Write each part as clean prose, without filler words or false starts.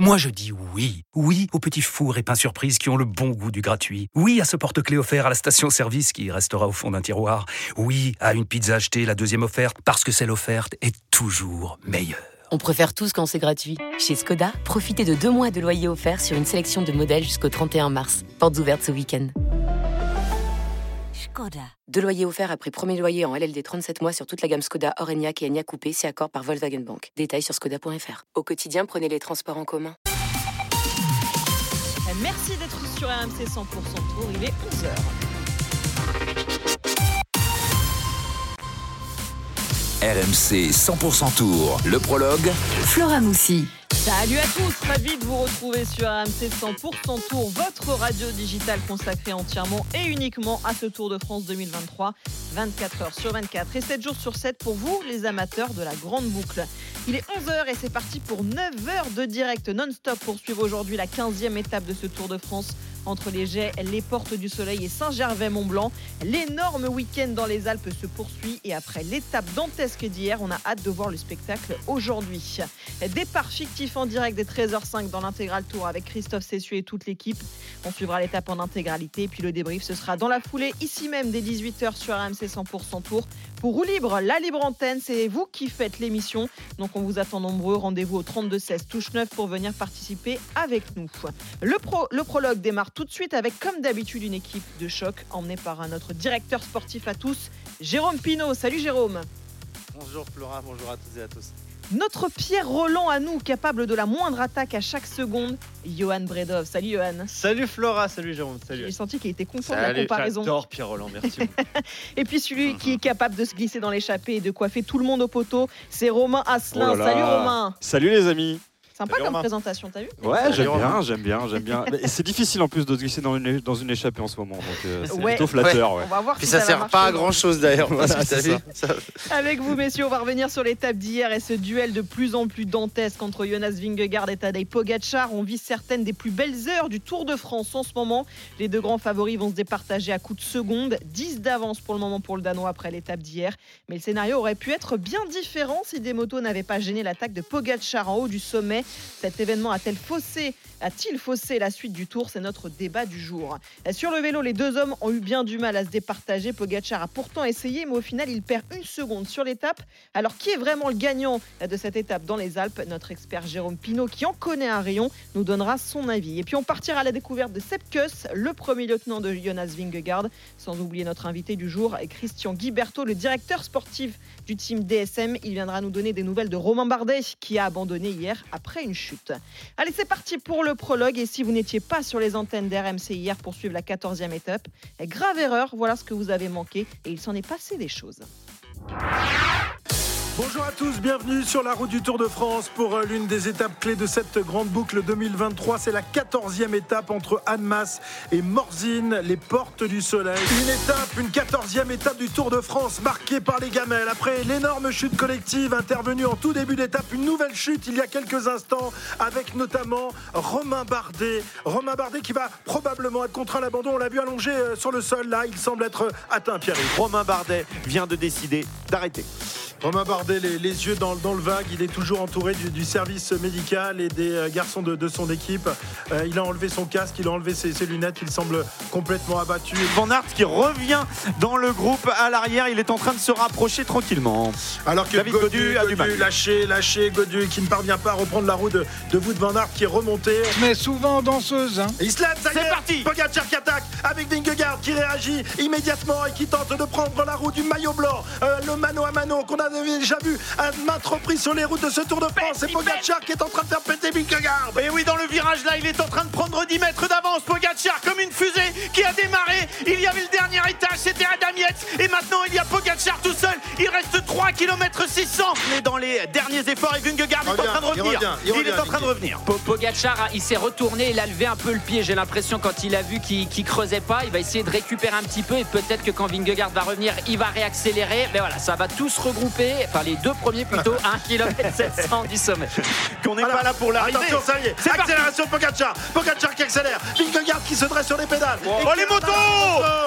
Moi je dis oui. Oui aux petits fours et pains surprises qui ont le bon goût du gratuit. Oui à ce porte-clés offert à la station-service qui restera au fond d'un tiroir. Oui à une pizza achetée, la deuxième offerte, parce que celle offerte est toujours meilleure. On préfère tous quand c'est gratuit. Chez Skoda, profitez de 2 mois de loyer offert sur une sélection de modèles jusqu'au 31 mars. Portes ouvertes ce week-end. Skoda. 2 loyers offerts après premier loyer en LLD 37 mois sur toute la gamme Skoda, Orenia et Enyaq Coupé, c'est accord par Volkswagen Bank. Détails sur skoda.fr. Au quotidien, prenez les transports en commun. Merci d'être sur RMC 100% Tour, il est 11h. RMC 100% Tour, le prologue. Flora Moussi. Salut à tous, ravi de vous retrouver sur RMC 100% Tour, votre radio digitale consacrée entièrement et uniquement à ce Tour de France 2023, 24 heures sur 24 et 7 jours sur 7 pour vous, les amateurs de la grande boucle. Il est 11h et c'est parti pour 9 heures de direct non-stop pour suivre aujourd'hui la 15e étape de ce Tour de France entre les Jets, les Portes du Soleil et Saint-Gervais-Mont-Blanc. L'énorme week-end dans les Alpes se poursuit et après l'étape dantesque d'hier, on a hâte de voir le spectacle aujourd'hui. Départ fictif en direct des 13h05 dans l'intégral Tour avec Christophe Cessieux et toute l'équipe. On suivra l'étape en intégralité et puis le débrief ce sera dans la foulée ici même dès 18h sur RMC 100% Tour. Pour Roue Libre, la libre antenne, c'est vous qui faites l'émission. Donc on vous attend nombreux. Rendez-vous au 32 16 touche 9 pour venir participer avec nous. Le prologue démarre tout de suite avec, comme d'habitude, une équipe de choc emmenée par notre directeur sportif à tous, Jérôme Pinault. Salut Jérôme. Bonjour Flora, bonjour à toutes et à tous. Notre Pierre Roland à nous, capable de la moindre attaque à chaque seconde, Johan Bredov. Salut Johan. Salut Flora, salut Jérôme, salut. J'ai senti qu'il était content de la comparaison. J'adore Pierre Roland, merci. Et puis celui qui est capable de se glisser dans l'échappée et de coiffer tout le monde au poteau, c'est Romain Asselin. Oh salut Romain. Salut les amis. Sympa comme présentation, t'as vu? Ouais, j'aime bien. Et c'est difficile en plus de se glisser dans une échappée en ce moment, donc c'est plutôt flatteur. Ouais. On va voir puis si ça sert pas à grand chose d'ailleurs. Voilà, c'est ça. Avec vous messieurs, on va revenir sur l'étape d'hier et ce duel de plus en plus dantesque entre Jonas Vingegaard et Tadej Pogačar. On vit certaines des plus belles heures du Tour de France en ce moment. Les deux grands favoris vont se départager à coups de secondes, 10 d'avance pour le moment pour le Danois après l'étape d'hier. Mais le scénario aurait pu être bien différent si des motos n'avaient pas gêné l'attaque de Pogačar en haut du sommet. Cet événement a-t-il faussé la suite du Tour? C'est notre débat du jour. Sur le vélo, les deux hommes ont eu bien du mal à se départager. Pogačar a pourtant essayé, mais au final, il perd 1 seconde sur l'étape. Alors, qui est vraiment le gagnant de cette étape dans les Alpes? Notre expert Jérôme Pinault, qui en connaît un rayon, nous donnera son avis. Et puis, on partira à la découverte de Sepp Kuss, le premier lieutenant de Jonas Vingegaard. Sans oublier notre invité du jour, Christian Guiberto, le directeur sportif du team DSM. Il viendra nous donner des nouvelles de Romain Bardet, qui a abandonné hier après une chute. Allez, c'est parti pour le prologue. Et si vous n'étiez pas sur les antennes d'RMC hier pour suivre la 14e étape, grave erreur, voilà ce que vous avez manqué. Et il s'en est passé des choses. Bonjour à tous, bienvenue sur la route du Tour de France pour l'une des étapes clés de cette grande boucle 2023. C'est la 14e étape entre Annemasse et Morzine, les Portes du Soleil. Une 14e étape du Tour de France marquée par les gamelles. Après l'énorme chute collective intervenue en tout début d'étape, une nouvelle chute il y a quelques instants avec notamment Romain Bardet. Romain Bardet qui va probablement être contraint à l'abandon. On l'a vu allongé sur le sol là, il semble être atteint, Pierre-Yves. Romain Bardet vient de décider d'arrêter. Romain Bardet, les yeux dans le vague, il est toujours entouré du service médical et des garçons de son équipe. Il a enlevé son casque, il a enlevé ses lunettes, il semble complètement abattu. Van Aert qui revient dans le groupe à l'arrière, il est en train de se rapprocher tranquillement. Alors que Gaudu a du mal. Lâché, Gaudu qui ne parvient pas à reprendre la roue de Wout van Aert qui est remonté. Mais souvent danseuse. Et il se lève, ça y est, c'est parti. Pogačar qui attaque avec Vingegaard qui réagit immédiatement et qui tente de prendre la roue du maillot blanc. Le mano à mano qu'on a déjà vu à maintes reprises sur les routes de ce Tour de France. C'est Pogačar qui est en train de faire péter Vingegaard. Et oui, dans le virage là, il est en train de prendre 10 mètres d'avance. Pogačar comme une fusée qui a démarré. Il y avait le dernier étage, c'était Adam Yates. Et maintenant, il y a Pogačar tout seul. Il reste 3 km 600. Mais dans les derniers efforts, et Vingegaard est en train de revenir. Il est en train de revenir. Pogačar, il s'est retourné, il a levé un peu le pied. J'ai l'impression quand il a vu qu'il creusait pas, il va essayer de récupérer un petit peu. Et peut-être que quand Vingegaard va revenir, il va réaccélérer. Mais voilà, ça va tout se regrouper. Enfin, les deux premiers plutôt, 1 km 700 du sommet. Qu'on n'est pas là pour l'arrivée. Attention, ça y est, c'est accélération de Pogačar qui accélère. Vingegaard qui se dresse sur les pédales. Oh les motos. C'est pas possible.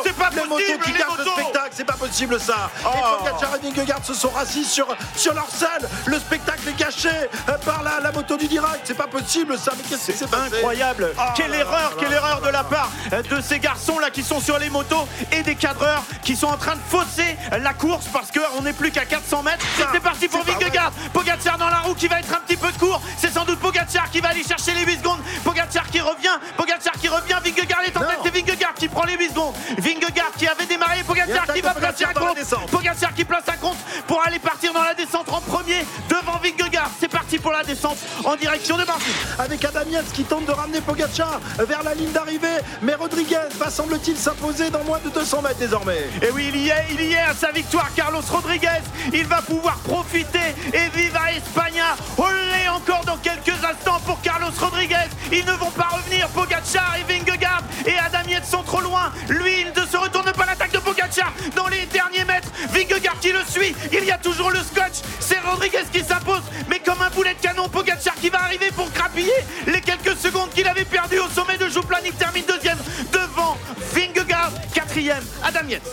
motos qui cassent le spectacle, c'est pas possible ça. Et Pogacar et Vingegaard se sont rassis sur leur selle. Le spectacle est gâché par la moto du direct. C'est pas possible ça. Mais qu'est-ce que c'est incroyable. Quelle erreur de la part de ces garçons là qui sont sur les motos et des cadreurs qui sont en train de fausser la course parce qu'on n'est plus qu'à 400 mètres. C'est parti pour Vingegaard. Pogacar dans la roue qui va être un petit peu court. C'est sans doute Pogacar qui va aller chercher les 8 secondes. Pogacar qui revient. Vingegaard est en tête. C'est Vingegaard qui prend les 8 secondes. Vingegaard qui avait démarré. Pogacar qui va placer un compte. Pogacar qui place un compte pour aller partir dans la descente en premier devant Vingegaard. C'est parti pour la descente en direction de Marseille. Avec Adam Yates qui tente de ramener Pogacar vers la ligne d'arrivée. Mais Rodriguez va semble-t-il s'imposer dans moins de 200 mètres désormais. Et oui, il y est à sa victoire. Carlos Rodriguez, il va pouvoir profiter. Et viva España. Olé encore dans quelques instants pour Carlos Rodriguez. Ils ne vont pas revenir. Pogacar et Vingegaard et Adam Yates sont trop loin. Lui, il ne se retourne pas. L'attaque de Pogacar dans les derniers mètres. Vingegaard qui le suit. Il y a toujours le scotch. C'est Rodriguez qui s'impose. Mais comme un boulet de canon, Pogacar qui va arriver pour grappiller les quelques secondes qu'il avait perdues au sommet de Jouplan. Il termine deuxième devant Vingegaard. Quatrième, Adam Yates.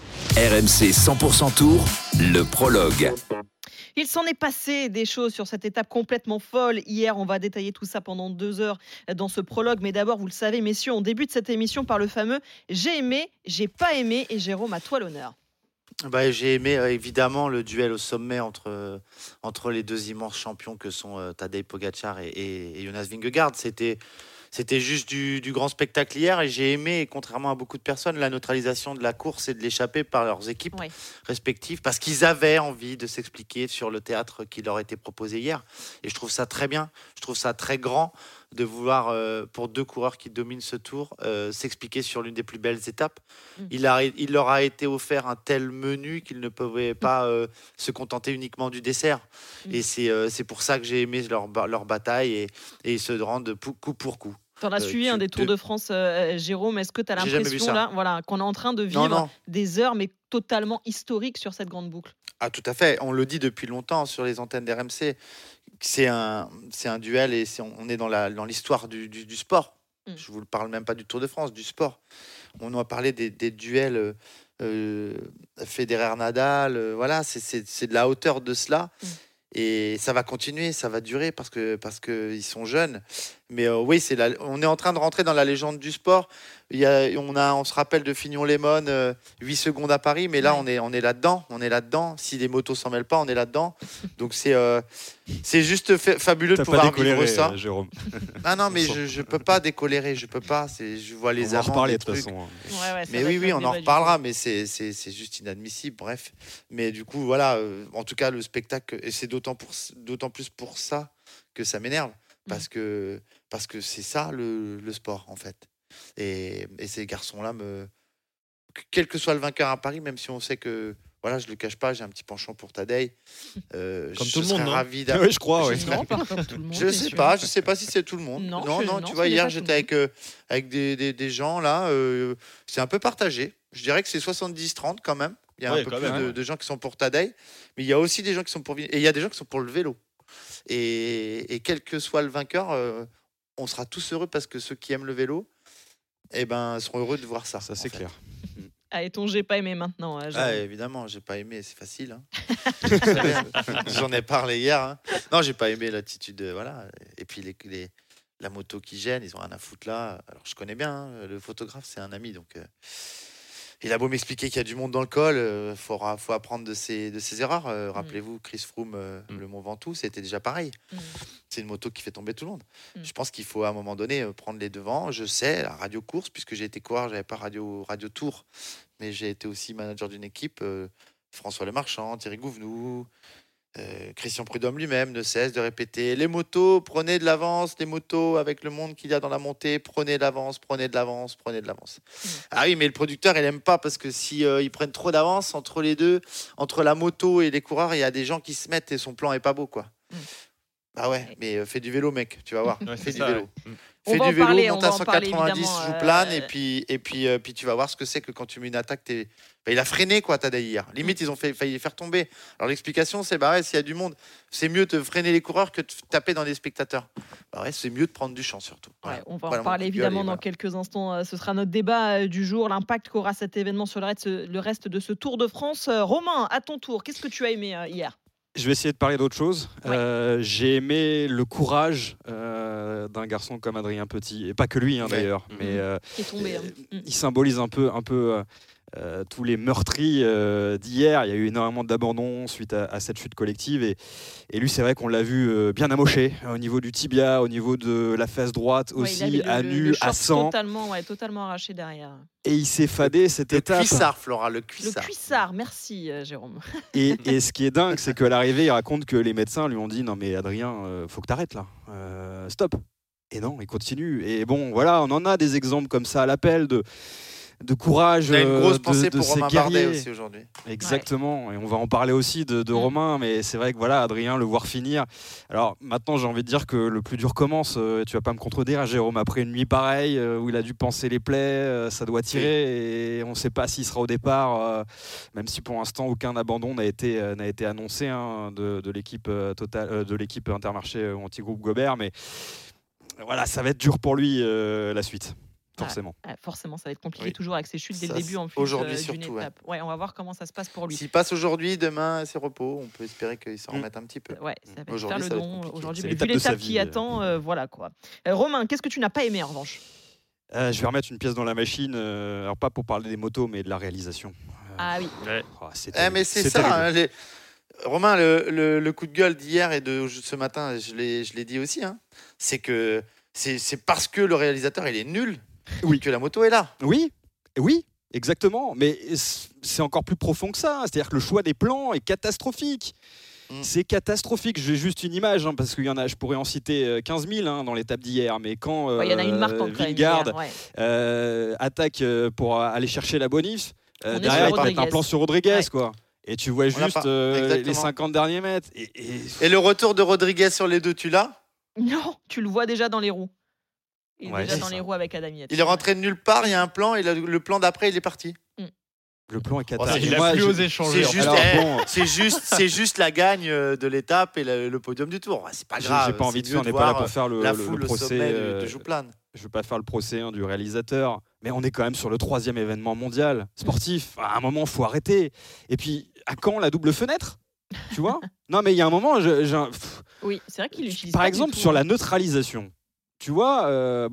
RMC 100% Tour, le prologue. Il s'en est passé des choses sur cette étape complètement folle. Hier, on va détailler tout ça pendant 2 heures dans ce prologue. Mais d'abord, vous le savez, messieurs, on débute cette émission par le fameux « J'ai aimé, j'ai pas aimé ». Et Jérôme, à toi l'honneur. J'ai aimé évidemment le duel au sommet entre les deux immenses champions que sont Tadej Pogacar et Jonas Vingegaard. C'était juste du grand spectacle hier et j'ai aimé, contrairement à beaucoup de personnes, la neutralisation de la course et de l'échappée par leurs équipes respectives parce qu'ils avaient envie de s'expliquer sur le théâtre qui leur était proposé hier. Et je trouve ça très bien, je trouve ça très grand de vouloir, pour deux coureurs qui dominent ce tour, s'expliquer sur l'une des plus belles étapes. Il leur a été offert un tel menu qu'ils ne pouvaient pas se contenter uniquement du dessert. Et c'est pour ça que j'ai aimé leur bataille et ils se rendent coup pour coup. Tu en as suivi un des Tours de France, Jérôme. Est-ce que tu as l'impression là, qu'on est en train de vivre des heures, mais totalement historiques sur cette grande boucle? Ah, tout à fait. On le dit depuis longtemps sur les antennes d'RMC. C'est un duel et on est dans l'histoire du sport. Je ne vous parle même pas du Tour de France, du sport. On a parlé des duels Federer-Nadal. Voilà, c'est de la hauteur de cela. Et ça va continuer, ça va durer parce que ils sont jeunes. Mais oui, on est en train de rentrer dans la légende du sport. On se rappelle de Fignon-Lemon, 8 secondes à Paris, mais là on est là-dedans. Si les motos s'en mêlent pas, on est là-dedans. Donc c'est juste fabuleux de pouvoir vivre ça. Jérôme. Ah non, mais je peux pas décolérer, je peux pas. Je vois les amants. On va en reparler de toute façon. Mais oui, on en reparlera, mais c'est juste inadmissible. Bref, mais du coup voilà. En tout cas, le spectacle, et c'est d'autant plus pour ça que ça m'énerve. Parce que c'est ça le sport en fait. Et ces garçons-là, quel que soit le vainqueur à Paris, même si on sait que, voilà, je le cache pas, j'ai un petit penchant pour Tadej. Comme tout le monde, non? Ravi oui, je crois. Non, pas comme tout le monde. Je sais pas si c'est tout le monde. Non, tu vois, hier j'étais avec des gens là, c'est un peu partagé. Je dirais que c'est 70-30 quand même. Il y a un peu plus de gens qui sont pour Tadej, mais il y a aussi des gens qui sont pour et il y a des gens qui sont pour le vélo. Et quel que soit le vainqueur, on sera tous heureux parce que ceux qui aiment le vélo, seront heureux de voir ça. Ça c'est clair. Ah, et ton j'ai pas aimé maintenant. Évidemment, j'ai pas aimé, c'est facile. J'en ai parlé hier. Non, j'ai pas aimé l'attitude. Voilà. Et puis la moto qui gêne, ils ont rien à foutre là. Alors je connais bien, le photographe, c'est un ami, donc. Il a beau m'expliquer qu'il y a du monde dans le col, faut apprendre de ses erreurs. Rappelez-vous, Chris Froome, le Mont Ventoux, c'était déjà pareil. C'est une moto qui fait tomber tout le monde. Je pense qu'il faut à un moment donné prendre les devants. Je sais, la radio course, puisque j'ai été coureur, j'avais pas radio tour, mais j'ai été aussi manager d'une équipe. François Lemarchand, Thierry Gouvenou, Christian Prudhomme lui-même ne cesse de répéter les motos, prenez de l'avance, les motos avec le monde qu'il y a dans la montée, prenez de l'avance. Ah oui, mais le producteur il aime pas parce que si ils prennent trop d'avance entre les deux, entre la moto et les coureurs, il y a des gens qui se mettent et son plan est pas beau quoi. Bah ouais, mais fais du vélo, mec, tu vas voir. Fais du vélo. On Fais va du en vélo, parler, monte on à va en parler, 190, évidemment, joue plane, et puis tu vas voir ce que c'est que quand tu mets une attaque, il a freiné, quoi, Tadej hier. Limite, ils ont failli les faire tomber. Alors l'explication, c'est s'il y a du monde, c'est mieux de freiner les coureurs que de taper dans les spectateurs. Bah ouais, c'est mieux de prendre du champ, surtout. Voilà. On va en parler évidemment dans quelques instants. Ce sera notre débat du jour, l'impact qu'aura cet événement sur le reste de ce Tour de France. Romain, à ton tour, qu'est-ce que tu as aimé hier ? Je vais essayer de parler d'autre chose. J'ai aimé le courage d'un garçon comme Adrien Petit, et pas que lui d'ailleurs, mais qui est tombé. Il symbolise un peu tous les meurtris d'hier. Il y a eu énormément d'abandon suite à cette chute collective, et lui, c'est vrai qu'on l'a vu bien amoché au niveau du tibia, au niveau de la fesse droite aussi, à nu, à sang. Totalement arraché derrière. Et il s'est fadé cette étape. Le cuissard, Flora, le cuissard. Le cuissard, merci Jérôme. Et ce qui est dingue, c'est qu'à l'arrivée, il raconte que les médecins lui ont dit « Non mais Adrien, faut que t'arrêtes là, stop ». Et non, il continue. Et bon, voilà, on en a des exemples comme ça à l'appel de courage. Il y a une grosse pensée de pour ces Romain guerriers. Bardet aussi aujourd'hui. Exactement, et on va en parler aussi de Romain, mais c'est vrai que voilà, Adrien, le voir finir. Alors maintenant, j'ai envie de dire que le plus dur commence. Tu vas pas me contredire, Jérôme, après une nuit pareille où il a dû panser les plaies, ça doit tirer, et on ne sait pas s'il sera au départ, même si pour l'instant aucun abandon n'a été annoncé de l'équipe de l'équipe Intermarché ou anti-groupe Gobert, mais voilà, ça va être dur pour lui la suite. Forcément. Forcément, ça va être compliqué toujours avec ses chutes dès le début en plus aujourd'hui d'une surtout, étape. On va voir comment ça se passe pour lui. S'il passe aujourd'hui, demain c'est repos. On peut espérer qu'il s'en remette un petit peu. Ouais, ça va faire le don aujourd'hui. Mais vu l'étape qui attend, voilà quoi. Romain, qu'est-ce que tu n'as pas aimé en revanche ? Je vais remettre une pièce dans la machine, alors pas pour parler des motos, mais de la réalisation. Ah oui. Mais c'est ça. Romain, le coup de gueule d'hier et de ce matin, je l'ai dit aussi. C'est que c'est parce que le réalisateur il est nul. Oui, que la moto est là. Oui, exactement. Mais c'est encore plus profond que ça. C'est-à-dire que le choix des plans est catastrophique. C'est catastrophique. J'ai juste une image, parce qu'il y en a, je pourrais en citer 15 000 dans l'étape d'hier. Mais quand il y en a une marquante Vingegaard attaque pour aller chercher la bonif, derrière il part un plan sur Rodriguez, quoi. Et tu vois juste les 50 derniers mètres. Et le retour de Rodriguez sur les deux, tu l'as ? Non, tu le vois déjà dans les roues. Il est déjà dans les roues avec Adam Yates. Il est rentré de nulle part, il y a un plan, et le plan d'après, il est parti. Le plan est catastrophique. Il a plus osé changer. C'est juste la gagne de l'étape et le podium du Tour. C'est pas grave. J'ai pas envie de faire, on n'est pas là pour faire le procès de Jouplane. Je veux pas faire le procès du réalisateur, mais on est quand même sur le 3e événement mondial sportif. À un moment, il faut arrêter. Et puis, à quand la double fenêtre ? Tu vois ? Non, mais il y a un moment... Oui, c'est vrai qu'il utilise par exemple, sur la neutralisation. Tu vois,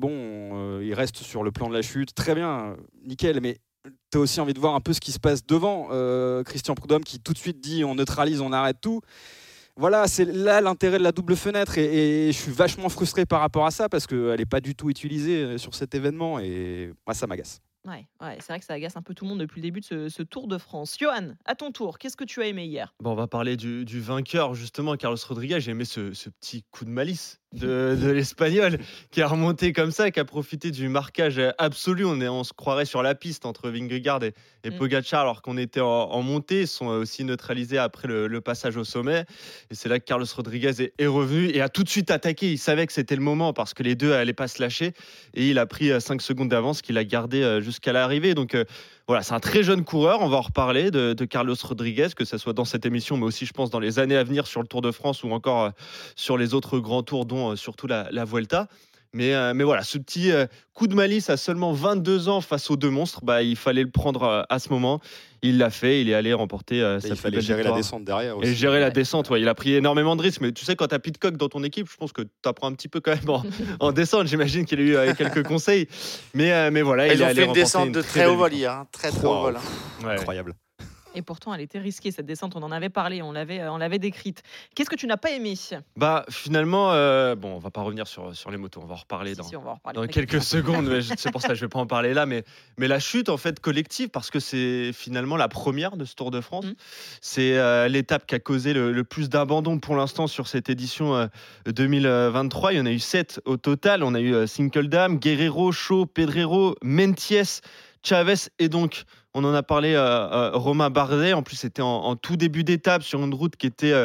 il reste sur le plan de la chute, très bien, nickel, mais tu as aussi envie de voir un peu ce qui se passe devant. Christian Prudhomme qui tout de suite dit on neutralise, on arrête tout. Voilà, c'est là l'intérêt de la double fenêtre, et je suis vachement frustré par rapport à ça parce qu'elle n'est pas du tout utilisée sur cet événement, et moi ça m'agace. Ouais, c'est vrai que ça agace un peu tout le monde depuis le début de ce Tour de France. Johan, à ton tour, qu'est-ce que tu as aimé hier ? On va parler du vainqueur, justement, Carlos Rodriguez. J'ai aimé ce petit coup de malice de l'Espagnol qui a remonté comme ça, qui a profité du marquage absolu. On se croirait sur la piste entre Vingegaard et Pogačar alors qu'on était en montée. Ils sont aussi neutralisés après le passage au sommet. Et c'est là que Carlos Rodriguez est revenu et a tout de suite attaqué. Il savait que c'était le moment parce que les deux n'allaient pas se lâcher. Et il a pris 5 secondes d'avance qu'il a gardé jusqu'à l'arrivée. Donc voilà, c'est un très jeune coureur. On va en reparler de Carlos Rodriguez, que ce soit dans cette émission, mais aussi, je pense, dans les années à venir sur le Tour de France ou encore sur les autres grands tours, dont surtout la Vuelta. Mais voilà, ce petit coup de malice à seulement 22 ans face aux deux monstres, il fallait le prendre à ce moment. Il l'a fait, il est allé remporter sa il fallait gérer la descente derrière aussi. Et gérer la descente, il a pris énormément de risques. Mais tu sais, quand tu as Pidcock dans ton équipe, je pense que tu apprends un petit peu quand même en descente. J'imagine qu'il a eu quelques conseils. Mais voilà, il est allé remporter une descente de très haut vol hier, très haut vol. Incroyable. Et pourtant, elle était risquée, cette descente. On en avait parlé, on l'avait décrite. Qu'est-ce que tu n'as pas aimé ? Finalement, on va pas revenir sur les motos. On va en reparler dans quelques secondes. C'est pour ça que je vais pas en parler là. Mais la chute, en fait, collective, parce que c'est finalement la première de ce Tour de France. C'est l'étape qui a causé le plus d'abandon pour l'instant sur cette édition 2023. Il y en a eu 7 au total. On a eu Sinkeldam, Guerrero, Shaw, Pedrero, Meintjes, Chavez et donc... On en a parlé, Romain Bardet. En plus, c'était en tout début d'étape sur une route qui était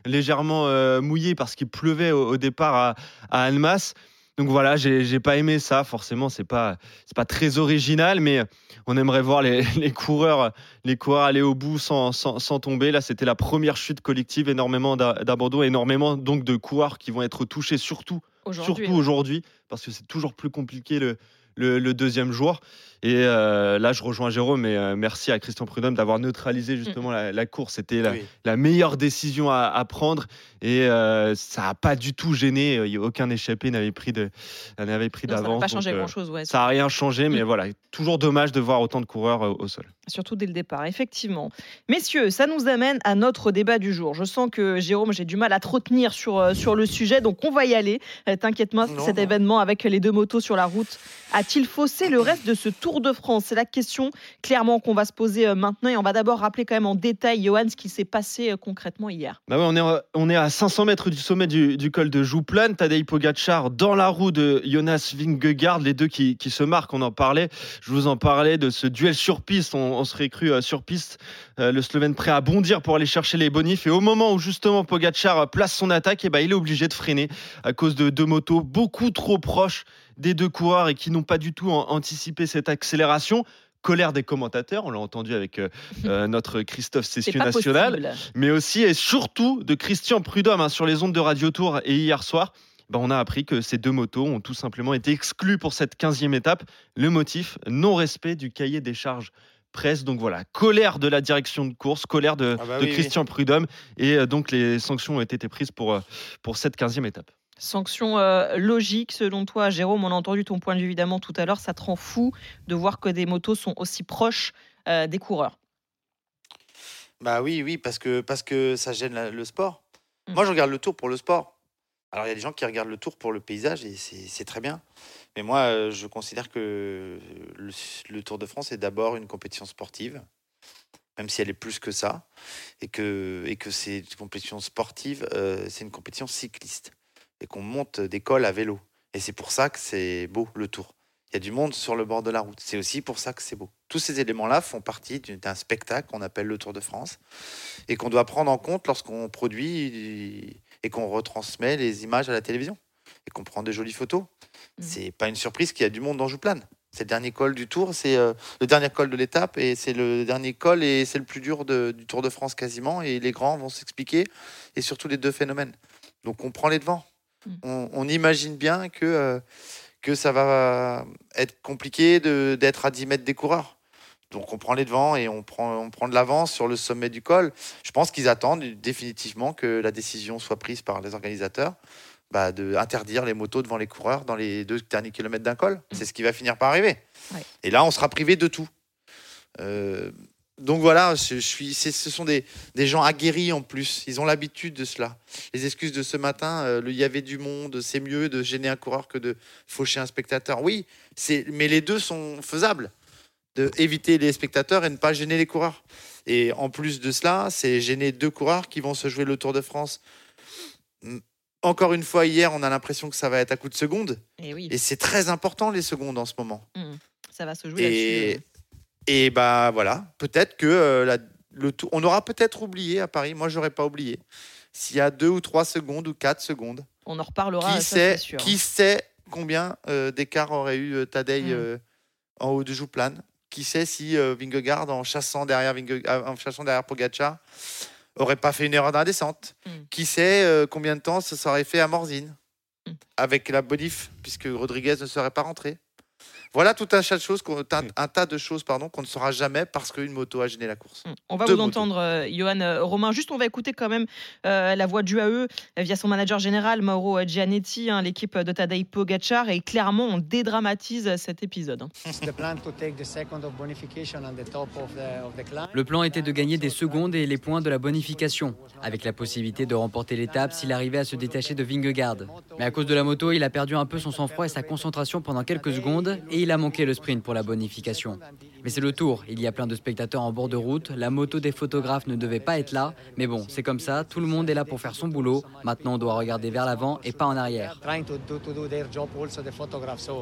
légèrement mouillé parce qu'il pleuvait au départ à Annemasse. Donc voilà, j'ai pas aimé ça. Forcément, c'est pas très original, mais on aimerait voir les coureurs aller au bout sans tomber. Là, c'était la première chute collective, énormément d'abandons, énormément donc de coureurs qui vont être touchés, surtout aujourd'hui, parce que c'est toujours plus compliqué le deuxième jour. Et là, je rejoins Jérôme, mais merci à Christian Prudhomme d'avoir neutralisé justement la course. C'était la meilleure décision à prendre, et ça n'a pas du tout gêné. Aucun échappé n'avait pris d'avance. Ça n'a pas changé grand-chose. Ça n'a rien changé, mais voilà, toujours dommage de voir autant de coureurs au sol. Surtout dès le départ, effectivement. Messieurs, ça nous amène à notre débat du jour. Je sens que, Jérôme, j'ai du mal à te retenir sur le sujet, donc on va y aller. T'inquiète pas, cet événement avec les 2 motos sur la route a-t-il faussé le reste de ce Tour de France? C'est la question clairement qu'on va se poser maintenant, et on va d'abord rappeler quand même en détail, Johan, ce qui s'est passé concrètement hier. Bah ouais, on est à 500 mètres du sommet du col de Jouplane. Tadej Pogačar dans la roue de Jonas Vingegaard, les deux qui se marquent, on en parlait. Je vous en parlais de ce duel sur piste, on serait cru sur piste. Le Slovène prêt à bondir pour aller chercher les bonifs, et au moment où justement Pogačar place son attaque, il est obligé de freiner à cause de 2 motos beaucoup trop proches des 2 coureurs et qui n'ont pas du tout anticipé cette accélération. Colère des commentateurs, on l'a entendu avec notre Christophe Cessieux national, mais aussi et surtout de Christian Prudhomme sur les ondes de Radio Tour. Et hier soir, on a appris que ces 2 motos ont tout simplement été exclues pour cette 15e étape. Le motif, non-respect du cahier des charges presse. Donc voilà, colère de la direction de course, colère de Christian Prudhomme, et donc les sanctions ont été prises pour cette 15e étape. Sanction logique selon toi, Jérôme. On a entendu ton point de vue évidemment tout à l'heure. Ça te rend fou de voir que des motos sont aussi proches des coureurs. Bah oui, parce que ça gêne le sport. Moi, je regarde le Tour pour le sport. Alors, il y a des gens qui regardent le Tour pour le paysage, et c'est très bien. Mais moi, je considère que le Tour de France est d'abord une compétition sportive, même si elle est plus que ça, et que c'est une compétition sportive, c'est une compétition cycliste, et qu'on monte des cols à vélo. Et c'est pour ça que c'est beau, le Tour. Il y a du monde sur le bord de la route. C'est aussi pour ça que c'est beau. Tous ces éléments-là font partie d'un spectacle qu'on appelle le Tour de France, et qu'on doit prendre en compte lorsqu'on produit et qu'on retransmet les images à la télévision, et qu'on prend des jolies photos. C'est pas une surprise qu'il y a du monde dans Jouplane. C'est le dernier col du Tour, c'est le dernier col de l'étape, et c'est le dernier col, et c'est le plus dur du Tour de France quasiment, et les grands vont s'expliquer, et surtout les 2 phénomènes. Donc on prend les devants. On imagine bien que ça va être compliqué d'être à 10 mètres des coureurs. Donc on prend les devants, et on prend de l'avance sur le sommet du col. Je pense qu'ils attendent définitivement que la décision soit prise par les organisateurs, d'interdire les motos devant les coureurs dans les 2 derniers kilomètres d'un col. C'est ce qui va finir par arriver. Ouais. Et là, on sera privé de tout. Donc voilà, ce sont des gens aguerris en plus. Ils ont l'habitude de cela. Les excuses de ce matin, il y avait du monde, c'est mieux de gêner un coureur que de faucher un spectateur. Oui, mais les 2 sont faisables. Éviter les spectateurs et ne pas gêner les coureurs. Et en plus de cela, c'est gêner 2 coureurs qui vont se jouer le Tour de France. Encore une fois, hier, on a l'impression que ça va être à coup de secondes. Et c'est très important, les secondes, en ce moment. Ça va se jouer là-dessus. Et voilà, peut-être que le Tour, on aura peut-être oublié à Paris. Moi, j'aurais pas oublié. S'il y a 2 ou 3 secondes ou 4 secondes. On en reparlera. Qui sait combien d'écart aurait eu Tadej en haut de Jouplane? Qui sait si Vingegaard, en chassant derrière Pogačar, aurait pas fait une erreur dans la descente? Qui sait combien de temps ça aurait fait à Morzine avec la bonif, puisque Rodriguez ne serait pas rentré. Voilà tout un tas de choses, qu'on ne saura jamais parce qu'une moto a gêné la course. On va vous entendre, Johan Romain. Juste, on va écouter quand même la voix du UAE via son manager général, Mauro Gianetti. L'équipe de Tadej Pogačar, et clairement, on dédramatise cet épisode. Le plan était de gagner des secondes et les points de la bonification, avec la possibilité de remporter l'étape s'il arrivait à se détacher de Vingegaard. Mais à cause de la moto, il a perdu un peu son sang-froid et sa concentration pendant quelques secondes, et il a manqué le sprint pour la bonification. Mais c'est le Tour, il y a plein de spectateurs en bord de route, la moto des photographes ne devait pas être là, mais bon, c'est comme ça, tout le monde est là pour faire son boulot, maintenant on doit regarder vers l'avant et pas en arrière.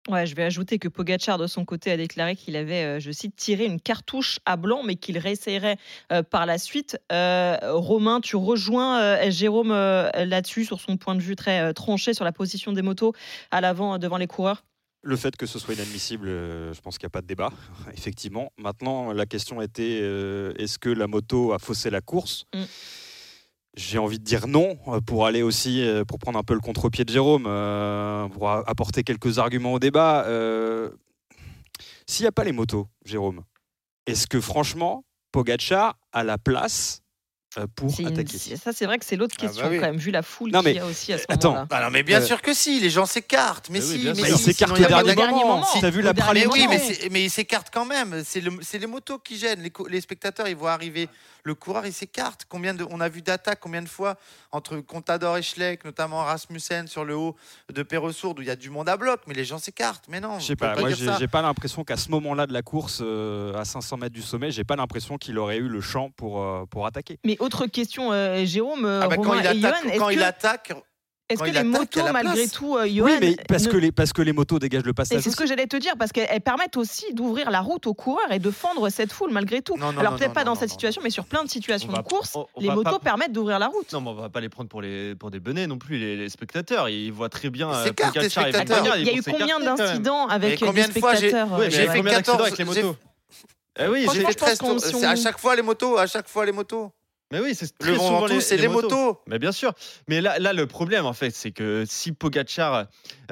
Ouais, je vais ajouter que Pogacar, de son côté, a déclaré qu'il avait, je cite, tiré une cartouche à blanc, mais qu'il réessayerait par la suite. Romain, tu rejoins Jérôme là-dessus, sur son point de vue très tranché sur la position des motos à l'avant devant les coureurs. Le fait que ce soit inadmissible, je pense qu'il n'y a pas de débat, effectivement. Maintenant, la question était est-ce que la moto a faussé la course ? J'ai envie de dire non, pour aller aussi, pour prendre un peu le contre-pied de Jérôme, pour apporter quelques arguments au débat. S'il n'y a pas les motos, Jérôme, est-ce que franchement, Pogacar a la place pour attaquer? Ça, c'est vrai que c'est l'autre question, oui. quand même, vu la foule Non, qu'il y a aussi à ce attends. moment-là. Ah non, mais bien sûr que si, les gens s'écartent. Mais si, bien mais sûr. si, Ils s'écartent sinon, au il y a pas dernier de- moment. Si t'as vu la Mais praline, oui, non. mais ils s'écartent quand même. C'est les motos qui gênent. Les spectateurs, ils voient arriver le coureur, il s'écarte. On a vu d'attaques combien de fois entre Contador et Schleck, notamment Rasmussen sur le haut de Perresourde, où il y a du monde à bloc, mais les gens s'écartent. Mais non, Je sais on peut pas, moi dire ça. j'ai pas l'impression qu'à ce moment-là de la course, à 500 mètres du sommet, j'ai pas l'impression qu'il aurait eu le champ pour attaquer. Mais autre question, Jérôme, Ah bah, Romain et Johan, quand il attaque. est-ce quand que il les attaque, il y a motos, la malgré place. tout, Johan, Oui, mais parce ne- que les motos dégagent le passage. Et c'est ce que j'allais te dire, parce qu'elles permettent aussi d'ouvrir la route aux coureurs et de fendre cette foule malgré tout. Non, Alors non, peut-être non, pas non, dans cette non, situation, mais sur plein de situations On va- de course, on les va motos pas- permettent d'ouvrir la route. Non, mais on va pas les prendre pour des benets non plus, les spectateurs. Ils voient très bien Ils s'écartent, les Pogacar et spectateurs. Vingegaard, Il y a ils eu vont combien s'écarter quand même. d'incidents avec Mais combien des de fois spectateurs Oui, mais J'ai il y a fait combien d'accidents 14, avec les motos Eh oui, Franchement, J'ai je fait pense 13 qu'on- tours. si on- C'est à chaque fois les motos. Mais oui, c'est Le très Mont souvent Ventoux, c'est les motos. Mais bien sûr. Mais là, le problème, en fait, c'est que si Pogacar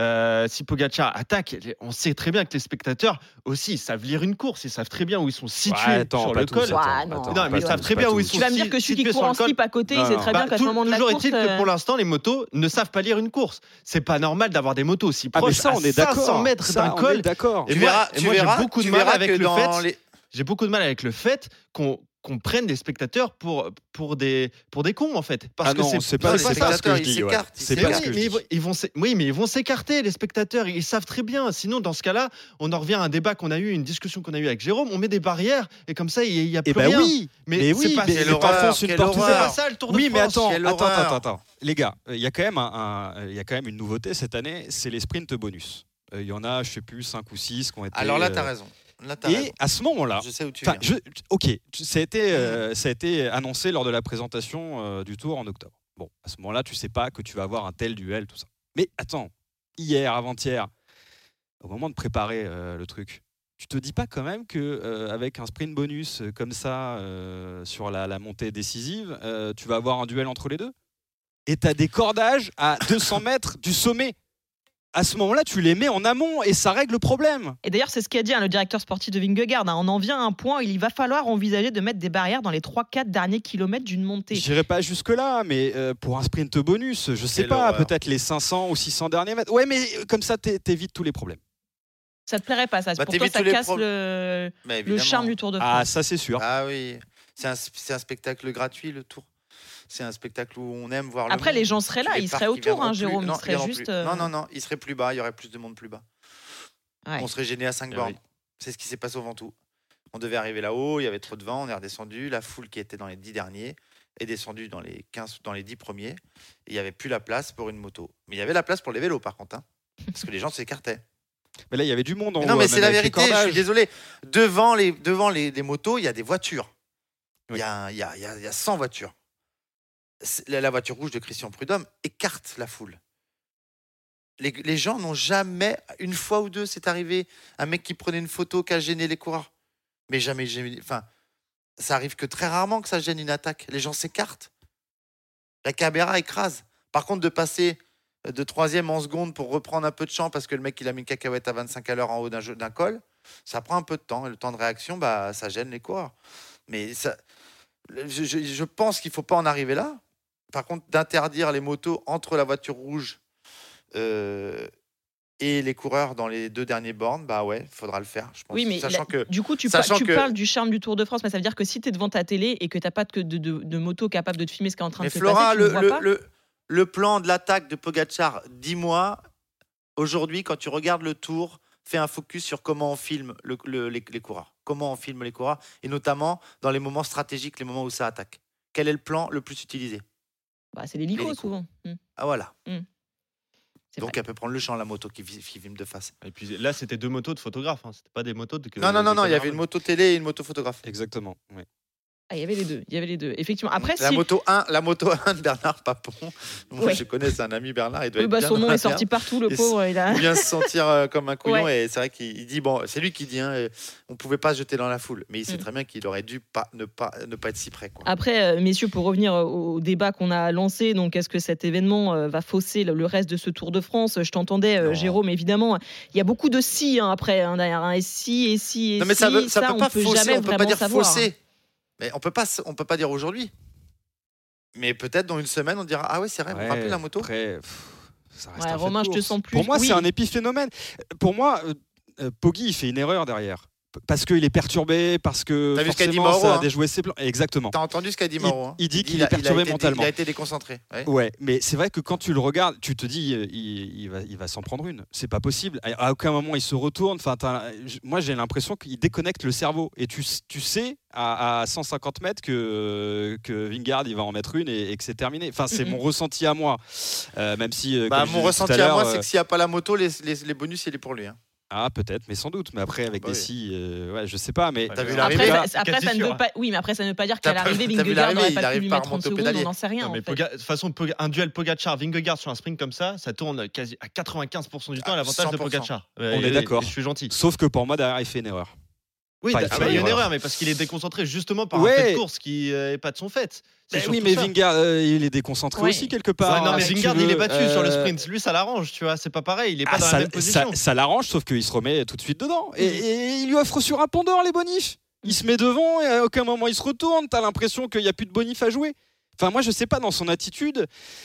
attaque, on sait très bien que les spectateurs aussi, ils savent lire une course, ils savent très bien où ils sont situés sur le col. Non, mais ils savent très bien où ils sont. Tu vas me dire que celui qui situés court sur en le col. slip à côté, il sait très bien qu'à ce moment de la Toujours course. est-il que pour l'instant, les motos ne savent pas lire une course. C'est pas normal d'avoir des motos aussi Ah, mais proches, ça, on à est d'accord. 500 mètres Ça, d'un on col. est d'accord. Et Tu moi, verras- j'ai beaucoup de mal avec que le dans fait. les- J'ai beaucoup de mal avec le fait qu'on prenne des spectateurs pour des cons, en fait. Parce Ah que non, c'est pas ça. ce que je ils dis. Ouais. s'écartent, C'est ils pas ce s'écartent. que je Mais dis. oui, mais ils vont s'écarter, les spectateurs. Ils savent très bien. Sinon, dans ce cas-là, on en revient à un débat qu'on a eu, une discussion qu'on a eue avec Jérôme. On met des barrières et comme ça, il y a plus Eh ben rien. oui, mais oui, pas, mais c'est les pas, t'enfonces une porte c'est ouverte. pas ça le Tour de Oui, mais France. attends. Les gars, il y a quand même une nouveauté cette année, c'est les sprints bonus. Il y en a, je sais plus, 5 ou 6 qui ont été. Alors là, t'as raison. Et à ce moment-là, Je sais où tu enfin, viens. ça a été annoncé lors de la présentation du Tour en octobre. Bon, à ce moment-là, tu sais pas que tu vas avoir un tel duel, tout ça. Mais attends, hier, avant-hier, au moment de préparer le truc, tu te dis pas quand même que avec un sprint bonus comme ça sur la montée décisive, tu vas avoir un duel entre les deux? Et tu as des cordages à 200 mètres du sommet. À ce moment-là, tu les mets en amont et ça règle le problème. Et d'ailleurs, c'est ce qu'a dit le directeur sportif de Vingegaard. On en vient à un point où il va falloir envisager de mettre des barrières dans les 3-4 derniers kilomètres d'une montée. Je n'irai pas jusque-là, mais pour un sprint bonus, je sais Quelle pas, horreur. peut-être les 500 ou 600 derniers mètres. Ouais, mais comme ça, t'évites tous les problèmes. Ça te plairait pas, ça? Bah, Pour toi, t'évites ça tous les casse Mais le évidemment. charme du Tour de France. Ah, ça, c'est sûr. Ah oui, c'est un spectacle gratuit, le Tour. C'est un spectacle où on aime voir le Après, monde. les gens seraient là, Tous les ils seraient parcs qui autour, viendront Jérôme. plus. Ils seraient viendront juste. plus. Non, il serait plus bas, il y aurait plus de monde plus bas. Ouais. On serait gêné à 5 Eh bornes. oui. C'est ce qui s'est passé au Ventoux. On devait arriver là-haut, il y avait trop de vent, on est redescendu. La foule qui était dans les 10 derniers est descendue dans les 10 premiers. Et il n'y avait plus la place pour une moto. Mais il y avait la place pour les vélos, par contre. Parce que les gens s'écartaient. Mais là, il y avait du monde en Mais haut. non, mais même c'est la avec les vérité, je cordages. suis désolé. Devant les motos, il y a des voitures. Il Oui. y a 100 voitures. La voiture rouge de Christian Prudhomme écarte la foule. Les gens n'ont jamais, une fois ou deux, c'est arrivé, un mec qui prenait une photo qui a gêné les coureurs. Mais jamais, enfin, ça arrive que très rarement que ça gêne une attaque. Les gens s'écartent. La caméra écrase. Par contre, de passer de 3e en seconde pour reprendre un peu de champ parce que le mec il a mis une cacahuète à 25 à l'heure en haut d'un col, ça prend un peu de temps. Et le temps de réaction, bah, ça gêne les coureurs. Mais ça, je pense qu'il ne faut pas en arriver là. Par contre, d'interdire les motos entre la voiture rouge et les coureurs dans les 2 derniers bornes, bah ouais, il faudra le faire, je pense. Oui, mais Sachant que, du coup, tu sachant que- parles du charme du Tour de France, mais ça veut dire que si tu es devant ta télé et que tu n'as pas de moto capable de te filmer ce qui est en train mais de se Flora, passer, tu ne vois pas. le plan de l'attaque de Pogacar, dis-moi, aujourd'hui, quand tu regardes le Tour, fais un focus sur comment on filme les coureurs. Comment on filme les coureurs, et notamment dans les moments stratégiques, les moments où ça attaque. Quel est le plan le plus utilisé? Bah, c'est l'hélico, L'hélico. souvent. Ah voilà. Donc elle peut prendre le champ, la moto qui filme de face. Et puis là, c'était 2 motos de photographes. Hein. C'était pas des motos de. Non, il y avait une moto télé et une moto photographe. Exactement. Oui. Ah, il y avait les deux. Effectivement. Après, la moto 1 de Bernard Papon. Moi, je connais, c'est un ami Bernard. Il doit être bien son nom est sorti partout, le pauvre. Il vient se sentir comme un couillon. Et c'est vrai qu'il dit, c'est lui qui dit, on pouvait pas se jeter dans la foule. Mais il sait très bien qu'il aurait dû ne pas être si près. Quoi. Après, messieurs, pour revenir au débat qu'on a lancé, donc est-ce que cet événement va fausser le reste de ce Tour de France ? Je t'entendais, Jérôme, évidemment. Il y a beaucoup de si après, derrière un si. Non, mais ça peut pas fausser, on peut pas dire fausser. Mais on peut pas dire aujourd'hui. Mais peut-être dans une semaine, on dira ah ouais, c'est vrai, vous vous rappelez la moto. Après, ça reste un Romain, je te sens plus. Pour moi, c'est un épiphénomène. Pour moi, Poggi, il fait une erreur derrière. Parce qu'il est perturbé, parce que t'as forcément Mauro, ça a déjoué ses plans. Exactement. T'as entendu ce qu'a dit Mauro. Il dit qu'il est perturbé mentalement. Il a été déconcentré. Ouais, mais c'est vrai que quand tu le regardes, tu te dis il va s'en prendre une. C'est pas possible. À aucun moment il se retourne. Enfin, moi j'ai l'impression qu'il déconnecte le cerveau. Et tu sais à 150 mètres que Vingegaard il va en mettre une et que c'est terminé. Enfin, c'est mon ressenti à moi. Même si mon ressenti à moi, c'est que s'il n'y a pas la moto, les bonus il est pour lui. Hein. Ah, peut-être, mais sans doute. Mais après, avec des si, je sais pas. Mais t'as vu l'arrivée après, ça ne veut pas. Oui, mais après, ça ne veut pas dire qu'à l'arrivée, Vingegaard n'aurait pas pu lui mettre 30 secondes. On n'en sait rien. Non, mais de toute façon, un duel Pogacar-Vingegaard sur un sprint comme ça tourne quasi à 95% du temps à l'avantage de Pogacar. On est d'accord. Je suis gentil. Sauf que pour moi, derrière, il fait une erreur. Oui, il y a une erreur, mais parce qu'il est déconcentré justement par un fait de course qui n'est pas de son fait. Oui, mais Vingegaard, il est déconcentré aussi quelque part. Non, mais Vingegaard, il est battu sur le sprint. Lui, ça l'arrange, tu vois. C'est pas pareil. Il est pas dans la même position. Ça l'arrange, sauf qu'il se remet tout de suite dedans. Et il lui offre sur un pont d'or les bonifs. Il se met devant et à aucun moment il se retourne. T'as l'impression qu'il n'y a plus de bonifs à jouer. Enfin, moi, je sais pas, dans son attitude,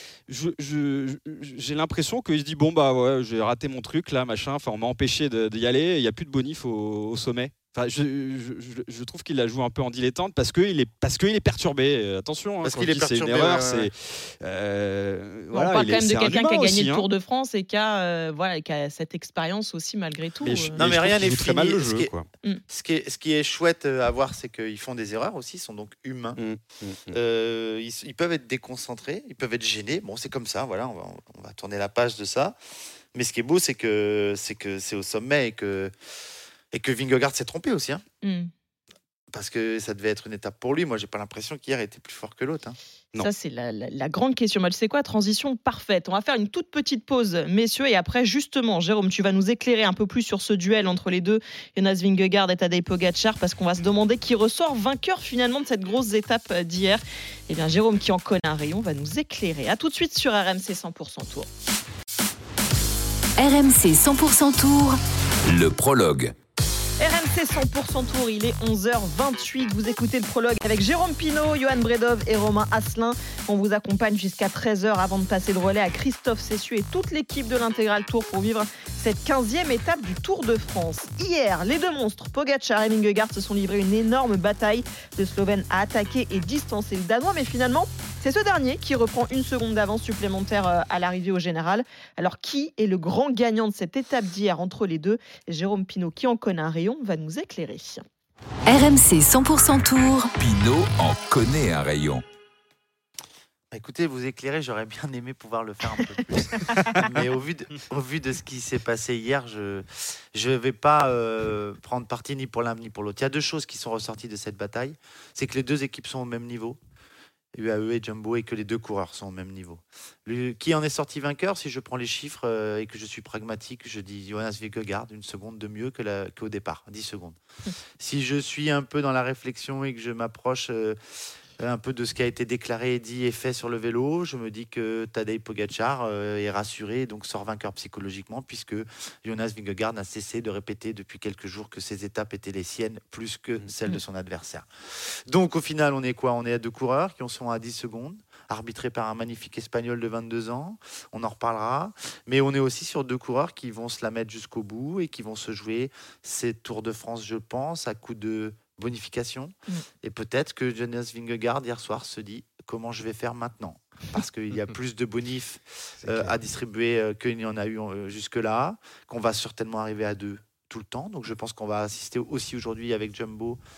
j'ai l'impression qu'il se dit bon, bah ouais, j'ai raté mon truc là, machin. Enfin, on m'a empêché d'y aller. Il n'y a plus de bonifs au sommet. Enfin, je trouve qu'il la joue un peu en dilettante parce qu'il est perturbé. Attention, parce qu'il est perturbé. C'est une erreur. On parle quand même de quelqu'un qui a gagné le Tour de France et qui a cette expérience aussi malgré tout. Non, mais rien n'est fini. Mal le jeu, ce qui est chouette à voir, c'est qu'ils font des erreurs aussi. Ils sont donc humains. Ils peuvent être déconcentrés, ils peuvent être gênés. Bon, c'est comme ça. Voilà, on va tourner la page de ça. Mais ce qui est beau, c'est que c'est au sommet et que Vingegaard s'est trompé aussi. Hein. Parce que ça devait être une étape pour lui. Moi, j'ai pas l'impression qu'hier était plus fort que l'autre. Hein. Non. Ça, c'est la grande question. Mais tu sais quoi, transition parfaite. On va faire une toute petite pause, messieurs. Et après, justement, Jérôme, tu vas nous éclairer un peu plus sur ce duel entre les deux, Jonas Vingegaard et Tadej Pogacar, parce qu'on va se demander qui ressort vainqueur finalement de cette grosse étape d'hier. Eh bien, Jérôme, qui en connaît un rayon, va nous éclairer. À tout de suite sur RMC 100% Tour. RMC 100% Tour. Le prologue. RMC 100% Tour, il est 11h28. Vous écoutez le prologue avec Jérôme Pinault, Johan Bredov et Romain Asselin. On vous accompagne jusqu'à 13h avant de passer le relais à Christophe Cessieux et toute l'équipe de l'Intégral Tour pour vivre cette 15e étape du Tour de France. Hier, les deux monstres, Pogacar et Vingegaard, se sont livrés une énorme bataille. Le Slovène a attaqué et distancé le Danois, mais finalement, c'est ce dernier qui reprend une seconde d'avance supplémentaire à l'arrivée au général. Alors, qui est le grand gagnant de cette étape d'hier entre les deux ? Jérôme Pinault, qui en connaît un rayon, va nous éclairer. RMC 100% Tour. Pinault en connaît un rayon. Écoutez, vous éclairez, j'aurais bien aimé pouvoir le faire un peu plus. Mais au vu de ce qui s'est passé hier, je ne vais pas prendre parti ni pour l'un ni pour l'autre. Il y a deux choses qui sont ressorties de cette bataille. C'est que les deux équipes sont au même niveau. UAE et Jumbo, et que les deux coureurs sont au même niveau. Qui en est sorti vainqueur? Si je prends les chiffres et que je suis pragmatique, je dis Jonas Vingegaard, une seconde de mieux qu'au départ, 10 secondes. Si je suis un peu dans la réflexion et que je m'approche un peu de ce qui a été déclaré, dit et fait sur le vélo, je me dis que Tadej Pogacar est rassuré et donc sort vainqueur psychologiquement, puisque Jonas Vingegaard n'a cessé de répéter depuis quelques jours que ces étapes étaient les siennes plus que celles de son adversaire. Donc au final, on est quoi? On est à deux coureurs qui sont à 10 secondes, arbitrés par un magnifique Espagnol de 22 ans, on en reparlera, mais on est aussi sur deux coureurs qui vont se la mettre jusqu'au bout et qui vont se jouer ces Tours de France, je pense, à coup de bonification. Et peut-être que Jonas Vingegaard hier soir se dit comment je vais faire maintenant, parce qu'il y a plus de bonifs à distribuer qu'il y en a eu jusque-là, qu'on va certainement arriver à deux tout le temps. Donc je pense qu'on va assister aussi aujourd'hui avec Jumbo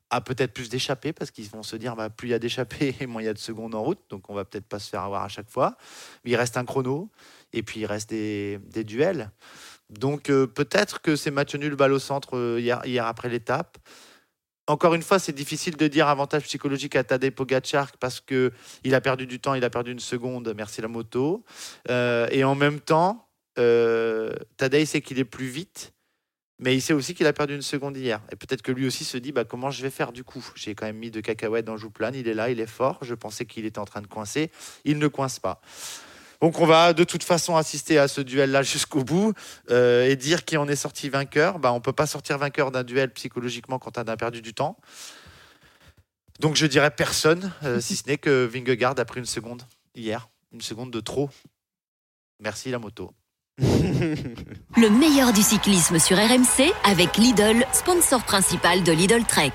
a peut-être plus d'échappées parce qu'ils vont se dire plus il y a d'échappées et moins il y a de secondes en route, donc on va peut-être pas se faire avoir à chaque fois. Il reste un chrono et puis il reste des duels. Donc peut-être que ces matchs nuls balle au centre hier après l'étape. Encore une fois, c'est difficile de dire avantage psychologique à Tadej Pogačar parce qu'il a perdu du temps, il a perdu une seconde, merci la moto. Et en même temps, Tadej sait qu'il est plus vite, mais il sait aussi qu'il a perdu une seconde hier. Et peut-être que lui aussi se dit comment je vais faire du coup. J'ai quand même mis de cacahuètes dans Jouplane, il est là, il est fort. Je pensais qu'il était en train de coincer, il ne coince pas. Donc on va de toute façon assister à ce duel-là jusqu'au bout et dire qui en est sorti vainqueur. On ne peut pas sortir vainqueur d'un duel psychologiquement quand on a perdu du temps. Donc je dirais personne, si ce n'est que Vingegaard a pris une seconde hier. Une seconde de trop. Merci la moto. Le meilleur du cyclisme sur RMC avec Lidl, sponsor principal de Lidl Trek.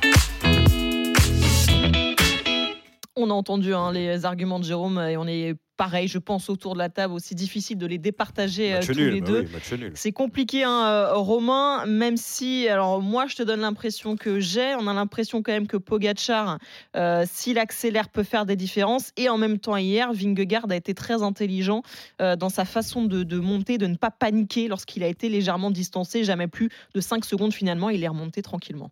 On a entendu les arguments de Jérôme et on est pareil, je pense, autour de la table, aussi difficile de les départager tous les deux. Oui, c'est compliqué, Romain, même si, alors moi, je te donne l'impression on a l'impression quand même que Pogačar, s'il accélère, peut faire des différences. Et en même temps, hier, Vingegaard a été très intelligent dans sa façon de monter, de ne pas paniquer lorsqu'il a été légèrement distancé. Jamais plus de 5 secondes, finalement, il est remonté tranquillement.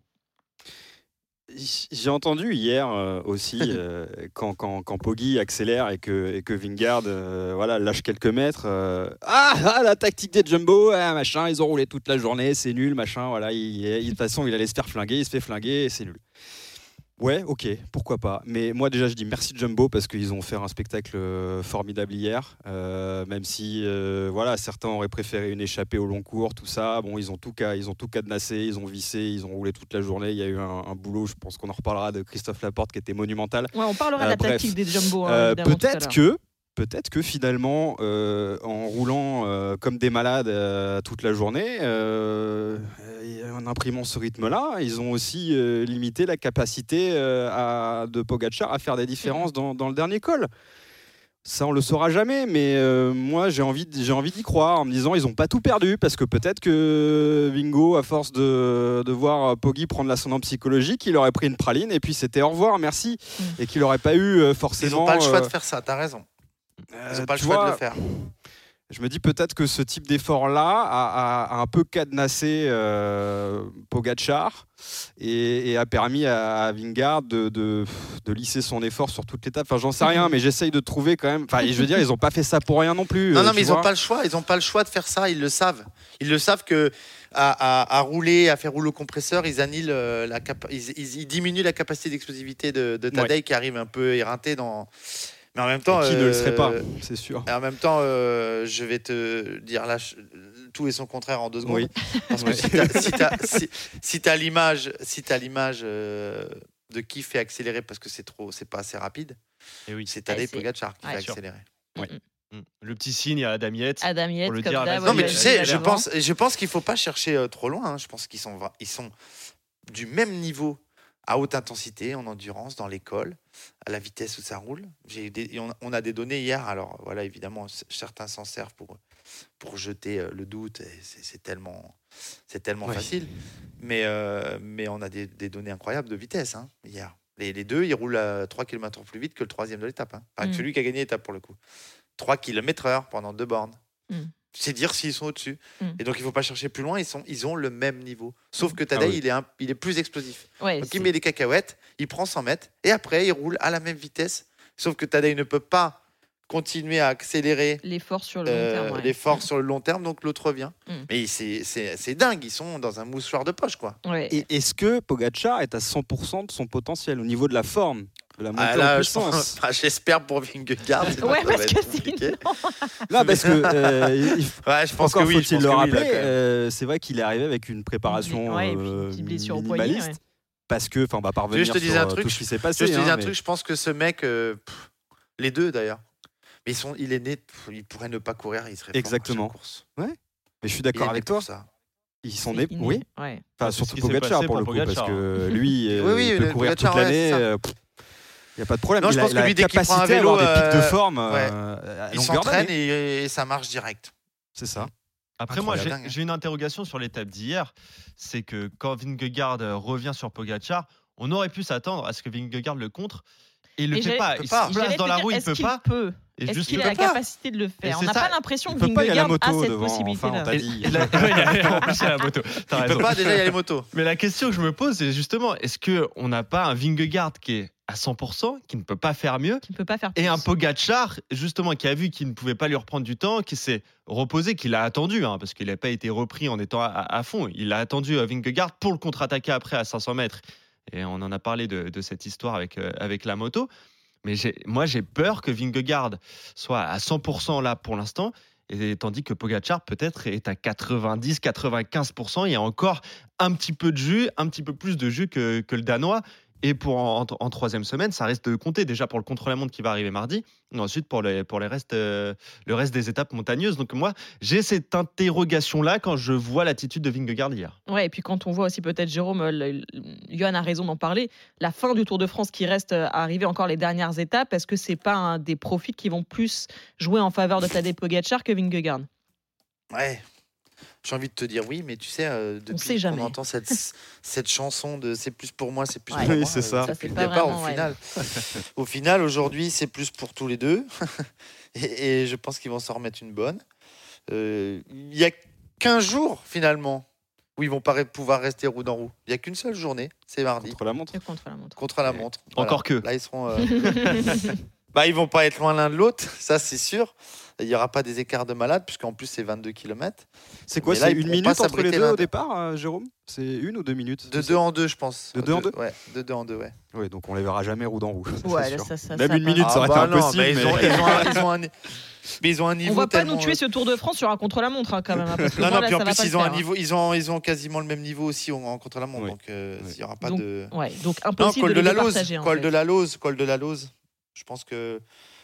J'ai entendu hier aussi quand Poggi accélère et que Vingegaard lâche quelques mètres. La tactique des Jumbo, machin, ils ont roulé toute la journée, c'est nul, machin. Voilà, de toute façon, il allait se faire flinguer, il se fait flinguer, et c'est nul. Ouais, ok, pourquoi pas. Mais moi déjà, je dis merci Jumbo parce qu'ils ont fait un spectacle formidable hier. Même si, certains auraient préféré une échappée au long cours, tout ça. Bon, ils ont tout cadenassé, ils ont vissé, ils ont roulé toute la journée. Il y a eu un boulot, je pense qu'on en reparlera, de Christophe Laporte qui était monumental. Ouais, on parlera de la tactique des Jumbo. Peut-être que finalement, en roulant comme des malades toute la journée, en imprimant ce rythme-là, ils ont aussi limité la capacité de Pogačar à faire des différences dans le dernier col. Ça, on le saura jamais, mais moi, j'ai envie d'y croire en me disant ils n'ont pas tout perdu parce que peut-être que Vingo, à force de voir Poggi prendre l'ascendant psychologique, il aurait pris une praline et puis c'était au revoir, merci, et qu'il n'aurait pas eu forcément. Ils n'ont pas le choix de faire ça, t'as raison. Ils n'ont pas le choix de le faire. Je me dis peut-être que ce type d'effort-là a un peu cadenassé Pogačar et a permis à Vingegaard de lisser son effort sur toute l'étape. Enfin, j'en sais rien, mais j'essaye de trouver quand même. Enfin, je veux dire, ils n'ont pas fait ça pour rien non plus. Non, mais ils n'ont pas le choix. Ils n'ont pas le choix de faire ça. Ils le savent. Ils le savent que à rouler, à faire rouler au compresseur, ils annihilent ils diminuent la capacité d'explosivité de Tadej qui arrive un peu éreinté dans. Mais en même temps, qui ne le serait pas, c'est sûr. Et en même temps, je vais te dire là, tout et son contraire en 2 secondes. Oui. Parce que si tu as l'image de qui fait accélérer parce que c'est pas assez rapide, c'est Tadej Pogačar qui fait accélérer. Oui. Le petit signe à Adam Yates. Pour le dire. Non, mais tu sais, je pense qu'il faut pas chercher trop loin. Je pense qu'ils sont du même niveau. À haute intensité, en endurance, dans l'école, à la vitesse où ça roule. On a des données hier. Alors voilà, évidemment, certains s'en servent pour jeter le doute. C'est tellement facile. Mais on a des données incroyables de vitesse hier. Les deux, ils roulent à 3 km/h plus vite que le troisième de l'étape. Que celui qui a gagné l'étape pour le coup. 3 km/h pendant 2 bornes. C'est dire s'ils sont au-dessus. Et donc, il ne faut pas chercher plus loin. Ils ont le même niveau. Sauf que Tadej, il est plus explosif. Ouais, donc, il met des cacahuètes, il prend 100 mètres, et après, il roule à la même vitesse. Sauf que Tadej ne peut pas continuer à accélérer l'effort sur le long terme. L'effort sur le long terme, donc l'autre revient. Mais c'est dingue. Ils sont dans un moussoir de poche, quoi. Ouais. Et est-ce que Pogačar est à 100% de son potentiel au niveau de la forme? De la montée en puissance. J'espère pour Vingegaard. Ouais, parce que sinon... Là, parce que je pense que oui. Faut-il le rappeler, c'est vrai qu'il est arrivé avec une préparation minimaliste. Parce que, enfin, on va pas revenir sur tout ce qui s'est passé. Je te dis un truc. Je pense que ce mec, les deux d'ailleurs, mais il est né. Il pourrait ne pas courir. Il serait exactement. Course. Ouais. Mais je suis d'accord avec toi. Ça. Ils sont nés. Oui. Ouais. Enfin, surtout Pogačar pour le coup, parce que lui, il peut courir toute l'année. Il n'y a pas de problème. Non, je pense que lui, dès qu'il prend un vélo, des pics de forme. Il s'entraîne et ça marche direct. C'est ça. Après, moi, j'ai une interrogation sur l'étape d'hier. C'est que quand Vingegaard revient sur Pogačar, on aurait pu s'attendre à ce que Vingegaard le contre. Et il le Et fait pas. Il se place dans la roue, il peut pas. Est-ce qu'il a la capacité de le faire? On n'a pas l'impression que Vingegaard a cette possibilité-là. on t'a dit. En plus, il y a la moto. Il peut pas, déjà, il y a les motos. Mais la question que je me pose, c'est justement, est-ce qu'on n'a pas un Vingegaard qui est à 100%, qui ne peut pas faire mieux, qui ne peut pas faire plus. Et un Pogačar, justement, qui a vu qu'il ne pouvait pas lui reprendre du temps, qui s'est reposé, qui l'a attendu, parce qu'il n'a pas été repris en étant à fond. Il a attendu Vingegaard pour le contre-attaquer après à 500 mètres. Et on en a parlé de cette histoire avec la moto. Mais moi, j'ai peur que Vingegaard soit à 100% là pour l'instant, et tandis que Pogačar peut-être est à 90-95%. Il y a encore un petit peu de jus, un petit peu plus de jus que le Danois. Et en troisième semaine, ça reste de compter déjà pour le contre-la-montre qui va arriver mardi, et ensuite pour le reste des étapes montagneuses. Donc moi, j'ai cette interrogation-là quand je vois l'attitude de Vingegaard hier. Ouais, et puis quand on voit aussi peut-être Jérôme, Johan a raison d'en parler, la fin du Tour de France qui reste à arriver, encore les dernières étapes, est-ce que c'est pas un des profils qui vont plus jouer en faveur de Tadej Pogačar que Vingegaard? Ouais. J'ai envie de te dire oui, mais tu sais, depuis qu'on entend cette chanson de c'est plus pour moi, c'est plus pour moi. C'est ça. Depuis le départ, au final, aujourd'hui, c'est plus pour tous les deux. et je pense qu'ils vont s'en remettre une bonne. Il y a 15 jours, finalement, où ils vont pas pouvoir rester roue dans roue. Il n'y a qu'une seule journée, c'est mardi. Contre la montre. Contre la montre. Encore que. Là, ils seront... ils vont pas être loin l'un de l'autre, ça c'est sûr. Il n'y aura pas des écarts de malade, puisqu'en plus c'est 22 km. C'est quoi, c'est une minute entre les deux au départ, Jérôme? C'est 1 ou 2 minutes? De 2 en 2, je pense. De 2 en 2? Ouais, de 2 en 2, ouais. Oui, donc on les verra jamais roue dans roue. Ouais, même une minute, ça aurait été impossible. Mais ils ont un niveau. On va pas nous tuer ce Tour de France sur un contre-la-montre quand même. Parce que non, puis en plus ils ont un niveau, ils ont quasiment le même niveau aussi en contre-la-montre, donc il n'y aura pas de. Ouais, donc impossible de les partager. Col de la Lose. Je pense que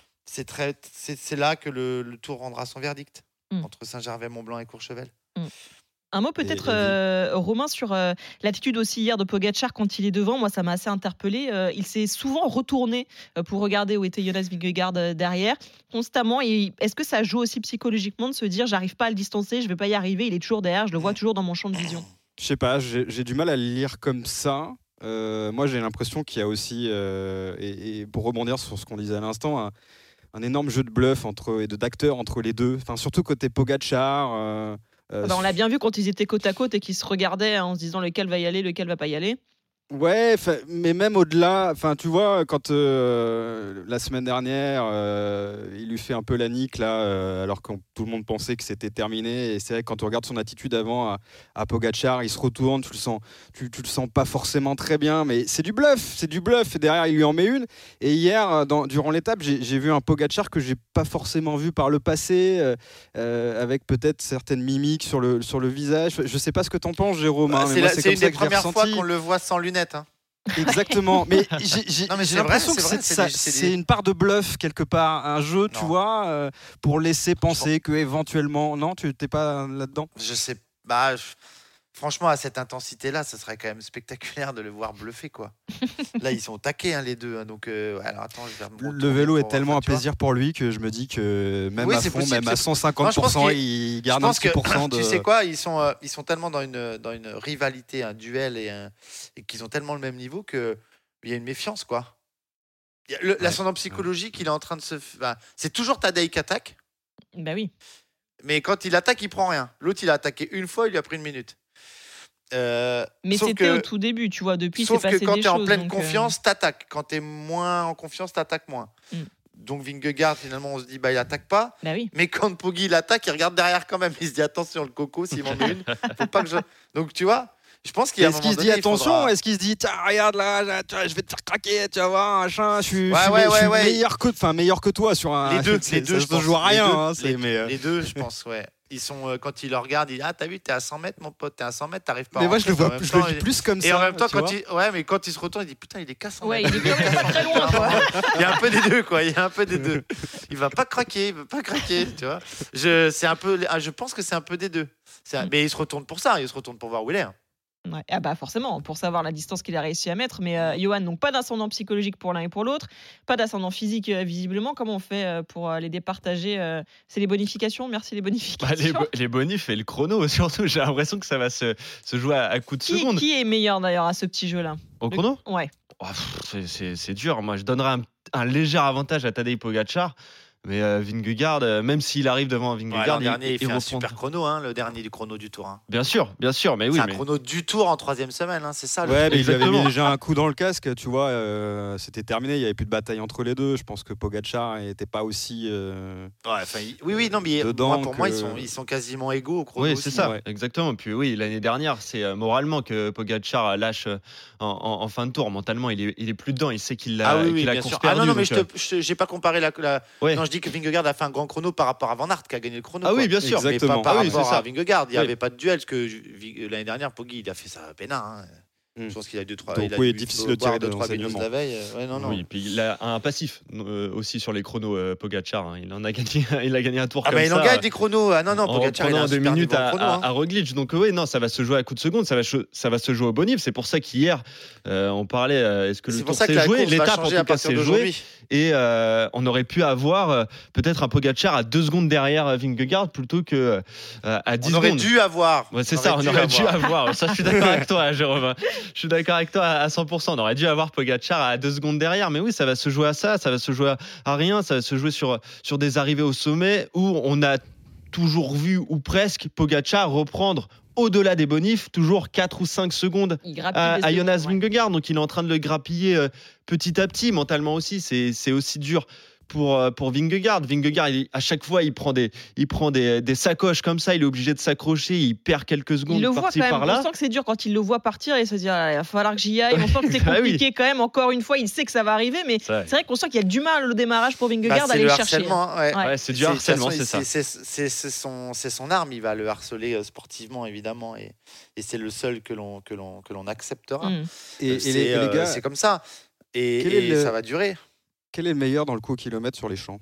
c'est là que le Tour rendra son verdict entre Saint-Gervais, Mont-Blanc et Courchevel. Un mot peut-être, Romain, sur l'attitude aussi hier de Pogačar quand il est devant. Moi, ça m'a assez interpellé. Il s'est souvent retourné pour regarder où était Jonas Vingegaard derrière, constamment. Et est-ce que ça joue aussi psychologiquement de se dire j'arrive pas à le distancer, je vais pas y arriver, il est toujours derrière, je le vois toujours dans mon champ de vision? Je sais pas, j'ai du mal à le lire comme ça. Moi, j'ai l'impression qu'il y a aussi, et pour rebondir sur ce qu'on disait à l'instant, un énorme jeu de bluff d'acteurs entre les deux. Enfin, surtout côté Pogačar. On l'a bien vu quand ils étaient côte à côte et qu'ils se regardaient en se disant lequel va y aller, lequel va pas y aller. Ouais, mais même au-delà, tu vois, quand la semaine dernière, il lui fait un peu la nique là, alors que tout le monde pensait que c'était terminé. Et c'est vrai que quand on regarde son attitude avant à Pogačar, il se retourne, tu le sens pas forcément très bien, mais c'est du bluff. Et derrière, il lui en met une. Et hier, durant l'étape, j'ai vu un Pogačar que j'ai pas forcément vu par le passé, avec peut-être certaines mimiques sur le visage. Je sais pas ce que t'en penses, Jérôme. C'est une des premières fois qu'on le voit sans lunettes. Exactement, mais j'ai l'impression que c'est une part de bluff quelque part, un jeu, tu vois, pour laisser penser que éventuellement, non, tu t'es pas là-dedans. Je sais, franchement, à cette intensité-là, ça serait quand même spectaculaire de le voir bluffer, quoi. Là, ils sont taqués, les deux. Donc, alors attends, je vais le vélo est tellement un plaisir pour lui que je me dis que même à fond, même à 150%, il garde un petit pourcent de. Tu sais quoi, ils sont tellement dans une rivalité, un duel et qu'ils ont tellement le même niveau qu'il y a une méfiance, quoi. L'ascendant psychologique, il est en train de se. C'est toujours Tadej qui attaque. Bah oui. Mais quand il attaque, il prend rien. L'autre, il a attaqué une fois, il lui a pris 1 minute. Mais c'était au tout début, tu vois, depuis c'est passé des choses. Sauf que quand tu es en pleine confiance, t'attaques. Quand tu es moins en confiance, t'attaques moins. Donc Vingegaard, finalement, on se dit, il attaque pas. Bah oui. Mais quand Poggi l'attaque, il regarde derrière quand même. Il se dit, attention, le coco, s'il m'en met une, faut pas que je... Donc tu vois, je pense qu'il y a Est-ce qu'il se dit attention? Est-ce qu'il se dit, tiens, regarde là, je vais te faire craquer, tu vas voir, machin, je suis meilleur que toi sur un. Les deux, ça ne joue à rien. Les deux, je pense, ouais. Ils sont, quand il le regarde, il dit, t'as vu, t'es à 100 mètres, mon pote, t'es à 100 mètres, t'arrives pas. Mais moi, je le vois plus comme ça. Et en même temps, quand il se retourne, il dit, putain, il est qu'à 100 mètres. Ouais, il est quand même pas très loin, quoi. Il y a un peu des deux, quoi. Il va pas craquer, tu vois. Je pense que c'est un peu des deux. Mais il se retourne pour ça, il se retourne pour voir où il est. Ouais. Ah bah forcément, pour savoir la distance qu'il a réussi à mettre. Mais Johan, donc pas d'ascendant psychologique pour l'un et pour l'autre, pas d'ascendant physique visiblement. Comment on fait pour les départager C'est les bonifications. Merci les bonifications. Les bonifs et le chrono, surtout. J'ai l'impression que ça va se jouer à coups de seconde. Qui est meilleur d'ailleurs à ce petit jeu-là? Au chrono? Ouais. Oh, c'est dur. Moi, je donnerais un léger avantage à Tadej Pogačar. Mais Vingegaard, même s'il arrive devant Vingegaard, l'an dernier, il fait un super chrono, le dernier du chrono du Tour. Bien sûr, mais oui. C'est un chrono du Tour en 3e semaine, c'est ça. Ouais, mais il avait mis déjà un coup dans le casque, tu vois. C'était terminé, il n'y avait plus de bataille entre les deux. Je pense que Pogačar n'était pas aussi. Oui, non, mais pour moi, ils sont quasiment égaux au chrono. Oui, c'est ça, exactement. Puis oui, l'année dernière, c'est moralement que Pogačar lâche en fin de tour. Mentalement, il est plus dedans. Il sait qu'il a course perdue. Ah non, mais je n'ai pas comparé la. Non, je dis que Vingegaard a fait un grand chrono par rapport à Van Aert qui a gagné le chrono. Ah oui, bien sûr. Mais pas par rapport à Vingegaard. Il n'y avait pas de duel, parce que l'année dernière, Poggi, il a fait ça peinard. Je pense qu'il a 2-3. Donc oui, difficile de tirer de l'enseignement. La veille. Oui, puis il a un passif aussi sur les chronos, Pogačar. Il en a gagné, il a gagné un tour comme ça. Il en gagne des chronos. Ah non, Pogačar, il a un 2 minutes à Roglic. Donc oui, non, ça va se jouer à coup de seconde. Ça va se jouer au bonif. C'est pour ça qu'hier, on parlait. Est-ce que le tour s'est joué? L'étape en tout cas s'est jouée. Et on aurait pu avoir peut-être un Pogačar à 2 secondes derrière Vingegaard plutôt que à 10 secondes. On aurait dû avoir. Ouais, c'est ça, on aurait dû avoir. Ça, je suis d'accord avec toi, Jérôme. Je suis d'accord avec toi à 100%. On aurait dû avoir Pogačar à 2 secondes derrière. Mais oui, ça va se jouer à ça. Ça va se jouer à rien. Ça va se jouer sur des arrivées au sommet où on a toujours vu, ou presque, Pogačar reprendre au-delà des bonifs, toujours 4 ou 5 secondes à Jonas Vingegaard. Donc il est en train de le grappiller petit à petit. Mentalement aussi, c'est aussi dur pour Vingegaard. Vingegaard, à chaque fois, il prend des sacoches comme ça. Il est obligé de s'accrocher. Il perd quelques secondes par-ci par-là. On sent que c'est dur quand il le voit partir et se dire il va falloir que j'y aille. On sent que c'est compliqué quand même. Encore une fois, il sait que ça va arriver, mais c'est vrai qu'on sent qu'il y a du mal au démarrage pour Vingegaard d'aller le chercher. C'est du harcèlement, c'est ça. C'est son arme. Il va le harceler sportivement, évidemment, et c'est le seul que l'on acceptera. Et les gars, c'est comme ça. Et ça va durer. Quel est le meilleur dans le coup au kilomètre sur les champs?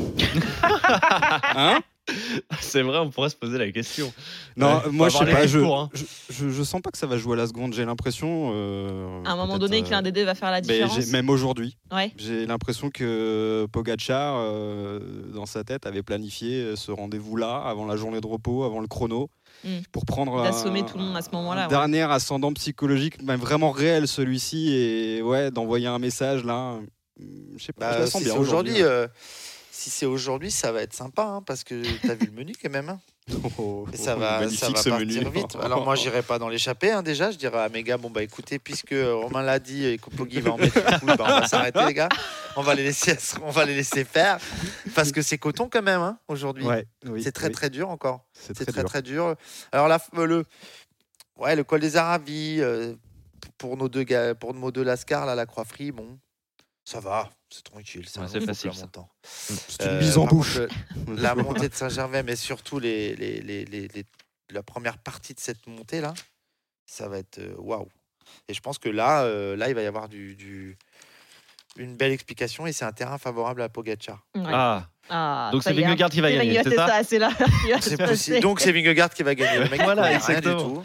C'est vrai, on pourrait se poser la question. Non, moi je sais pas, je sens pas que ça va jouer à la seconde. J'ai l'impression à un moment donné que l'un des deux va faire la différence. Même aujourd'hui, ouais. J'ai l'impression que Pogačar dans sa tête avait planifié ce rendez-vous-là avant la journée de repos, avant le chrono, pour prendre d'assommer tout le monde à ce moment-là. Dernier ascendant psychologique, même vraiment réel celui-ci, et d'envoyer un message là. Je sais pas, je la sens bien aujourd'hui. Si c'est aujourd'hui, ça va être sympa, parce que t'as vu le menu quand même. Et ça va partir vite. Alors moi, j'irai pas dans l'échappée déjà. Je dirais à mes gars, écoutez, puisque Romain l'a dit et que Poggi va en mettre une coupe, on va s'arrêter les gars. On va les laisser faire, parce que c'est coton quand même aujourd'hui. C'est très dur encore. C'est très dur. Alors là, le col des Aravis pour nos deux Lascar, là, la Croix-Frie, ça va, c'est tranquille, c'est facile. C'est une mise en bouche. La montée de Saint-Gervais, mais surtout la première partie de cette montée là, ça va être waouh. Et je pense que là, il va y avoir une belle explication, et c'est un terrain favorable à Pogačar. Donc c'est Vingegaard qui va gagner, c'est ça? C'est là. Donc c'est Vingegaard qui va gagner. Le mec, voilà, rien du tout.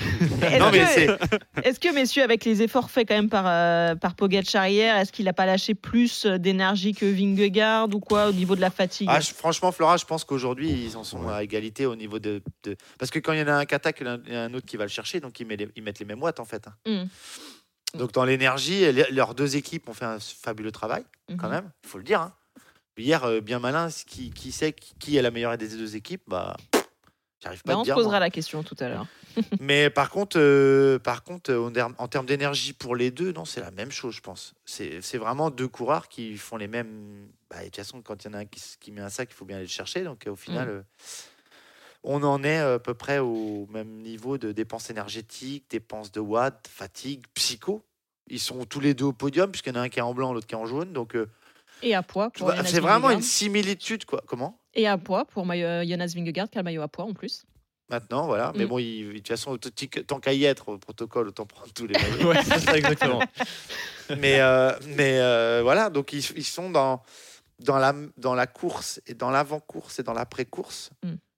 Est-ce que, messieurs, avec les efforts faits quand même par Pogačar hier, est-ce qu'il n'a pas lâché plus d'énergie que Vingegaard ou quoi au niveau de la fatigue? Franchement, Flora, je pense qu'aujourd'hui ils en sont à égalité au niveau de... Parce que quand il y en a un qui attaque, il y en a un autre qui va le chercher, donc ils mettent les mêmes watts en fait. Donc dans l'énergie, leurs deux équipes ont fait un fabuleux travail quand même, il faut le dire. Hier, bien malin, qui sait qui est la meilleure des deux équipes, j'arrive pas à te dire. On se posera la question tout à l'heure. Mais par contre, en termes d'énergie pour les deux, non, c'est la même chose, je pense. C'est vraiment deux coureurs qui font les mêmes. De toute façon, quand il y en a un qui met un sac, il faut bien aller le chercher. Donc au final, on en est à peu près au même niveau de dépenses énergétiques, dépenses de watts, fatigue, psycho. Ils sont tous les deux au podium, puisqu'il y en a un qui est en blanc, l'autre qui est en jaune. Donc et à poids pour Jonas c'est vraiment une similitude, quoi. Comment? Et à poids pour Jonas Vingegaard, qui a le maillot à poids en plus. Maintenant, voilà. Mais bon, de toute façon, tant qu'à y être au protocole, autant prendre tous les maillots. Ouais, c'est ça, exactement. mais voilà, donc ils sont dans la course et dans l'avant-course et dans l'après-course,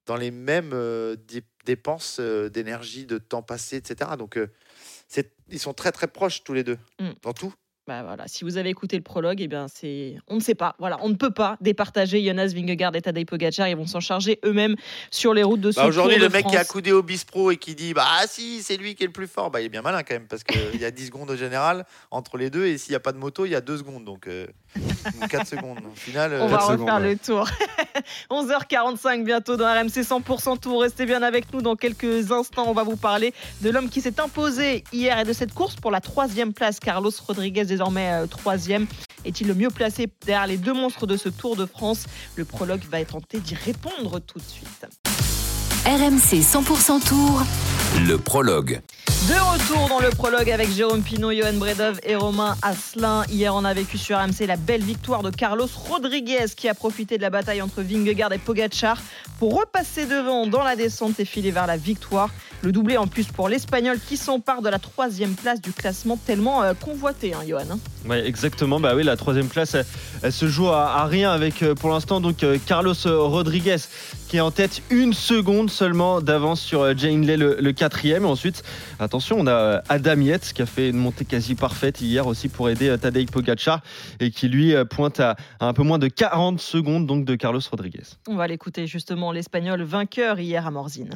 dans les mêmes dépenses d'énergie, de temps passé, etc. Donc, ils sont très, très proches tous les deux, dans tout. Bah voilà, si vous avez écouté le prologue, on ne sait pas. Voilà, on ne peut pas départager Jonas Vingegaard et Tadej Pogacar. Ils vont s'en charger eux-mêmes sur les routes de ce Tour de France. Aujourd'hui, le mec qui a accoudé au Bispro et qui dit si, c'est lui qui est le plus fort, il est bien malin quand même parce qu'il y a 10 secondes au général entre les deux et s'il n'y a pas de moto, il y a 2 secondes. Donc 4 secondes. Au final, on va refaire le tour. 11h45 bientôt dans RMC 100% Tour. Restez bien avec nous dans quelques instants. On va vous parler de l'homme qui s'est imposé hier et de cette course pour la 3e place. Carlos Rodriguez, désormais 3e. Est-il le mieux placé derrière les 2 monstres de ce Tour de France? Le prologue va tenter d'y répondre tout de suite. RMC 100% Tour. Le prologue. De retour dans le prologue avec Jérôme Pinault, Johan Bredov et Romain Asselin. Hier, on a vécu sur RMC la belle victoire de Carlos Rodriguez qui a profité de la bataille entre Vingegaard et Pogacar pour repasser devant dans la descente et filer vers la victoire. Le doublé en plus pour l'Espagnol qui s'empare de la 3e place du classement tellement convoité, Johan. Ouais, exactement. Oui, la 3e place, elle se joue à rien avec pour l'instant donc Carlos Rodriguez qui est en tête 1 seconde seulement d'avance sur Jay Hindley le 4e. Et ensuite, attention, on a Adam Yates qui a fait une montée quasi parfaite hier aussi pour aider Tadej Pogacar et qui lui pointe à un peu moins de 40 secondes donc de Carlos Rodriguez. On va l'écouter justement, l'Espagnol vainqueur hier à Morzine.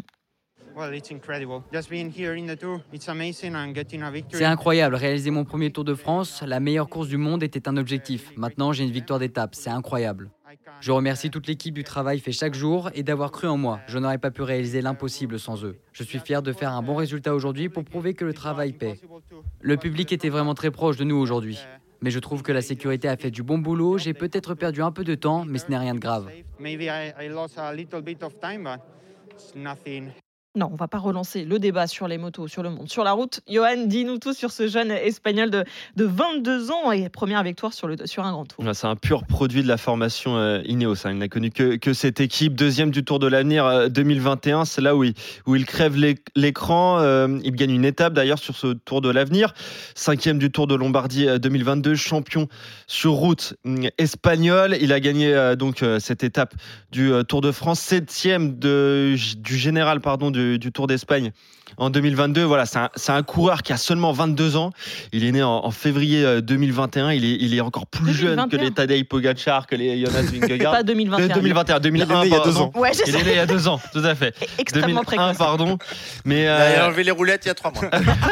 C'est incroyable, réaliser mon premier Tour de France, la meilleure course du monde était un objectif. Maintenant, j'ai une victoire d'étape, c'est incroyable. Je remercie toute l'équipe du travail fait chaque jour et d'avoir cru en moi. Je n'aurais pas pu réaliser l'impossible sans eux. Je suis fier de faire un bon résultat aujourd'hui pour prouver que le travail paie. Le public était vraiment très proche de nous aujourd'hui. Mais je trouve que la sécurité a fait du bon boulot. J'ai peut-être perdu un peu de temps, mais ce n'est rien de grave. Non, on ne va pas relancer le débat sur les motos, sur le monde, sur la route. Johan, dis-nous tout sur ce jeune Espagnol de 22 ans et première victoire sur un grand tour. C'est un pur produit de la formation Ineos. Il n'a connu que cette équipe. 2e du Tour de l'Avenir 2021. C'est là où il crève l'écran. Il gagne une étape d'ailleurs sur ce Tour de l'Avenir. 5e du Tour de Lombardie 2022. Champion sur route espagnol. Il a gagné donc cette étape du Tour de France. 7e du général du Tour d'Espagne en 2022. Voilà, c'est un coureur qui a seulement 22 ans. Il est né en février 2021. Il est encore plus 2021. Jeune que les Tadej Pogacar, que les Jonas Vingegaard. Pas 2021. 2021, 2001. Il y a 2 ans. Ouais, il est né il y a 2 ans, tout à fait. Extrêmement 2001, précoce. pardon. Mais il a enlevé les roulettes il y a 3 mois.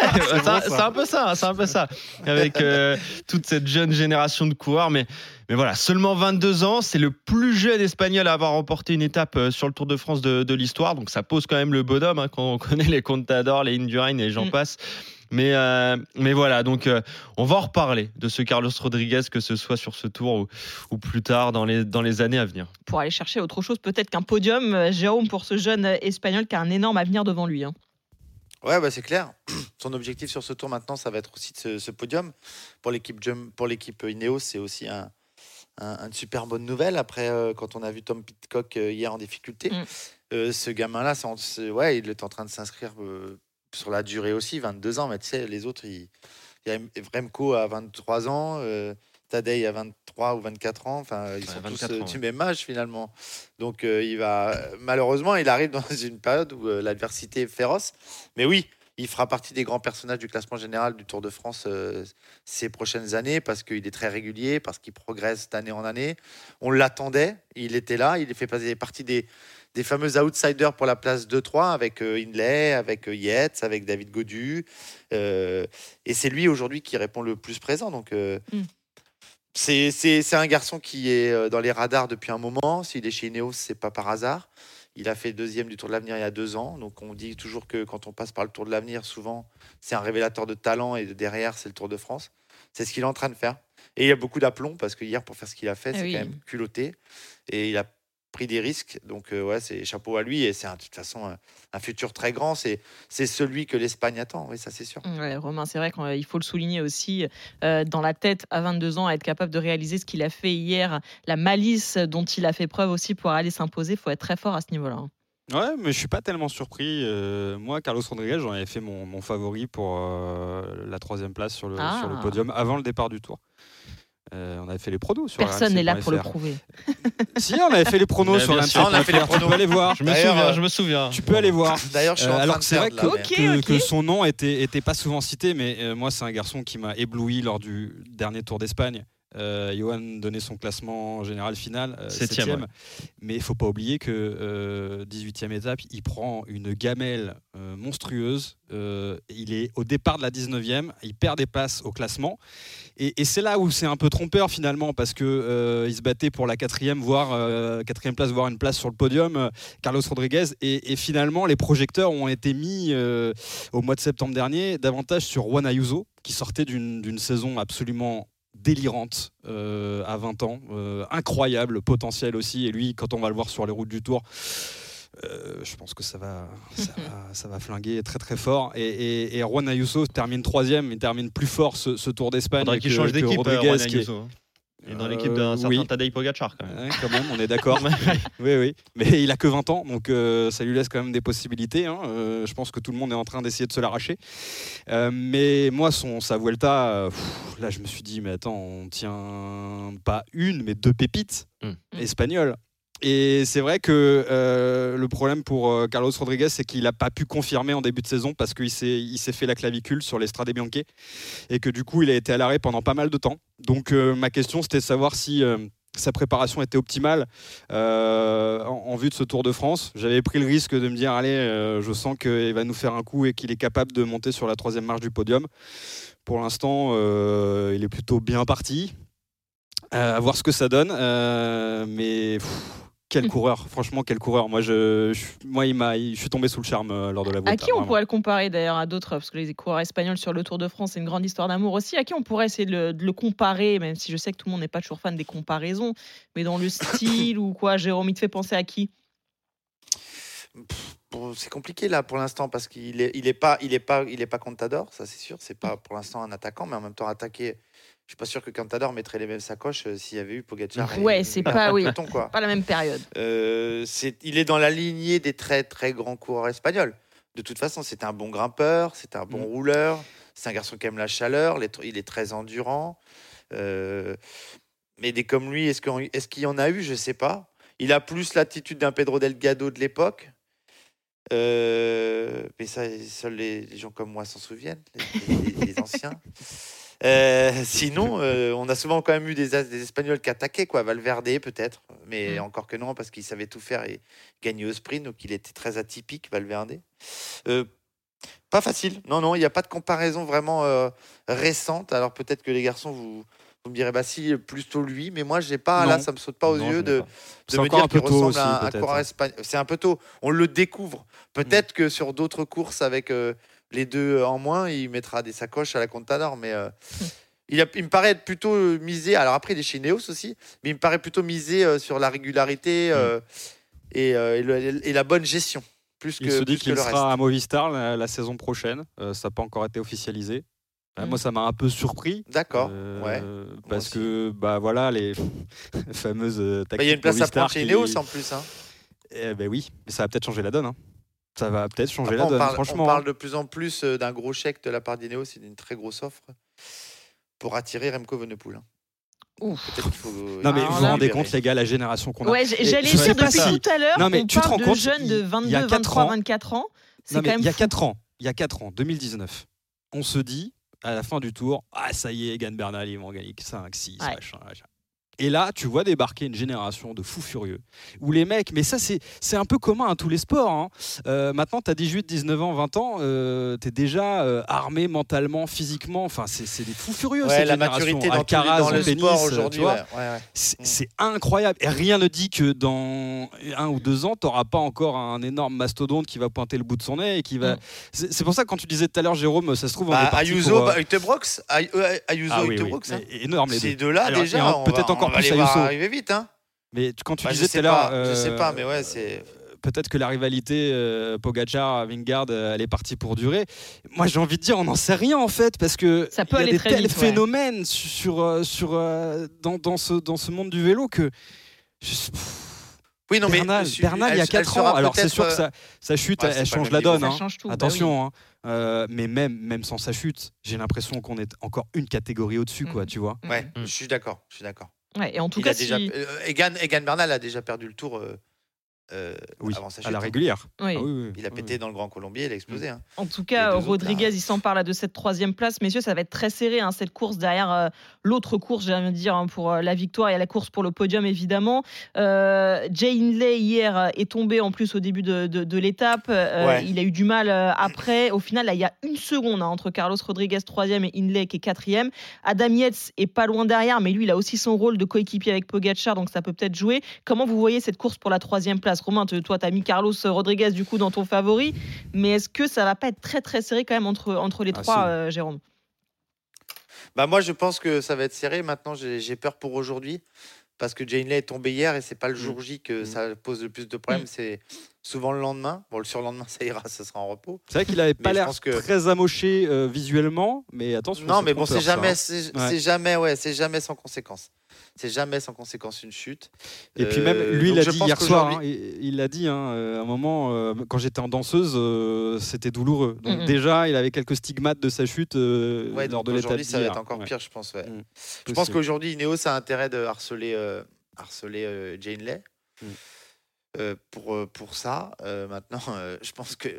c'est un peu ça. Avec toute cette jeune génération de coureurs. Mais voilà, seulement 22 ans, c'est le plus jeune Espagnol à avoir remporté une étape sur le Tour de France de l'histoire. Donc ça pose quand même le bonhomme quand on connaît les Contador, les Indurain et j'en passe. Mais voilà, donc on va en reparler de ce Carlos Rodriguez, que ce soit sur ce Tour ou plus tard dans les années à venir. Pour aller chercher autre chose, peut-être qu'un podium, Jérôme, pour ce jeune Espagnol qui a un énorme avenir devant lui. Ouais, c'est clair. Son objectif sur ce Tour maintenant, ça va être aussi de ce podium. Pour l'équipe Ineos, c'est aussi une super bonne nouvelle. Après, quand on a vu Tom Pidcock hier en difficulté, ce gamin-là, il est en train de s'inscrire sur la durée aussi, 22 ans. Mais tu sais, les autres, il y a Remco à 23 ans, Tadej à 23 ou 24 ans. Enfin, ils sont tous du même âge finalement. Donc, malheureusement, il arrive dans une période où l'adversité est féroce. Mais oui, il fera partie des grands personnages du classement général du Tour de France ces prochaines années parce qu'il est très régulier, parce qu'il progresse d'année en année. On l'attendait, il était là, il fait partie des fameux outsiders pour la place 2-3 avec Hindley, avec Yates, avec David Gaudu. Et c'est lui aujourd'hui qui répond le plus présent. Donc, c'est un garçon qui est dans les radars depuis un moment. S'il est chez Ineos, c'est pas par hasard. Il a fait 2e du Tour de l'Avenir il y a 2 ans. Donc, on dit toujours que quand on passe par le Tour de l'Avenir, souvent, c'est un révélateur de talent et derrière, c'est le Tour de France. C'est ce qu'il est en train de faire. Et il y a beaucoup d'aplomb parce que hier, pour faire ce qu'il a fait, c'est quand même culotté. Et il a pris des risques. Donc, c'est chapeau à lui. Et c'est de toute façon un futur très grand. C'est celui que l'Espagne attend. Oui, ça, c'est sûr. Ouais, Romain, c'est vrai qu'il faut le souligner aussi. Dans la tête, à 22 ans, à être capable de réaliser ce qu'il a fait hier, la malice dont il a fait preuve aussi pour aller s'imposer, il faut être très fort à ce niveau-là. Ouais, mais je suis pas tellement surpris. Moi, Carlos Rodriguez, j'en avais fait mon favori pour la 3e place sur le podium avant le départ du Tour. On avait fait les pronos sur Personne n'est là RMC.fr. pour le prouver. Si, on avait fait les pronos sur RMC. on a fait les pronos. Tu peux aller voir. Je me souviens. Tu peux aller voir. D'ailleurs, je suis en train alors de c'est vrai perdre, là, que son nom était pas souvent cité, mais moi c'est un garçon qui m'a ébloui lors du dernier Tour d'Espagne. Johan donnait son classement général final 7e, ouais. mais il faut pas oublier que 18e étape, il prend une gamelle monstrueuse. Il est au départ de la 19e, il perd des places au classement, et c'est là où c'est un peu trompeur finalement, parce que il se battait pour la 4e place, voire une place sur le podium, Carlos Rodriguez, et finalement les projecteurs ont été mis au mois de septembre dernier davantage sur Juan Ayuso, qui sortait d'une saison absolument délirante à 20 ans, incroyable potentiel aussi, et lui quand on va le voir sur les routes du Tour, je pense que ça va flinguer très très fort, et Juan Ayuso termine 3e, il termine plus fort ce Tour d'Espagne. Faudrait qu'il change d'équipe, Rodriguez, Juan Ayuso. Et dans l'équipe d'un certain Tadej Pogacar quand même. Ouais, quand même, on est d'accord. oui. Mais il a que 20 ans, donc ça lui laisse quand même des possibilités. Je pense que tout le monde est en train d'essayer de se l'arracher. Mais moi, sa Vuelta, là, je me suis dit, mais attends, on tient pas une, mais 2 pépites espagnoles. Et c'est vrai que le problème pour Carlos Rodriguez, c'est qu'il n'a pas pu confirmer en début de saison parce qu'il s'est fait la clavicule sur l'Estrade Bianche, et que du coup, il a été à l'arrêt pendant pas mal de temps. Donc ma question, c'était de savoir si sa préparation était optimale en vue de ce Tour de France. J'avais pris le risque de me dire, allez, je sens qu'il va nous faire un coup et qu'il est capable de monter sur la 3e marche du podium. Pour l'instant, il est plutôt bien parti. À voir ce que ça donne. Mais... quel coureur, franchement, quel coureur. Moi, je suis tombé sous le charme lors de la Vuelta. À qui on pourrait le comparer d'ailleurs à d'autres, parce que les coureurs espagnols sur le Tour de France, c'est une grande histoire d'amour aussi. À qui on pourrait essayer de le comparer, même si je sais que tout le monde n'est pas toujours fan des comparaisons, mais dans le style ou quoi, Jérôme, il te fait penser à qui? C'est compliqué là pour l'instant parce qu'il est pas Contador, ça c'est sûr. C'est pas pour l'instant un attaquant, mais en même temps attaquer. Je suis pas sûr que Contador mettrait les mêmes sacoches s'il y avait eu Pogacar. Ouais, c'est pas peloton, quoi. Pas la même période. Il est dans la lignée des très très grands coureurs espagnols. De toute façon, c'est un bon grimpeur, c'est un bon rouleur, c'est un garçon qui aime la chaleur, il est très endurant. Mais des comme lui, est-ce qu'il y en a eu? Je sais pas. Il a plus l'attitude d'un Pedro Delgado de l'époque. Mais ça, seuls les gens comme moi s'en souviennent, les anciens. Sinon, on a souvent quand même eu des Espagnols qui attaquaient, quoi. Valverde peut-être, mais encore que non, parce qu'il savait tout faire et gagner au sprint, donc il était très atypique, Valverde. Pas facile. Non, il n'y a pas de comparaison vraiment récente. Alors peut-être que les garçons, vous me direz, bah si, plutôt lui, mais moi, j'ai pas, là, ça me saute pas aux yeux de me dire qu'il ressemble à un coureur espagnol. C'est un peu tôt. On le découvre. Peut-être que sur d'autres courses avec les deux en moins, il mettra des sacoches à la Contador, mais il me paraît être plutôt misé. Alors après, il est chez Ineos aussi, mais il me paraît plutôt misé sur la régularité et la bonne gestion. Il se dit qu'il sera à Movistar la saison prochaine. Ça n'a pas encore été officialisé. Moi, ça m'a un peu surpris. D'accord. Parce que, voilà, les fameuses tactiques. Il y a une place Movistar à prendre chez Ineos en plus. Oui, mais ça va peut-être changer la donne. Ça va peut-être changer la donne, franchement. On parle de plus en plus d'un gros chèque de la part d'Ineos, c'est une très grosse offre pour attirer Remco Evenepoel. Non, mais vous vous rendez compte, les gars, la génération qu'on a. Ouais, j'allais dire depuis tout à l'heure, on parle de jeunes de 22, 23, 24 ans. C'est quand même il y a 4 ans, 2019, on se dit, à la fin du tour, ça y est, Egan Bernal, ils vont gagner 5, 6, machin. Et là, tu vois débarquer une génération de fous furieux, où les mecs, mais ça c'est un peu commun à tous les sports. Maintenant, tu as 18, 19 ans, 20 ans, tu es déjà armé mentalement, physiquement. Enfin, c'est des fous furieux, cette la génération. maturité Alcaraz, dans le tennis, sport aujourd'hui. C'est incroyable. Et rien ne dit que dans 1 ou 2 ans, tu n'auras pas encore un énorme mastodonte qui va pointer le bout de son nez et qui va. C'est pour ça que quand tu disais tout à l'heure, Jérôme, ça se trouve, on est parti Ayuso, Uitebrox, énorme. Ces deux-là, déjà, peut-être encore plus Ayuso. Arriver vite, hein. Mais quand tu disais tout à l'heure, je sais pas, mais ouais, c'est peut-être que la rivalité Pogacar-Vingard, elle est partie pour durer. Moi, j'ai envie de dire, on n'en sait rien en fait, parce que il y a des tels phénomènes dans ce monde du vélo que. Oui, non, Bernal, il y a 4 ans. Alors c'est sûr que sa chute, elle change la donne. Ça change tout. Attention, mais même sans sa chute, j'ai l'impression qu'on est encore une catégorie au-dessus, quoi, tu vois. Ouais, je suis d'accord. Ouais, et en tout cas, Egan Bernal a déjà perdu le tour avant sa chute. À la régulière. Oui. Il a pété dans le Grand Colombier, il a explosé. En tout cas, Rodriguez, il s'empare là de cette 3e place. Messieurs, ça va être très serré, cette course derrière l'autre course, j'ai envie de dire, pour la victoire et la course pour le podium, évidemment. Jay Hindley, hier, est tombé en plus au début de l'étape. Il a eu du mal après. Au final, là, il y a 1 seconde entre Carlos Rodriguez, 3e, et Hindley, qui est 4e. Adam Yates est pas loin derrière, mais lui, il a aussi son rôle de coéquipier avec Pogačar, donc ça peut peut-être jouer. Comment vous voyez cette course pour la 3e place? Romain, toi, tu as mis Carlos Rodriguez du coup dans ton favori, mais est-ce que ça va pas être très très serré quand même entre les trois, Jérôme? Moi, je pense que ça va être serré. Maintenant, j'ai peur pour aujourd'hui parce que Jay Hindley est tombé hier et c'est pas le jour J que ça pose le plus de problèmes. C'est souvent le lendemain. Bon, le surlendemain, ça ira, ça sera en repos. C'est vrai qu'il avait pas l'air très amoché visuellement, mais attention. Non, mais bon, c'est jamais sans conséquence. C'est jamais sans conséquence une chute. Et puis même, lui, il a dit hier soir, il l'a dit, à un moment, quand j'étais en danseuse, c'était douloureux. Donc déjà, il avait quelques stigmates de sa chute lors de l'étape. Aujourd'hui, ça va être encore pire, je pense. Je pense qu'aujourd'hui, Ineos a intérêt de harceler Jay Hindley. Pour ça. Maintenant, je pense que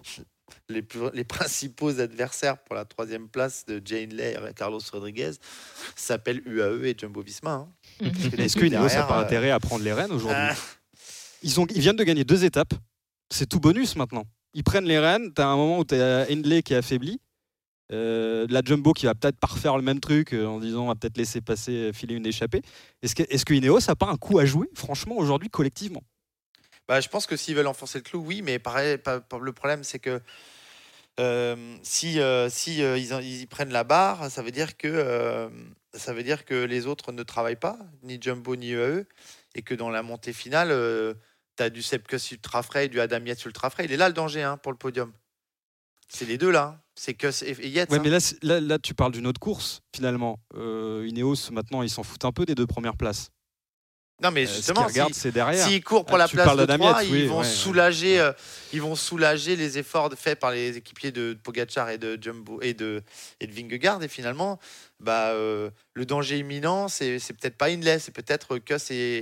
les principaux adversaires pour la 3e place de Jay Hindley et Carlos Rodriguez s'appellent UAE et Jumbo-Visma. Est-ce que Ineos n'a pas intérêt à prendre les rênes aujourd'hui? Ils viennent de gagner 2 étapes. C'est tout bonus maintenant. Ils prennent les rênes. Tu as un moment où tu as Hindley qui est affaibli. La Jumbo qui va peut-être pas refaire le même truc en disant on va peut-être laisser filer une échappée. Est-ce que Ineos n'a pas un coup à jouer, franchement, aujourd'hui, collectivement? Je pense que s'ils veulent enfoncer le clou, oui, mais pareil, le problème, c'est que si ils prennent la barre, ça veut dire que les autres ne travaillent pas, ni Jumbo ni UAE, et que dans la montée finale, tu as du Sepkus ultra frais et du Adam Yates ultra frais. Il est là le danger pour le podium. C'est les deux là. C'est Kuss et Yates. Ouais, mais là, tu parles d'une autre course, finalement. Ineos, maintenant, ils s'en foutent un peu des 2 premières places. Non, mais justement, s'ils courent pour la place de 3, ils vont soulager les efforts faits par les équipiers de Pogačar et de Jumbo et de Vingegaard. Et finalement, le danger imminent, c'est peut-être pas Hindley, c'est peut-être Kuss et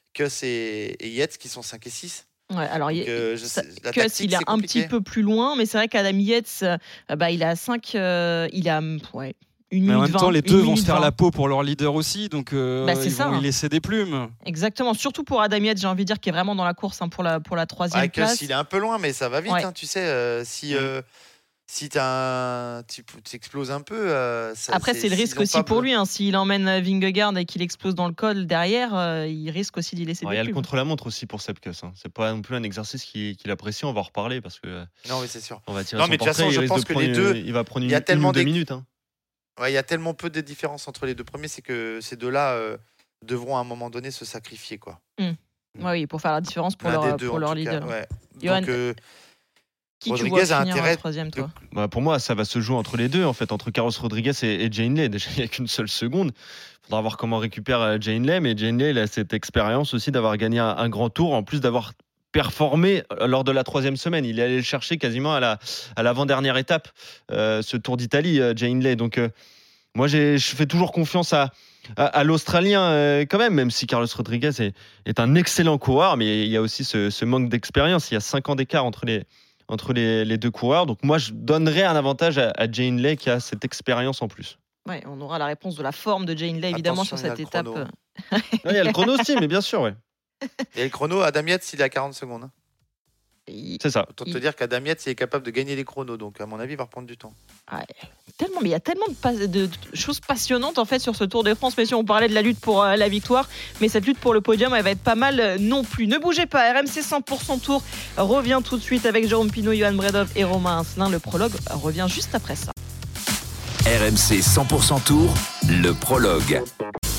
Yates qui sont 5 et 6. Ouais, alors Kuss, il est un petit peu plus loin, mais c'est vrai qu'Adam Yates, il est à 5, il a mais en même temps, les deux vont se faire la peau pour leur leader aussi, donc ils vont y laisser des plumes. Exactement, surtout pour Adam Yates, j'ai envie de dire, qui est vraiment dans la course pour la 3e place. Il est un peu loin, mais ça va vite, tu sais. Si tu exploses un peu... Après, c'est le risque aussi pour lui. S'il emmène Vingegaard et qu'il explose dans le col derrière, il risque aussi d'y laisser des plumes. Il y a le contre-la-montre aussi pour Sepkus. C'est pas non plus un exercice qu'il apprécie, on va en reparler, parce que... Non, mais c'est sûr. On va tirer son portrait, de toute façon, je pense que les deux... Il va prendre une ou 2 minutes. Il y a tellement peu de différence entre les 2 premiers, c'est que ces deux-là devront à un moment donné se sacrifier, quoi. Oui, pour faire la différence pour leur leader. Johan, donc, qui Rodriguez a intérêt. Toi pour moi, ça va se jouer entre les deux, en fait, entre Carlos Rodriguez et Jay Hindley. Déjà, il n'y a qu'une seule seconde. Il faudra voir comment récupère Jay Hindley, mais Jay Hindley, il a cette expérience aussi d'avoir gagné un grand tour, en plus d'avoir performé lors de la 3e semaine. Il est allé le chercher quasiment à l'avant-dernière étape, ce Tour d'Italie, Jay Hindley. Donc, moi, je fais toujours confiance à l'Australien quand même si Carlos Rodriguez est un excellent coureur, mais il y a aussi ce manque d'expérience. Il y a 5 ans d'écart entre les 2 coureurs. Donc, moi, je donnerais un avantage à Jay Hindley qui a cette expérience en plus. Ouais, on aura la réponse de la forme de Jay Hindley, évidemment, sur cette étape. Il y a le chrono aussi, mais bien sûr, ouais. Et le chrono, Adam Yates, il est à 40 secondes. C'est ça. Autant te dire qu'Adam Yates, il est capable de gagner les chronos. Donc, à mon avis, il va reprendre du temps. Mais il y a tellement de choses passionnantes en fait sur ce Tour de France. Messieurs, on parlait de la lutte pour la victoire, mais cette lutte pour le podium, elle va être pas mal non plus. Ne bougez pas, RMC 100% Tour revient tout de suite avec Jérôme Pinault, Johan Bredov et Romain Asselin. Le prologue revient juste après ça. RMC 100% Tour, le prologue.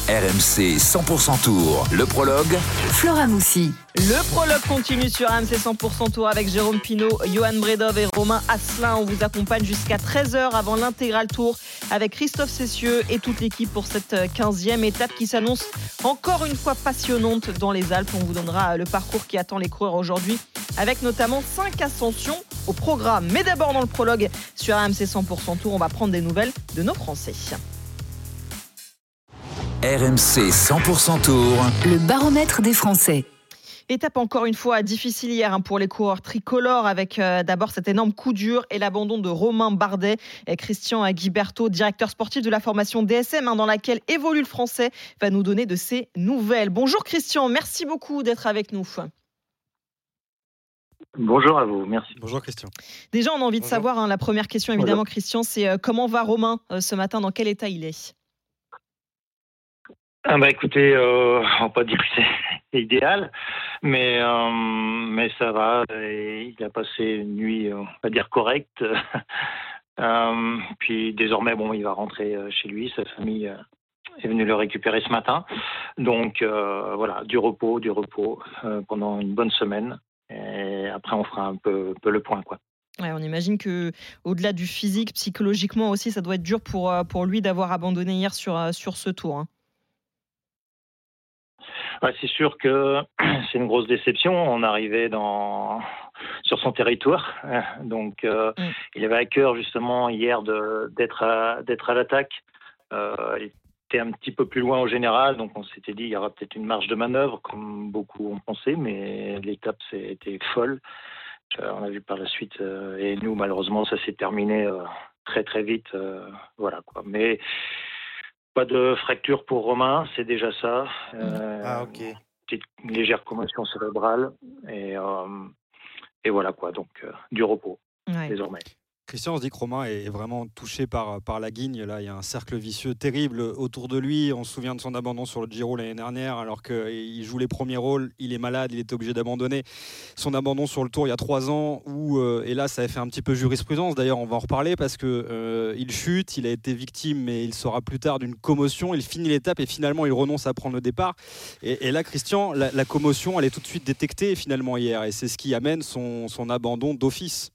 RMC 100% Tour, le prologue. Flora Moussi. Le prologue continue sur RMC 100% Tour avec Jérôme Pinault, Johan Bredov et Romain Asselin. On vous accompagne jusqu'à 13h avant l'intégral tour avec Christophe Cessieux et toute l'équipe pour cette 15e étape qui s'annonce encore une fois passionnante dans les Alpes. On vous donnera le parcours qui attend les coureurs aujourd'hui avec notamment 5 ascensions au programme. Mais d'abord dans le prologue sur RMC 100% Tour, on va prendre des nouvelles de nos Français. RMC 100% Tour. Le baromètre des Français. Étape encore une fois difficile hier pour les coureurs tricolores avec d'abord cet énorme coup dur et l'abandon de Romain Bardet. Et Christian Guiberto, directeur sportif de la formation DSM dans laquelle évolue le Français, va nous donner de ses nouvelles. Bonjour Christian, merci beaucoup d'être avec nous. Bonjour à vous, merci. Bonjour Christian. Déjà on a envie de savoir, la première question évidemment Bonjour. Christian, c'est comment va Romain ce matin, dans quel état il est ? Écoutez, on va pas dire que c'est idéal, mais ça va. Il a passé une nuit, on va dire, correcte. Puis désormais, il va rentrer chez lui. Sa famille est venue le récupérer ce matin. Donc voilà, du repos pendant une bonne semaine. Et après, on fera un peu le point, quoi. Ouais, on imagine que, au-delà du physique, psychologiquement aussi, ça doit être dur pour lui d'avoir abandonné hier sur ce tour. Hein. Ouais, c'est sûr que c'est une grosse déception. On arrivait sur son territoire, donc il avait à cœur justement hier d'être à l'attaque. Il était un petit peu plus loin au général, donc on s'était dit il y aura peut-être une marge de manœuvre, comme beaucoup ont pensé, mais l'étape c'était folle. On a vu par la suite, et nous malheureusement ça s'est terminé très très vite, voilà quoi. Mais pas de fracture pour Romain, c'est déjà ça. Ok. Petite légère commotion cérébrale et voilà quoi. Donc du repos désormais. Christian, on se dit que Romain est vraiment touché par la guigne. Là, il y a un cercle vicieux terrible autour de lui. On se souvient de son abandon sur le Giro l'année dernière, alors qu'il joue les premiers rôles. Il est malade, il était obligé d'abandonner. Son abandon sur le Tour il y a 3 ans, et là, ça a fait un petit peu jurisprudence. D'ailleurs, on va en reparler parce que il chute, il a été victime, mais il sera plus tard d'une commotion. Il finit l'étape et finalement, il renonce à prendre le départ. Et là, Christian, la commotion, elle est tout de suite détectée finalement hier, et c'est ce qui amène son abandon d'office.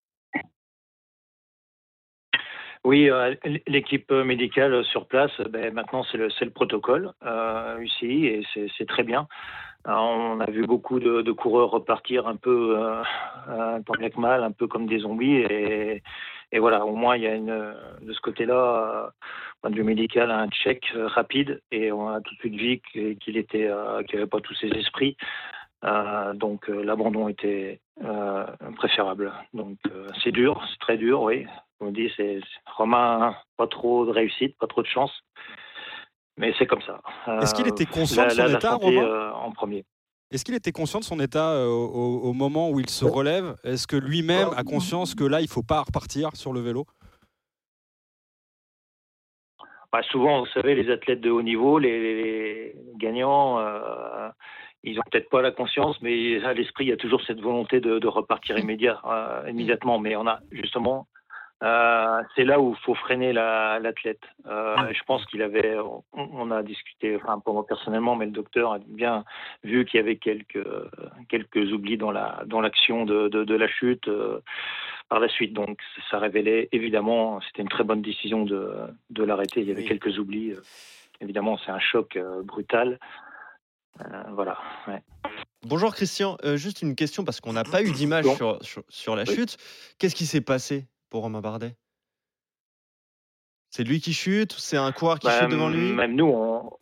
Oui, l'équipe médicale sur place, maintenant c'est le protocole ici et c'est très bien. On a vu beaucoup de coureurs repartir un peu tant bien que mal, un peu comme des zombies et voilà, au moins il y a de ce côté-là, point de vue médical, un check rapide et on a tout de suite vu qu'il n'avait pas tous ses esprits. Donc l'abandon était préférable. Donc c'est dur, c'est très dur, oui. On dit c'est Romain, pas trop de réussite, pas trop de chance, mais c'est comme ça. Est-ce qu'il était conscient de son état, Romain en premier. Est-ce qu'il était conscient de son état au moment où il se relève ? Est-ce que lui-même a conscience que là, il ne faut pas repartir sur le vélo ? Souvent, vous savez, les athlètes de haut niveau, les gagnants, ils n'ont peut-être pas la conscience, mais à l'esprit, il y a toujours cette volonté de repartir immédiatement. Mais on a justement... c'est là où il faut freiner l'athlète. Je pense on a discuté, pour moi personnellement, mais le docteur a bien vu qu'il y avait quelques oublis dans l'action de la chute par la suite. Donc ça révélait évidemment, c'était une très bonne décision de l'arrêter. Il y avait quelques oublis. Évidemment, c'est un choc brutal. Voilà. Ouais. Bonjour Christian, juste une question parce qu'on n'a pas eu d'image sur la chute. Qu'est-ce qui s'est passé pour Romain Bardet? C'est lui qui chute ou c'est un coureur qui chute devant lui? Même nous,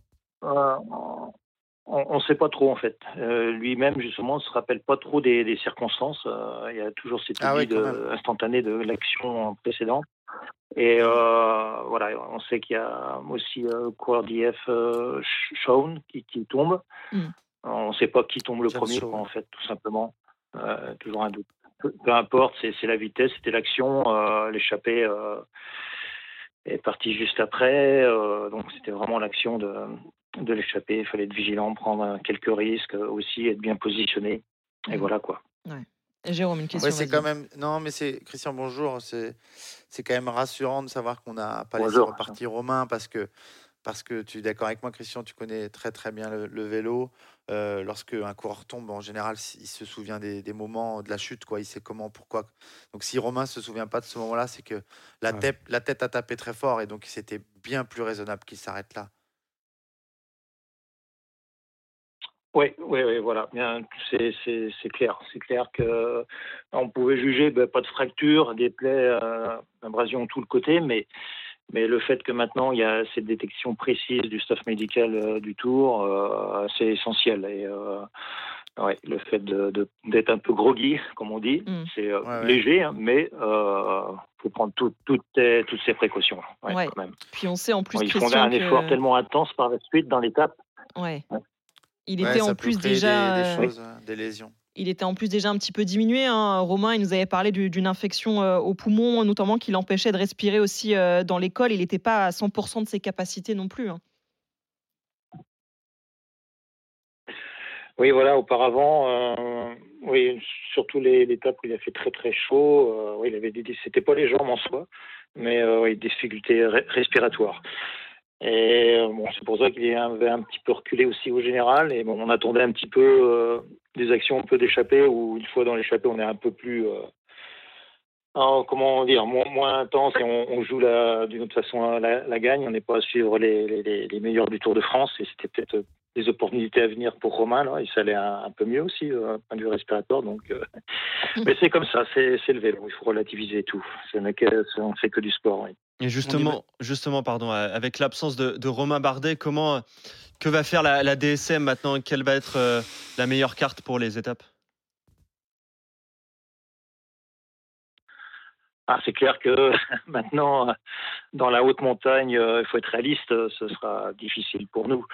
on sait pas trop en fait. Lui-même justement ne se rappelle pas trop des circonstances. Il y a toujours cet oubli instantané de l'action précédente. Et voilà, on sait qu'il y a aussi le coureur d'IF Shawn qui tombe. On ne sait pas qui tombe le premier, en fait, tout simplement. Toujours un doute. Peu importe, c'est la vitesse, c'était l'action. L'échappée est partie juste après. Donc c'était vraiment l'action de l'échappée. Il fallait être vigilant, prendre quelques risques aussi, être bien positionné. Et voilà quoi. Ouais. Jérôme, une question. Ouais, c'est quand même... Non, mais c'est Christian, bonjour. C'est quand même rassurant de savoir qu'on n'a pas laissé repartir Romain parce que parce que tu es d'accord avec moi, Christian, tu connais très très bien le vélo. Lorsque un coureur tombe, en général, il se souvient des moments de la chute, quoi. Il sait comment, pourquoi. Donc si Romain se souvient pas de ce moment-là, c'est que la tête a tapé très fort et donc c'était bien plus raisonnable qu'il s'arrête là. Oui, voilà. Bien, c'est clair. C'est clair que on pouvait juger pas de fracture, des plaies, abrasion tout le côté, mais le fait que maintenant il y a cette détection précise du staff médical du Tour, c'est essentiel. Et le fait d'être un peu groggy, comme on dit, c'est léger, hein, mais faut prendre toutes ces précautions. Quand même. Puis on sait en plus ils font un effort tellement intense par la suite dans l'étape. Il était en plus déjà des lésions. Il était en plus déjà un petit peu diminué. Hein. Romain, il nous avait parlé d'une infection au poumon, notamment qui l'empêchait de respirer aussi dans l'école. Il n'était pas à 100% de ses capacités non plus. Hein. Oui, voilà. Auparavant, surtout l'étape où il a fait très très chaud. Il avait c'était pas les jambes en soi, mais des difficultés respiratoires. Et c'est pour ça qu'il avait un petit peu reculé aussi au général. Et on attendait un petit peu des actions un peu d'échappée, où une fois dans l'échappée, on est un peu plus, moins intense et on joue d'une autre façon la gagne. On n'est pas à suivre les meilleurs du Tour de France. Et c'était peut-être des opportunités à venir pour Romain. Là. Il s'allait un peu mieux aussi, point de vue respiratoire. Donc, mais c'est comme ça, c'est le vélo. Il faut relativiser tout. On ne fait que du sport. Oui. Et justement, pardon, avec l'absence de Romain Bardet, que va faire la DSM maintenant? Quelle va être la meilleure carte pour les étapes? C'est clair que maintenant, dans la haute montagne, il faut être réaliste, ce sera difficile pour nous.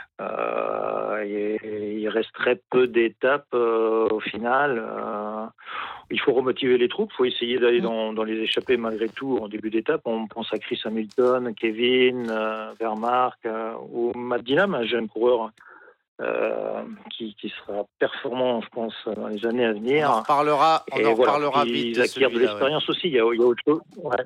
Il reste très peu d'étapes au final. Il faut remotiver les troupes, il faut essayer d'aller dans les échappées malgré tout en début d'étape. On pense à Chris Hamilton, Kevin, Vermark ou Matt Dillam, un jeune coureur qui sera performant, je pense, dans les années à venir. On en reparlera vite. Ils acquièrent de l'expérience aussi, il y a autre chose. Ouais.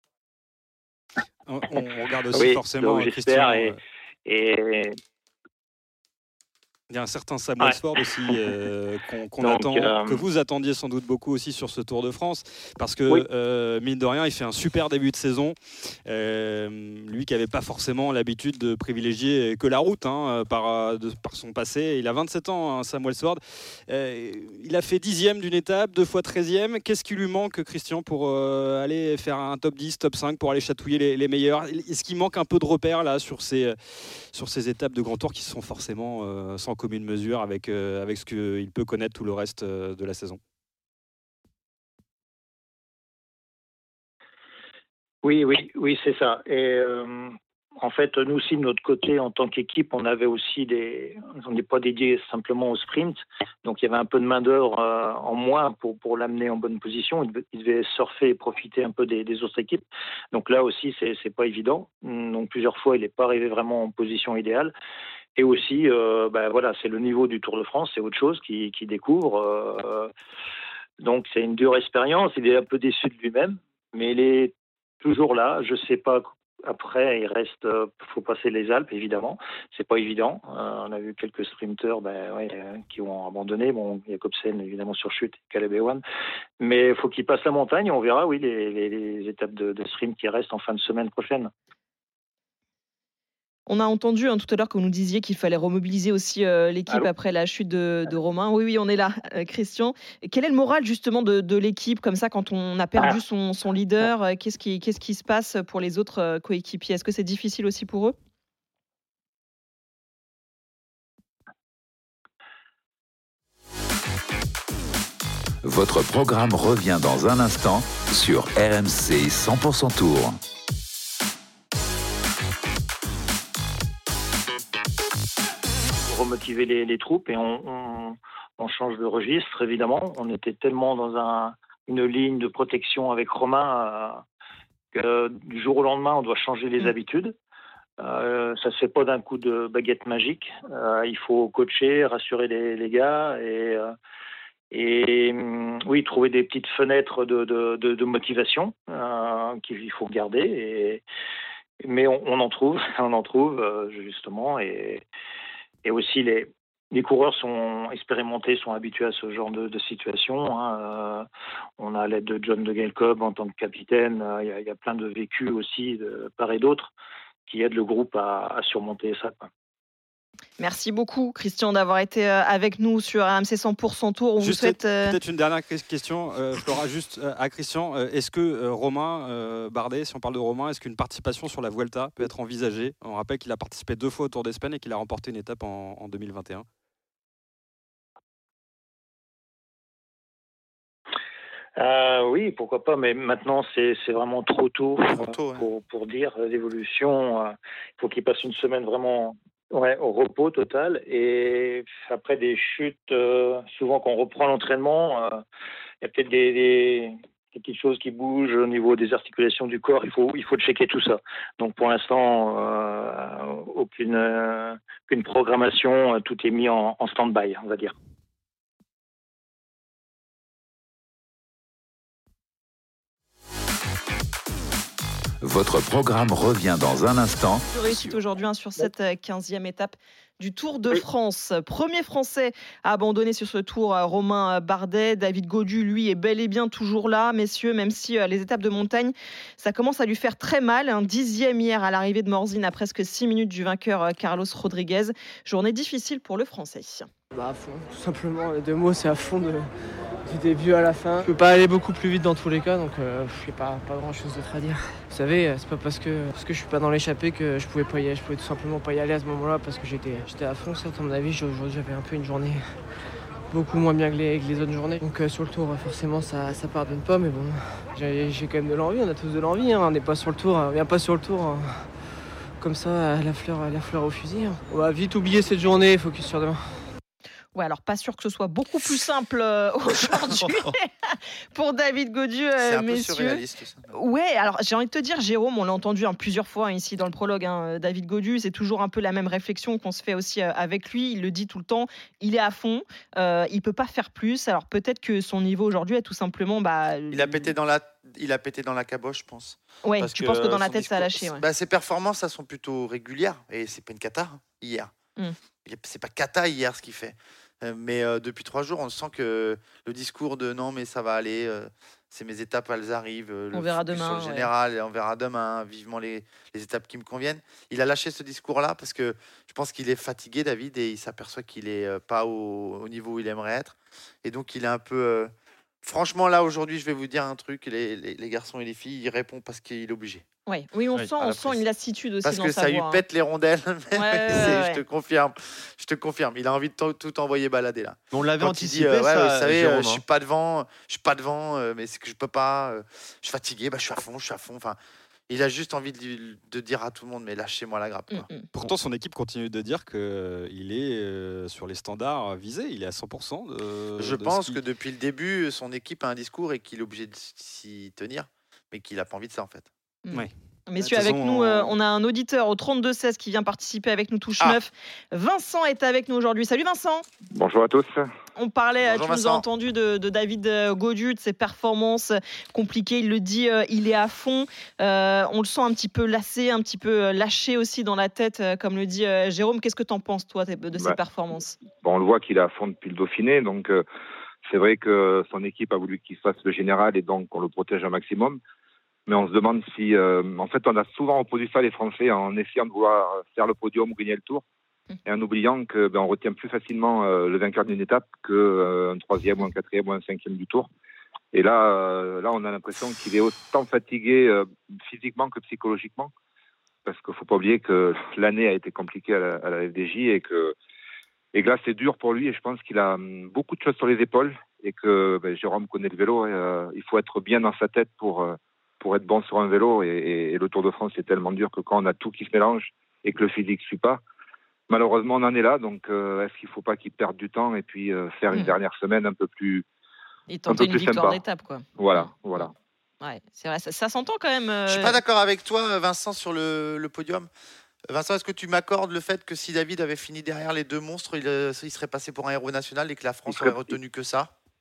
On regarde aussi forcément j'espère, et il y a un certain Samuel Ford aussi qu'on attend, que vous attendiez sans doute beaucoup aussi sur ce Tour de France, parce que mine de rien, il fait un super début de saison. Lui qui n'avait pas forcément l'habitude de privilégier que la route par son passé. Il a 27 ans, hein, Samuel Ford. Il a fait 10e d'une étape, 2 fois 13e. Qu'est-ce qui lui manque, Christian, pour aller faire un top 10, top 5, pour aller chatouiller les meilleurs? Est-ce qu'il manque un peu de repères là sur ces étapes de Grand Tour qui sont forcément sans commune mesure avec ce qu'il peut connaître tout le reste de la saison? Oui, c'est ça. Et en fait, nous aussi, de notre côté, en tant qu'équipe, on avait aussi on n'est pas dédié simplement au sprint. Donc, il y avait un peu de main-d'œuvre en moins pour l'amener en bonne position. Il devait surfer et profiter un peu des autres équipes. Donc là aussi, c'est pas évident. Donc, plusieurs fois, il n'est pas arrivé vraiment en position idéale. Et aussi, c'est le niveau du Tour de France, c'est autre chose qu'il découvre. Donc, c'est une dure expérience. Il est un peu déçu de lui-même, mais il est toujours là. Je ne sais pas. Après, il reste. Faut passer les Alpes, évidemment. C'est pas évident. On a vu quelques sprinteurs, qui ont abandonné. Bon, Jacobsen, évidemment, sur chute, Caleb Ewan. Mais il faut qu'il passe la montagne. On verra, les étapes de sprint qui restent en fin de semaine prochaine. On a entendu tout à l'heure que vous nous disiez qu'il fallait remobiliser aussi l'équipe après la chute de Romain. Oui, on est là, Christian. Et quel est le moral justement de l'équipe comme ça quand on a perdu son leader? Qu'est-ce qui se passe pour les autres coéquipiers? Est-ce que c'est difficile aussi pour eux? Votre programme revient dans un instant sur RMC 100% Tour. Remotiver les troupes et on change de registre, évidemment. On était tellement dans une ligne de protection avec Romain que du jour au lendemain, on doit changer les habitudes. Ça se fait pas d'un coup de baguette magique. Il faut coacher, rassurer les gars et trouver des petites fenêtres de motivation qu'il faut garder. mais on en trouve, justement, et aussi les coureurs sont expérimentés, sont habitués à ce genre de situation. Hein. On a l'aide de John de Gelcob en tant que capitaine. Il y a plein de vécus aussi de part et d'autre qui aident le groupe à surmonter ça, quoi. Merci beaucoup, Christian, d'avoir été avec nous sur RMC 100% Tour. On vous souhaite. Peut-être une dernière question, Flora, juste à Christian. Est-ce que Romain Bardet, si on parle de Romain, est-ce qu'une participation sur la Vuelta peut être envisagée? On rappelle qu'il a participé 2 fois au Tour d'Espagne et qu'il a remporté une étape en 2021. Oui, pourquoi pas, mais maintenant c'est vraiment trop tôt, pour dire l'évolution. Il faut qu'il passe une semaine vraiment au repos total, et après des chutes, souvent quand on reprend l'entraînement, il y a peut-être des petites choses qui bougent au niveau des articulations du corps. Il faut checker tout ça. Donc pour l'instant, aucune programmation, tout est mis en stand-by, on va dire. Votre programme revient dans un instant. Réussite aujourd'hui sur cette 15e étape du Tour de France. Premier Français à abandonner sur ce tour, Romain Bardet. David Gaudu, lui, est bel et bien toujours là, messieurs, même si les étapes de montagne, ça commence à lui faire très mal. Un 10e hier à l'arrivée de Morzine à presque 6 minutes du vainqueur Carlos Rodriguez. Journée difficile pour le Français. À fond, tout simplement. Les 2 mots, c'est à fond du début à la fin. Je peux pas aller beaucoup plus vite dans tous les cas, donc il n'y a pas grand chose d'autre à dire. Vous savez, c'est pas parce que je suis pas dans l'échappée que je pouvais pas y aller. Je pouvais tout simplement pas y aller à ce moment-là parce que j'étais à fond. Certes, à mon avis, aujourd'hui j'avais un peu une journée beaucoup moins bien que les autres journées. Donc sur le tour, forcément, ça pardonne pas, mais bon, j'ai quand même de l'envie. On a tous de l'envie. Hein. On n'est pas sur le tour. On vient pas sur le tour comme ça, la fleur au fusil. Hein. On va vite oublier cette journée. Focus sur demain. Ouais, alors pas sûr que ce soit beaucoup plus simple aujourd'hui pour David Gaudu, c'est un messieurs. peu surréaliste, ça. Ouais, alors j'ai envie de te dire, Jérôme, on l'a entendu plusieurs fois ici dans le prologue. David Gaudu, c'est toujours un peu la même réflexion qu'on se fait aussi avec lui. Il le dit tout le temps, il est à fond, il peut pas faire plus. Alors peut-être que son niveau aujourd'hui est tout simplement. Il a pété dans la caboche, je pense. Ouais, tu penses que dans la tête ça a lâché. Ouais. Ses performances, ça sont plutôt régulières et c'est pas une cata hier. C'est pas cata hier ce qu'il fait. Mais depuis 3 jours, on sent que le discours de non, mais ça va aller, c'est mes étapes, elles arrivent. On verra demain. Sur le général, on verra demain, vivement les étapes qui me conviennent. Il a lâché ce discours-là parce que je pense qu'il est fatigué, David, et il s'aperçoit qu'il est pas au niveau où il aimerait être. Et donc, il est un peu. Franchement, là, aujourd'hui, je vais vous dire un truc, les garçons et les filles, il répond parce qu'il est obligé. Oui, on sent une lassitude aussi parce dans que sa ça voix. Lui pète les rondelles. Je te confirme. Il a envie de tout envoyer balader là. On l'avait anticipé. Vous savez, je suis pas devant, mais c'est que je peux pas. Je suis fatigué, je suis à fond. Enfin, il a juste envie de dire à tout le monde, mais lâchez-moi la grappe. Quoi. Pourtant, son équipe continue de dire qu'il est sur les standards visés. Il est à 100%. Je pense que depuis le début, son équipe a un discours et qu'il est obligé de s'y tenir, mais qu'il n'a pas envie de ça en fait. Ouais. Messieurs, avec nous, on a un auditeur au 32-16 qui vient participer avec nous, touche 9. Vincent est avec nous aujourd'hui. Salut Vincent. Bonjour à tous. On parlait, Bonjour, tu nous as entendu de David Gaudu, de ses performances compliquées. Il le dit, il est à fond. On le sent un petit peu lassé, un petit peu lâché aussi dans la tête, comme le dit Jérôme. Qu'est-ce que tu en penses, toi, de ses performances? On le voit qu'il est à fond depuis le Dauphiné. Donc, c'est vrai que son équipe a voulu qu'il fasse le général et donc on le protège un maximum. Mais on se demande si... en fait, on a souvent opposé ça, les Français, en essayant de vouloir faire le podium ou gagner le Tour, et en oubliant qu'on retient plus facilement le vainqueur d'une étape qu'un 3e ou un 4e ou un 5e du Tour. Et là, on a l'impression qu'il est autant fatigué physiquement que psychologiquement, parce qu'il ne faut pas oublier que l'année a été compliquée à la FDJ et que là, c'est dur pour lui, et je pense qu'il a beaucoup de choses sur les épaules, et que Jérôme connaît le vélo, il faut être bien dans sa tête pour être bon sur un vélo, et le Tour de France c'est tellement dur que quand on a tout qui se mélange et que le physique ne suit pas, malheureusement on en est là. Donc est-ce qu'il ne faut pas qu'il perde du temps et puis faire une dernière semaine un peu plus et tenter une victoire d'étape, quoi. Voilà. Ouais, c'est vrai, ça s'entend quand même. Je suis pas d'accord avec toi, Vincent, sur le podium. Vincent, est-ce que tu m'accordes le fait que si David avait fini derrière les 2 monstres, il serait passé pour un héros national et que la France aurait retenu que ça?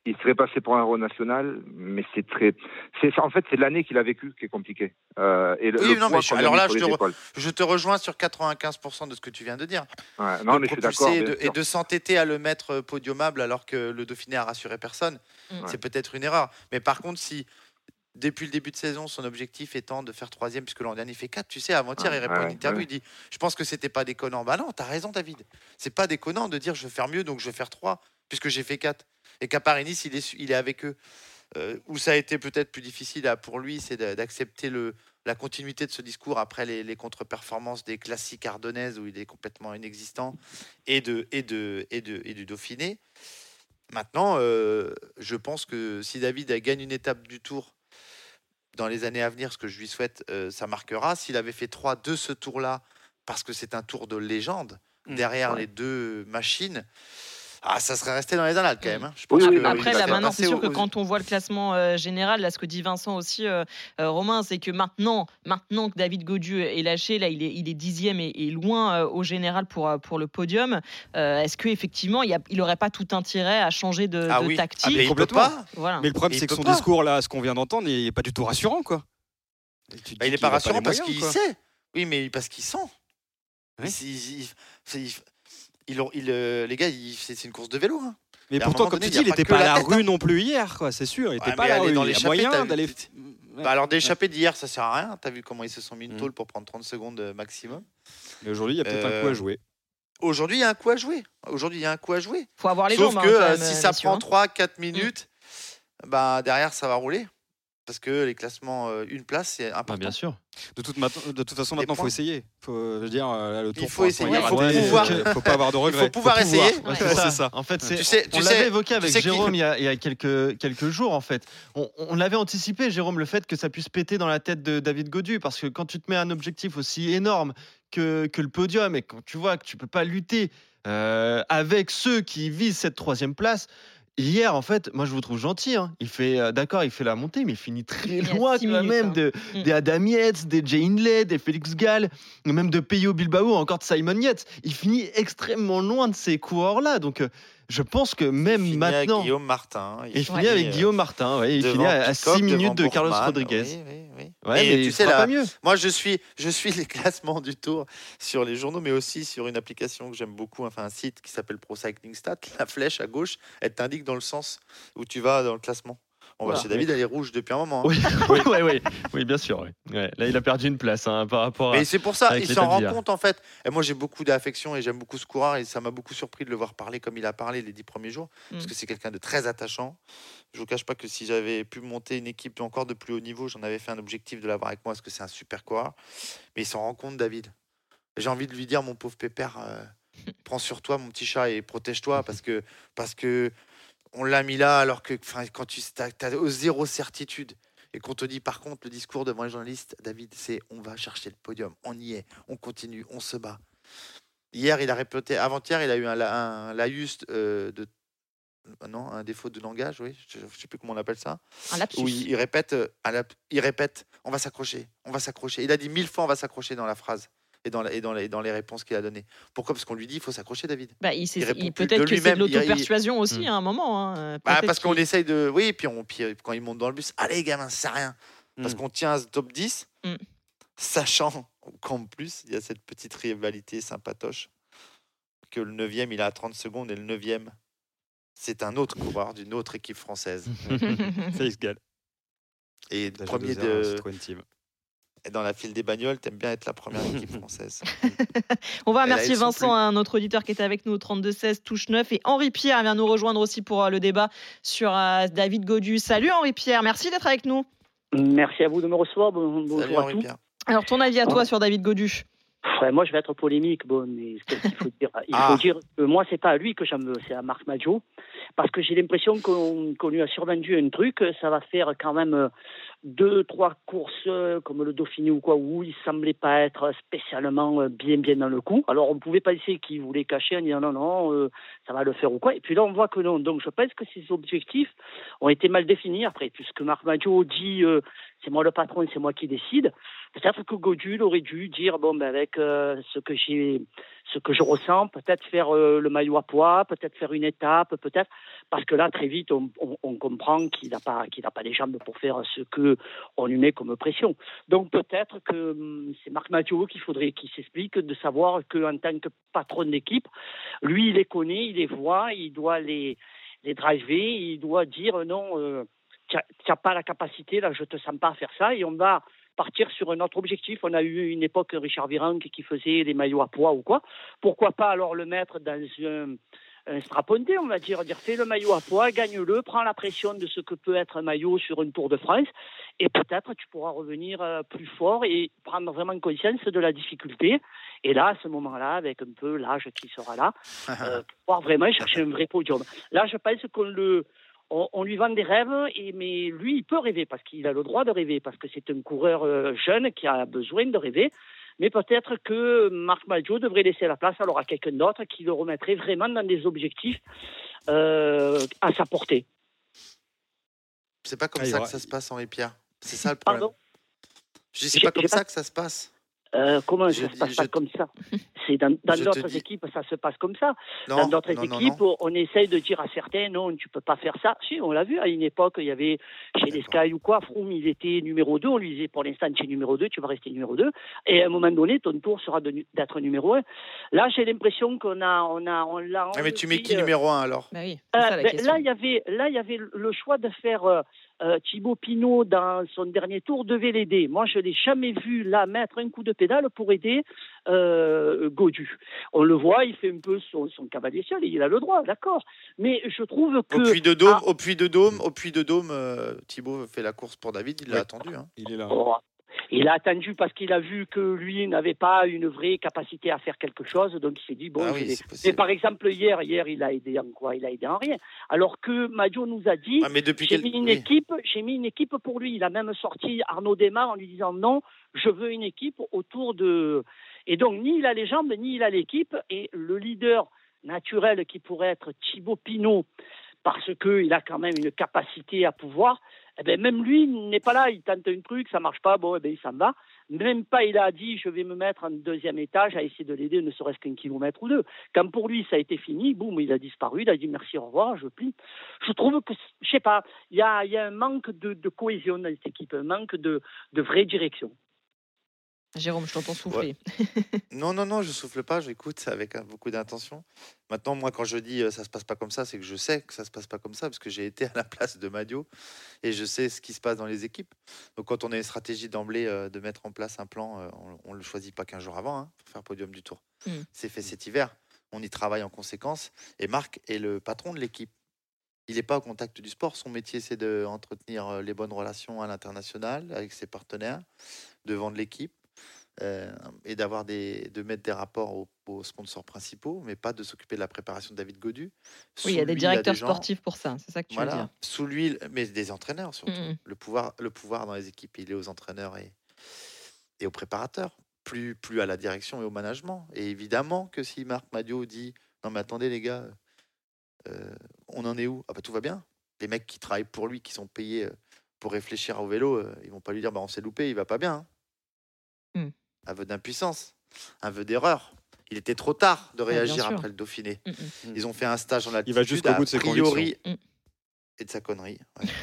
il serait passé pour un héros national, mais en fait, c'est l'année qu'il a vécu qui est compliquée. Alors là, je te rejoins sur 95% de ce que tu viens de dire. Ouais, non, mais je suis d'accord. Et de s'entêter à le mettre podiumable alors que le Dauphiné a rassuré personne, c'est peut-être une erreur. Mais par contre, si depuis le début de saison, son objectif étant de faire 3e, puisque l'an dernier il fait 4, tu sais, avant-hier, il répond à une interview, il dit « Je pense que c'était pas déconnant ». Bah non, t'as raison, David. C'est pas déconnant de dire « Je vais faire mieux, donc je vais faire 3, puisque j'ai fait 4 ». Et qu'à Paris-Nice, il est avec eux. Où ça a été peut-être plus difficile pour lui, c'est d'accepter la continuité de ce discours après les contre-performances des classiques ardennaises où il est complètement inexistant et du Dauphiné. Maintenant, je pense que si David gagne une étape du Tour dans les années à venir, ce que je lui souhaite, ça marquera. S'il avait fait 3 de ce tour-là, parce que c'est un tour de légende, derrière les 2 machines... ça serait resté dans les annales quand même. Je pense après, là, maintenant, c'est sûr que quand on voit le classement général, là, ce que dit Vincent aussi, Romain, c'est que maintenant que David Gaudu est lâché, là, il est 10e et loin au général pour le podium. Est-ce qu'effectivement, il n'aurait pas tout intérêt à changer de tactique mais complètement. Voilà. Mais le problème, c'est que son discours, là, ce qu'on vient d'entendre, il n'est pas du tout rassurant, quoi. Il n'est pas rassurant parce qu'il sait. Oui, mais parce qu'il sent. Les gars, c'est une course de vélo. Hein. Mais pourtant, comme tu dis, il n'était pas à la rue non plus hier, quoi, c'est sûr. Il n'était pas à la rue. Il y a moyen d'aller. Alors, d'échapper d'hier, ça sert à rien. T'as vu comment ils se sont mis une tôle pour prendre 30 secondes maximum. Mais aujourd'hui, il y a peut-être un coup à jouer. Aujourd'hui, il y a un coup à jouer. Faut avoir les jambes. Sauf que si ça prend 3-4 minutes, derrière, ça va rouler. Parce que les classements, une place, c'est important. Bien sûr. De toute façon, maintenant, il faut essayer. Le tour, il faut essayer. Il faut pas avoir de regrets. Il faut pouvoir essayer. C'est ça. En fait, on l'avait évoqué avec Jérôme il y a quelques jours. En fait, on l'avait anticipé, Jérôme, le fait que ça puisse péter dans la tête de David Gaudu, parce que quand tu te mets un objectif aussi énorme que le podium et quand tu vois que tu peux pas lutter avec ceux qui visent cette 3e place. Hier, en fait, moi je vous trouve gentil. Hein. Il fait la montée, mais il finit très loin quand même des Adam Yates, des Jay Hindley, des Félix Gall, même de Peyo Bilbao, encore de Simon Yates. Il finit extrêmement loin de ces coureurs-là. Donc, je pense que même maintenant. Avec Guillaume Martin. Il finit avec Guillaume Martin. Il finit à 6 minutes de Carlos Rodriguez. Oui. Ouais, mais tu sais, pas mieux. Moi, je suis les classements du Tour sur les journaux, mais aussi sur une application que j'aime beaucoup, un site qui s'appelle Pro Cycling Stats. La flèche à gauche, elle t'indique dans le sens où tu vas dans le classement. Chez David, elle est rouge depuis un moment. Hein. Oui, bien sûr. Ouais. Là, il a perdu une place par rapport à. Mais c'est pour ça, il s'en rend compte en fait. Et moi, j'ai beaucoup d'affection et j'aime beaucoup ce coureur et ça m'a beaucoup surpris de le voir parler comme il a parlé les 10 premiers jours, parce que c'est quelqu'un de très attachant. Je vous cache pas que si j'avais pu monter une équipe encore de plus haut niveau, j'en avais fait un objectif de l'avoir avec moi, parce que c'est un super coureur. Mais il s'en rend compte, David. J'ai envie de lui dire, mon pauvre pépère, prends sur toi, mon petit chat, et protège-toi, parce que on l'a mis là, alors que quand tu as zéro certitude et qu'on te dit par contre le discours devant les journalistes, David, c'est on va chercher le podium, on y est, on continue, on se bat. Hier, il a répété, avant-hier, il a eu un laïus un défaut de langage, oui, je ne sais plus comment on appelle ça. Un lapsus. Où il répète, on va s'accrocher. Il a dit 1000 fois on va s'accrocher dans la phrase. Et dans les réponses qu'il a données. Pourquoi ? Parce qu'on lui dit il faut s'accrocher, David. Peut-être que c'est de l'auto-persuasion aussi à un moment. Parce qu'on essaye de. Oui, puis quand il monte dans le bus, allez, gamin, c'est rien. Parce qu'on tient à ce top 10, sachant qu'en plus, il y a cette petite rivalité sympatoche, que le 9e, il a à 30 secondes, et le 9e, c'est un autre coureur d'une autre équipe française. Félix Gall. Et le premier de. Et dans la file des bagnoles, t'aimes bien être la première équipe française. On va remercier Vincent, un autre auditeur qui était avec nous au 32-16, touche 9. Et Henri Pierre vient nous rejoindre aussi pour le débat sur David Gaudu. Salut Henri Pierre, merci d'être avec nous. Merci à vous de me recevoir. Bonjour à tous. Pierre. Alors, ton avis à toi sur David Gaudu ? Moi, je vais être polémique. Mais il faut dire que moi, c'est pas à lui que j'en veux, c'est à Marc Maggio. Parce que j'ai l'impression qu'on lui a survendu un truc. Ça va faire quand même 2-3 courses comme le Dauphiné ou quoi, où il semblait pas être spécialement bien dans le coup. Alors, on pouvait penser qu'il voulait cacher en disant non, ça va le faire ou quoi. Et puis là, on voit que non. Donc, je pense que ses objectifs ont été mal définis après, puisque Marc Maggio dit c'est moi le patron, c'est moi qui décide. Peut-être que Gaudu aurait dû dire avec ce que je ressens, peut-être faire le maillot à pois, peut-être faire une étape, peut-être parce que là, très vite, on comprend qu'il n'a pas les jambes pour faire ce qu'on lui met comme pression. Donc peut-être que c'est Marc Maggio qu'il faudrait qu'il s'explique, de savoir qu'en tant que patron d'équipe, lui, il les connaît, il les voit, il doit les driver, il doit dire non, tu n'as pas la capacité, là, je ne te sens pas faire ça, et on va partir sur un autre objectif. On a eu une époque Richard Virenque qui faisait des maillots à poids ou quoi. Pourquoi pas alors le mettre dans un straponté, on va dire fais le maillot à poids, gagne-le, prends la pression de ce que peut être un maillot sur une Tour de France, et peut-être tu pourras revenir plus fort et prendre vraiment conscience de la difficulté. Et là, à ce moment-là, avec un peu l'âge qui sera là, pouvoir vraiment chercher un vrai podium. Là, je pense on lui vend des rêves, mais lui, il peut rêver, parce qu'il a le droit de rêver, parce que c'est un coureur jeune qui a besoin de rêver. Mais peut-être que Marc Maggio devrait laisser la place alors à quelqu'un d'autre qui le remettrait vraiment dans des objectifs à sa portée. C'est pas comme ça que ça se passe, Henri-Pierre. C'est ça le problème. Pardon ? Je dis, c'est pas comme ça que ça se passe. Comment ça se passe pas comme ça? C'est dans d'autres équipes, ça se passe comme ça. Dans d'autres équipes, on essaye de dire à certains, non, tu peux pas faire ça. Si, on l'a vu, à une époque, il y avait chez les Sky ou quoi, Froome, il était numéro 2, on lui disait, pour l'instant, tu es numéro 2, tu vas rester numéro 2, et à un moment donné, ton tour sera d'être numéro 1. Là, j'ai l'impression qu'on l'a... mais tu mets qui numéro 1 alors? Bah oui, c'est ça la question. Là, il y avait le choix de faire... Thibaut Pinot, dans son dernier tour, devait l'aider. Moi, je ne l'ai jamais vu là mettre un coup de pédale pour aider Gaudu. On le voit, il fait un peu son cavalier seul, il a le droit, d'accord. Mais je trouve que... Au Puy de Dôme, Thibaut fait la course pour David, il l'a attendu. Hein. Il est là. Il a attendu parce qu'il a vu que lui n'avait pas une vraie capacité à faire quelque chose, donc il s'est dit bon. Mais par exemple hier, il a aidé en quoi? Il a aidé en rien. Alors que Maggio nous a dit, j'ai mis une équipe pour lui. Il a même sorti Arnaud Desmar en lui disant non, je veux une équipe autour de. Et donc ni il a les jambes, ni il a l'équipe, et le leader naturel qui pourrait être Thibaut Pinot, parce qu'il a quand même une capacité à pouvoir, même lui n'est pas là, il tente un truc, ça marche pas, il s'en va. Même pas, il a dit, je vais me mettre en deuxième étage à essayer de l'aider, ne serait-ce qu'un kilomètre ou deux. Quand pour lui, ça a été fini, boum, il a disparu, il a dit merci, au revoir, je plie. Je trouve que, je sais pas, il y a un manque de cohésion dans cette équipe, un manque de vraie direction. Jérôme, je t'entends souffler. Ouais. Non, je souffle pas, j'écoute avec beaucoup d'intention. Maintenant, moi, quand je dis ça se passe pas comme ça, c'est que je sais que ça se passe pas comme ça, parce que j'ai été à la place de Maggio et je sais ce qui se passe dans les équipes. Donc, quand on a une stratégie d'emblée de mettre en place un plan, on le choisit pas 15 jours avant pour faire podium du Tour. C'est fait cet hiver. On y travaille en conséquence. Et Marc est le patron de l'équipe. Il n'est pas au contact du sport. Son métier, c'est d'entretenir les bonnes relations à l'international avec ses partenaires, de vendre l'équipe. Et de mettre des rapports aux sponsors principaux, mais pas de s'occuper de la préparation de David Gaudu. Oui, il y a des directeurs sportifs pour ça, c'est ça que tu veux dire. Sous lui, mais des entraîneurs surtout. Le pouvoir dans les équipes, il est aux entraîneurs et aux préparateurs, plus à la direction et au management. Et évidemment que si Marc Maggio dit non mais attendez les gars, on en est où? Ah bah tout va bien. Les mecs qui travaillent pour lui, qui sont payés pour réfléchir au vélo, ils vont pas lui dire bah on s'est loupé, il va pas bien. Aveu d'impuissance, aveu d'erreur. Il était trop tard de réagir après le Dauphiné. Ils ont fait un stage en altitude, il va jusqu'au bout de ses convictions. Et de sa connerie.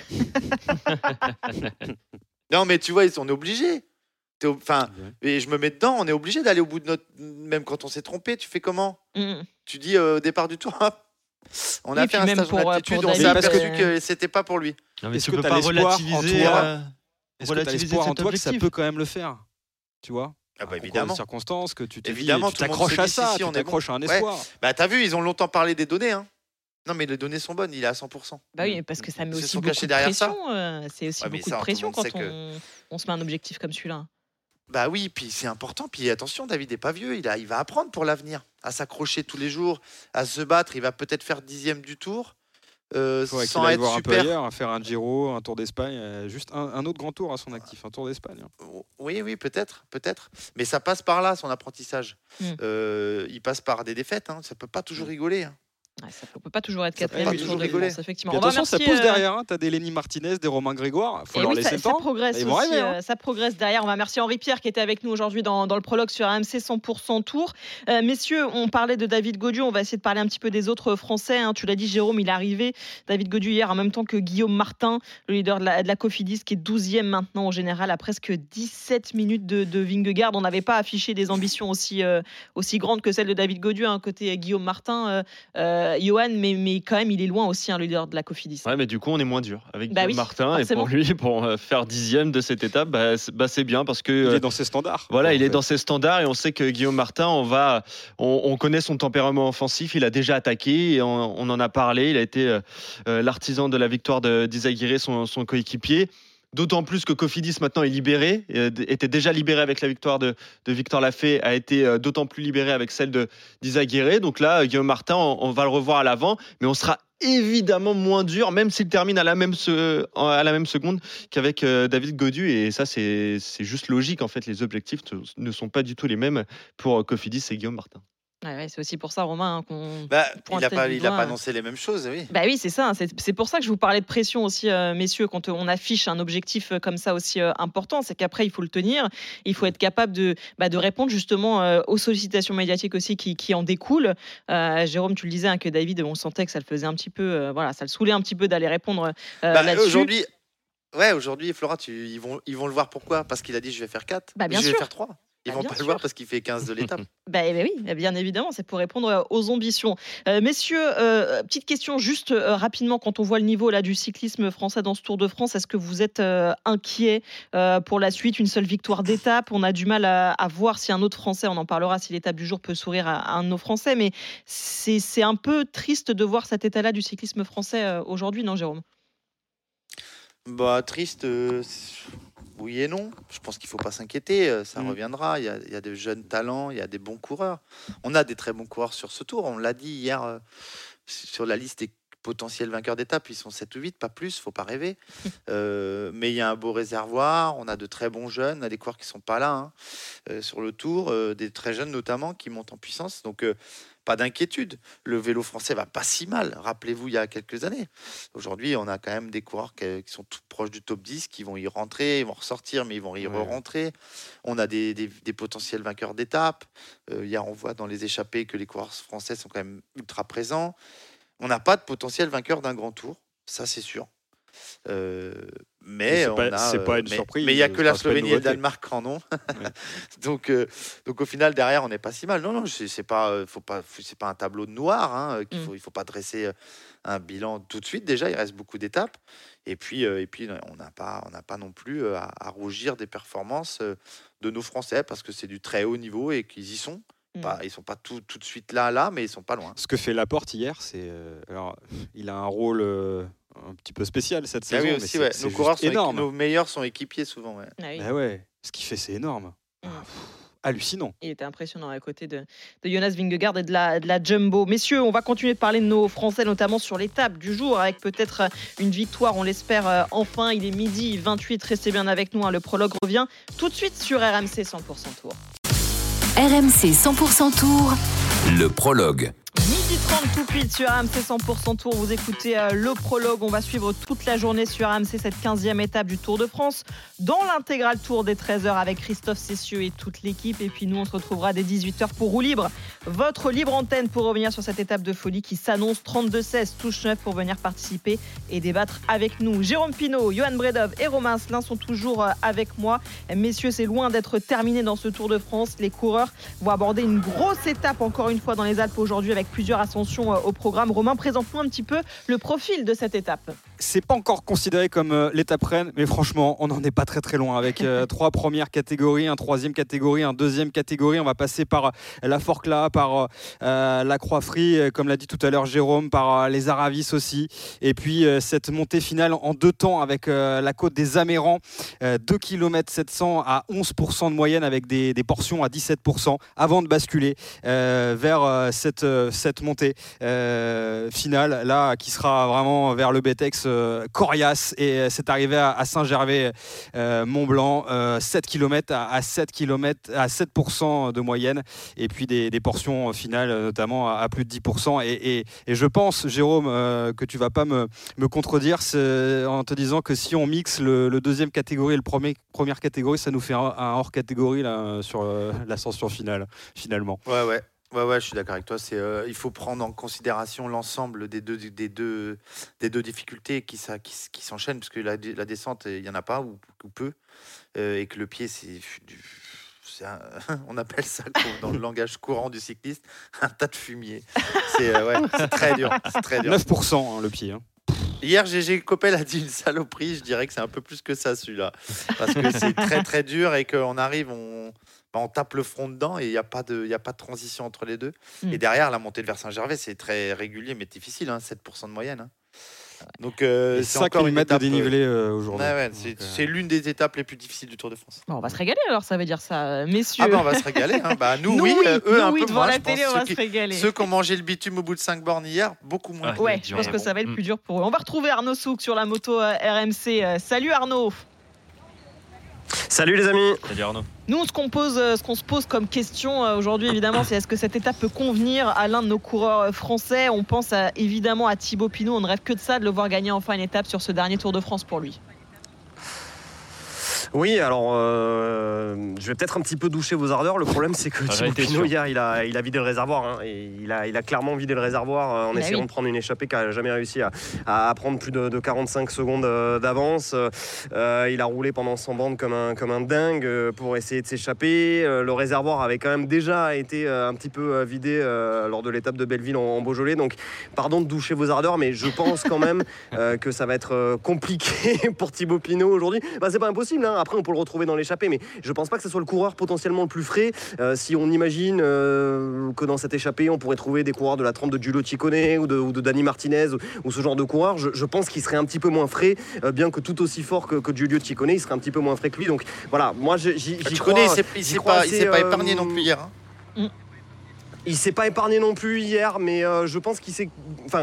Ouais. Non, mais tu vois, on est obligés. Et je me mets dedans, on est obligé d'aller au bout de notre... Même quand on s'est trompé, tu fais comment? Tu dis au départ du tour, on a fait un stage en altitude, on s'est aperçu que c'était pas pour lui. Non, mais est-ce tu que peux tu as pas l'espoir relativiser en toi que ça peut quand même le faire? Tu vois? Ah bah évidemment. De circonstances que tu évidemment, tu t'accroches à ça, tu t'accroches à un espoir. Ouais. Bah t'as vu, ils ont longtemps parlé des données. Hein. Non mais les données sont bonnes, il est à 100%. Bah oui, parce que ça met aussi beaucoup de pression. C'est aussi beaucoup de pression quand on se met un objectif comme celui-là. Bah oui, puis c'est important. Puis attention, David n'est pas vieux, il va apprendre pour l'avenir, à s'accrocher tous les jours, à se battre. Il va peut-être faire 10e du Tour. Sans être voir super. Un peu ailleurs, à faire un Giro, un Tour d'Espagne, juste un autre grand tour à son actif, un Tour d'Espagne. Oui, peut-être. Mais ça passe par là, son apprentissage. Il passe par des défaites, hein. Ça peut pas toujours rigoler. Hein. Ça ne peut pas toujours être quatrième du Tour de France, effectivement. Attention, ça pousse derrière. Tu as des Lenny Martinez, des Romain Grégoire. Il faut leur laisser le temps. Ça progresse Ils vont aussi, rêver, ça progresse derrière. On va remercier Henri Pierre qui était avec nous aujourd'hui dans le prologue sur RMC 100% Tour. Messieurs, on parlait de David Gaudu. On va essayer de parler un petit peu des autres Français. Tu l'as dit, Jérôme, il est arrivé. David Gaudu hier en même temps que Guillaume Martin, le leader de la Cofidis, qui est 12e maintenant au général à presque 17 minutes de Vingegaard. On n'avait pas affiché des ambitions aussi grandes que celles de David Gaudu, côté Guillaume Martin, Johan, mais quand même, il est loin aussi, le leader de la Cofidis. Ouais, mais du coup, on est moins dur avec Guillaume Martin. Forcément. Et pour lui, pour faire 10e de cette étape, c'est bien parce que. Il est dans ses standards. Voilà, il est dans ses standards et on sait que Guillaume Martin, on connaît son tempérament offensif. Il a déjà attaqué et on en a parlé. Il a été l'artisan de la victoire d'Izaguirre, son coéquipier. D'autant plus que Cofidis maintenant est libéré, était déjà libéré avec la victoire de Victor Lafay, a été d'autant plus libéré avec celle d'Izaguirre. Donc là, Guillaume Martin, on va le revoir à l'avant, mais on sera évidemment moins dur, même s'il termine à la même seconde qu'avec David Gaudu. Et ça, c'est juste logique. En fait, les objectifs ne sont pas du tout les mêmes pour Cofidis et Guillaume Martin. Ouais, c'est aussi pour ça, Romain, qu'on. Il n'a pas annoncé les mêmes choses, oui. Oui, c'est ça. C'est pour ça que je vous parlais de pression aussi, messieurs, quand on affiche un objectif comme ça aussi important, c'est qu'après il faut le tenir. Il faut être capable de répondre justement aux sollicitations médiatiques aussi qui en découlent. Jérôme, tu le disais que David, on sentait que ça le faisait un petit peu, ça le saoulait un petit peu d'aller répondre là-dessus. Aujourd'hui, Flora, ils vont le voir pourquoi ? Parce qu'il a dit je vais faire 4, bien je sûr. vais faire 3. Ils vont pas le voir parce qu'il fait 15 de l'étape. Oui, bien évidemment, c'est pour répondre aux ambitions. Messieurs, petite question juste rapidement, quand on voit le niveau là du cyclisme français dans ce Tour de France, est-ce que vous êtes inquiet pour la suite ? Une seule victoire d'étape, on a du mal à voir si un autre Français, on en parlera si l'étape du jour peut sourire à un de nos Français, mais c'est un peu triste de voir cet état-là du cyclisme français aujourd'hui, non Jérôme ? Triste... Oui et non. Je pense qu'il ne faut pas s'inquiéter. Ça reviendra. Il y a des jeunes talents, il y a des bons coureurs. On a des très bons coureurs sur ce tour. On l'a dit hier sur la liste des potentiels vainqueurs d'étape. Ils sont 7 ou 8, pas plus. Il ne faut pas rêver. Mais il y a un beau réservoir. On a de très bons jeunes. On a des coureurs qui ne sont pas là sur le tour. Des très jeunes notamment qui montent en puissance. Donc, pas d'inquiétude. Le vélo français va pas si mal. Rappelez-vous, il y a quelques années. Aujourd'hui, on a quand même des coureurs qui sont tout proches du top 10, qui vont y rentrer, ils vont ressortir, mais ils vont y re-rentrer. On a des potentiels vainqueurs d'étapes. Hier, on voit dans les échappées que les coureurs français sont quand même ultra présents. On n'a pas de potentiel vainqueur d'un grand tour. Ça, c'est sûr. Mais c'est pas une surprise. Mais il n'y a que la Slovénie et le Danemark qui en ont. donc au final derrière on n'est pas si mal. Non, c'est pas un tableau de noir. Il faut pas dresser un bilan tout de suite. Déjà il reste beaucoup d'étapes. Et puis on n'a pas non plus à rougir des performances de nos Français parce que c'est du très haut niveau et qu'ils y sont. Ils sont pas tout de suite là, mais ils sont pas loin. Ce que fait Laporte hier, c'est il a un rôle un petit peu spécial cette saison. Oui, aussi, mais c'est nos coureurs énorme. Nos meilleurs sont équipiers souvent. Ce qu'il fait, c'est énorme. Hallucinant. Il était impressionnant à côté de Jonas Vingegaard et de la Jumbo. Messieurs, on va continuer de parler de nos Français, notamment sur l'étape du jour, avec peut-être une victoire, on l'espère enfin. Il est 12h28, restez bien avec nous. Le prologue revient tout de suite sur RMC 100% Tour. RMC 100% Tour. Le prologue. 12h30 tout pile sur RMC 100% Tour. Vous écoutez le prologue. On va suivre toute la journée sur RMC cette 15e étape du Tour de France dans l'intégral Tour des 13h avec Christophe Cessieux et toute l'équipe. Et puis nous, on se retrouvera dès 18h pour Roue Libre. Votre libre antenne pour revenir sur cette étape de folie qui s'annonce 32-16, touche 9 pour venir participer et débattre avec nous. Jérôme Pinault, Johan Bredov et Romain Asselin sont toujours avec moi. Messieurs, c'est loin d'être terminé dans ce Tour de France. Les coureurs vont aborder une grosse étape encore une fois dans les Alpes aujourd'hui avec plusieurs ascensions au programme. Romain, présente-nous un petit peu le profil de cette étape. C'est pas encore considéré comme l'étape reine, mais franchement, on n'en est pas très loin. Avec 3 premières catégories, un 3e catégorie, un 2e catégorie. On va passer par la Forclaz, par la Croix-Frie, comme l'a dit tout à l'heure Jérôme, par les Aravis aussi. Et puis cette montée finale en 2 temps avec la côte des Amérans, 2 km 700 à 11% de moyenne avec des portions à 17% avant de basculer vers cette montée finale là qui sera vraiment vers le Betex coriace et c'est arrivé à Saint-Gervais-Mont-Blanc, 7 km à 7% de moyenne et puis des portions finales notamment à plus de 10%. Et je pense, Jérôme, que tu vas pas me contredire en te disant que si on mixe le deuxième catégorie et le première catégorie, ça nous fait un hors catégorie là, sur l'ascension finale, finalement. Ouais, je suis d'accord avec toi. Il faut prendre en considération l'ensemble des deux difficultés qui s'enchaînent, parce que la descente, il n'y en a pas ou peu, et que le pied, on appelle ça dans le langage courant du cycliste un tas de fumier. C'est très dur. 9% le pied. Hier, Gégé Coppel a dit une saloperie. Je dirais que c'est un peu plus que ça, celui-là, parce que c'est très très dur et qu'on arrive, on tape le front dedans et il n'y a pas de transition entre les deux. Et derrière, la montée de vers Saint-Gervais, c'est très régulier mais difficile, 7% de moyenne. Donc c'est encore une étape de dénivelé aujourd'hui. C'est l'une des étapes les plus difficiles du Tour de France. Bon, on va se régaler alors, ça veut dire ça, messieurs. On va se régaler. Nous, eux un peu devant moins. la télé, on va se régaler. Ceux qui ont mangé le bitume au bout de 5 bornes hier, beaucoup moins. Je pense que ça va être plus dur pour eux. On va retrouver Arnaud Souk sur la moto RMC. Salut Arnaud. Salut les amis. Salut Arnaud. Nous, ce qu'on se pose comme question aujourd'hui, évidemment, c'est est-ce que cette étape peut convenir à l'un de nos coureurs français ? On pense évidemment à Thibaut Pinot. On ne rêve que de ça, de le voir gagner enfin une étape sur ce dernier Tour de France pour lui. Oui, alors je vais peut-être un petit peu doucher vos ardeurs. Le problème, c'est que Thibaut Pinot hier, il a vidé le réservoir. Et il a clairement vidé le réservoir en essayant de prendre une échappée qu'il n'a jamais réussi à prendre plus de 45 secondes d'avance. Il a roulé pendant 100 bandes comme un dingue pour essayer de s'échapper. Le réservoir avait quand même déjà été un petit peu vidé lors de l'étape de Belleville en Beaujolais. Donc, pardon de doucher vos ardeurs, mais je pense quand même que ça va être compliqué pour Thibaut Pinot aujourd'hui. C'est pas impossible, Après, on peut le retrouver dans l'échappée, mais je pense pas que ce soit le coureur potentiellement le plus frais. Si on imagine que dans cette échappée, on pourrait trouver des coureurs de la trempe de Giulio Ciccone ou de Dani Martinez ou ce genre de coureur, je pense qu'il serait un petit peu moins frais, bien que tout aussi fort que Giulio Ciccone, il serait un petit peu moins frais que lui. Donc voilà, moi j'y crois. Il s'est pas épargné non plus hier. Il s'est pas épargné non plus hier, mais je pense qu'il s'est...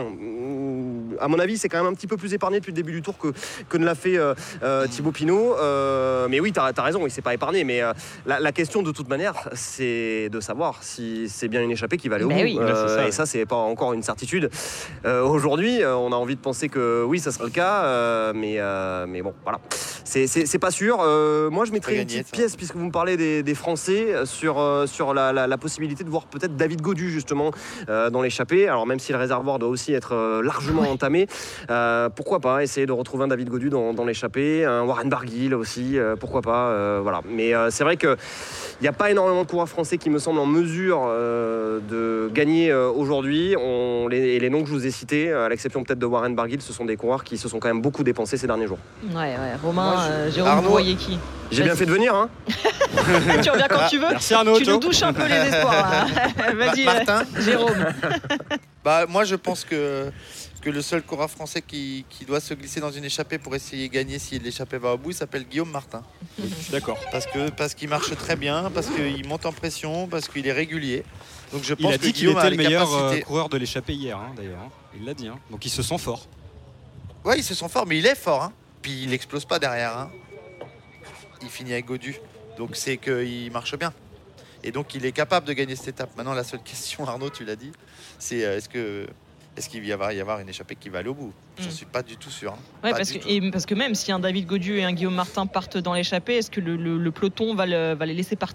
à mon avis, c'est quand même un petit peu plus épargné depuis le début du tour que ne l'a fait Thibaut Pinot. Mais oui, t'as raison, il s'est pas épargné. Mais la question, de toute manière, c'est de savoir si c'est bien une échappée qui va aller au bout. Oui. Et ça, c'est pas encore une certitude. Aujourd'hui, on a envie de penser que oui, ça sera le cas. Mais bon, voilà. C'est pas sûr. Moi, je mettrais une petite pièce, puisque vous me parlez des Français, sur la possibilité de voir peut-être David Gaudu, justement, dans l'échappée. Alors, même si le réservoir doit aussi être largement entamé, pourquoi pas essayer de retrouver un David Gaudu dans l'échappée, un Warren Barguil aussi, pourquoi pas, voilà. Mais c'est vrai qu'il n'y a pas énormément de coureurs français qui me semblent en mesure de gagner aujourd'hui. Les noms que je vous ai cités, à l'exception peut-être de Warren Barguil, ce sont des coureurs qui se sont quand même beaucoup dépensés ces derniers jours. Ouais. Romain, Jérôme, vous voyez qui ? J'ai bien fait de venir, Tu reviens quand tu veux. Merci Arnaud. Tu nous touches un peu les espoirs. Vas-y, Martin. Jérôme. Moi, je pense que le seul coureur français qui doit se glisser dans une échappée pour essayer de gagner si l'échappée va au bout, il s'appelle Guillaume Martin. Je suis d'accord. Parce qu'il marche très bien, parce qu'il monte en pression, parce qu'il est régulier. Donc je pense il a dit que qu'il était le meilleur capacités... coureur de l'échappée hier, d'ailleurs. Il l'a dit. Donc il se sent fort. Ouais, il se sent fort, mais il est fort. Puis il n'explose pas derrière. Il finit avec Gaudu. Donc c'est qu'il marche bien. Et donc il est capable de gagner cette étape. Maintenant, la seule question, Arnaud, tu l'as dit, c'est est-ce qu'il va y avoir une échappée qui va aller au bout ? J'en suis pas du tout sûr. Ouais, parce que même si un David Gaudu et un Guillaume Martin partent dans l'échappée, est-ce que le peloton va les laisser partir ?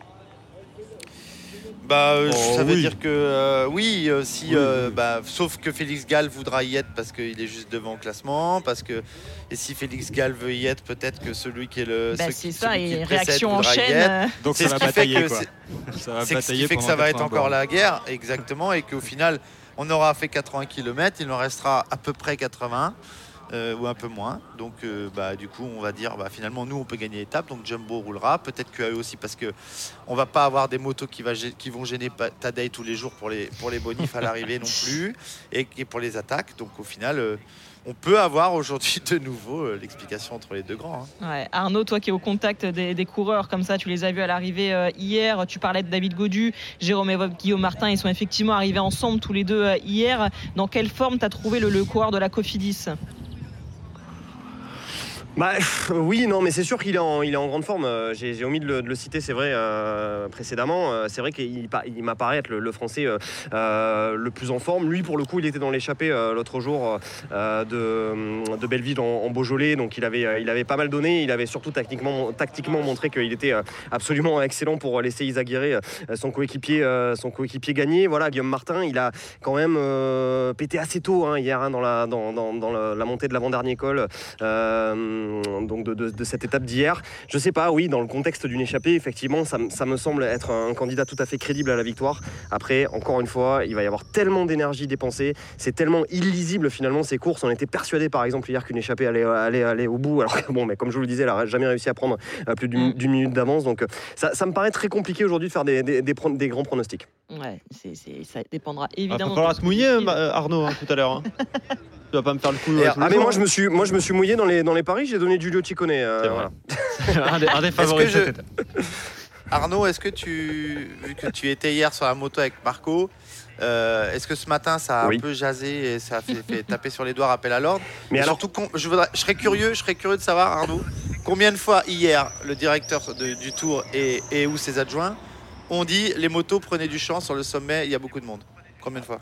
Ça veut dire que sauf que Félix Gall voudra y être parce qu'il est juste devant au classement, et si Félix Gall veut y être, peut-être que celui qui est c'est ça, et réaction en chaîne. Donc ça va batailler, quoi. C'est ce qui fait que ça va être encore la guerre, exactement, et qu'au final, on aura fait 80 km, il en restera à peu près 80. Ou un peu moins, donc du coup on va dire finalement nous on peut gagner l'étape, donc Jumbo roulera, peut-être que eux aussi, parce que on va pas avoir des motos qui vont gêner Tadej tous les jours pour les bonifs à l'arrivée non plus, et pour les attaques, donc au final on peut avoir aujourd'hui de nouveau l'explication entre les deux grands. Ouais. Arnaud, toi qui es au contact des coureurs comme ça, tu les as vus à l'arrivée hier, tu parlais de David Gaudu, Jérôme et Guillaume Martin, ils sont effectivement arrivés ensemble tous les deux hier. Dans quelle forme tu as trouvé le coureur de la Cofidis ? Oui, non, mais c'est sûr qu'il est en grande forme. J'ai omis de le citer, c'est vrai, précédemment. C'est vrai qu'il m'apparaît être le Français le plus en forme. Lui, pour le coup, il était dans l'échappée l'autre jour de Belleville en Beaujolais, donc il avait pas mal donné. Il avait surtout tactiquement montré qu'il était absolument excellent pour laisser Isa Guiré, son coéquipier gagner. Voilà, Guillaume Martin, il a quand même pété assez tôt hier dans la montée de l'avant-dernier col. Donc de cette étape d'hier. Je sais pas, oui, dans le contexte d'une échappée, effectivement, ça me semble être un candidat tout à fait crédible à la victoire. Après, encore une fois, il va y avoir tellement d'énergie dépensée, c'est tellement illisible finalement ces courses. On était persuadé par exemple hier qu'une échappée allait au bout, alors que bon, mais comme je vous le disais, elle n'a jamais réussi à prendre plus d'une minute d'avance. Donc ça me paraît très compliqué aujourd'hui de faire des grands pronostics. Ouais, ça dépendra évidemment. Il va falloir se mouiller, Arnaud, tout à l'heure. Tu vas pas me faire le coup. Mais moi je me suis mouillé dans les paris, j'ai donné Giulio Ciccone. Voilà. un des favoris de cette étape. Arnaud, est-ce que vu que tu étais hier sur la moto avec Marco, est-ce que ce matin ça a un peu jasé et ça a fait taper sur les doigts, rappel à l'ordre? Mais alors, surtout, je serais curieux de savoir, Arnaud, combien de fois hier le directeur du Tour et ou ses adjoints ont dit les motos prenaient du champ sur le sommet, il y a beaucoup de monde? Combien de fois?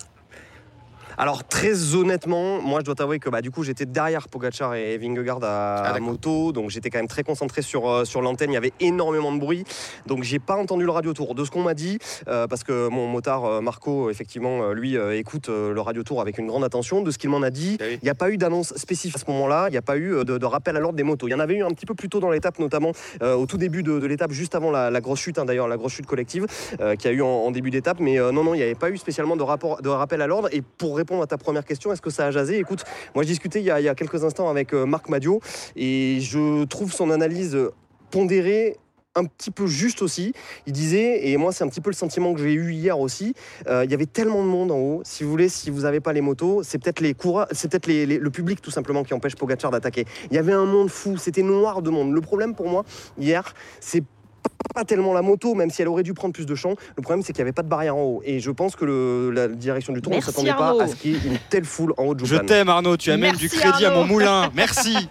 Alors très honnêtement, moi je dois t'avouer que du coup j'étais derrière Pogacar et Vingegaard à moto, donc j'étais quand même très concentré sur l'antenne, il y avait énormément de bruit, donc j'ai pas entendu le radio-tour. De ce qu'on m'a dit, parce que mon motard Marco, effectivement, lui écoute le radio-tour avec une grande attention, de ce qu'il m'en a dit, il n'y a pas eu d'annonce spécifique à ce moment-là, il n'y a pas eu de rappel à l'ordre des motos. Il y en avait eu un petit peu plus tôt dans l'étape, notamment au tout début de l'étape, juste avant la grosse chute, d'ailleurs, la grosse chute collective qu'il y a eu en début d'étape, mais non, il n'y avait pas eu spécialement de rappel à l'ordre. Et pour répondre à ta première question, est-ce que ça a jasé? Écoute, moi je discutais il y a quelques instants avec Marc Madiot et je trouve son analyse pondérée un petit peu juste aussi. Il disait, et moi c'est un petit peu le sentiment que j'ai eu hier aussi, il y avait tellement de monde en haut, si vous voulez, si vous n'avez pas les motos, c'est peut-être les coureurs, c'est peut-être le public tout simplement qui empêche Pogacar d'attaquer. Il y avait un monde fou, c'était noir de monde. Le problème pour moi hier, c'est pas tellement la moto, même si elle aurait dû prendre plus de champ. Le problème, c'est qu'il n'y avait pas de barrière en haut. Et je pense que la direction du Tour ne s'attendait pas à ce qu'il y ait une telle foule en haut de Jouplan. Je t'aime, Arnaud. Tu amènes du crédit à mon moulin. Merci.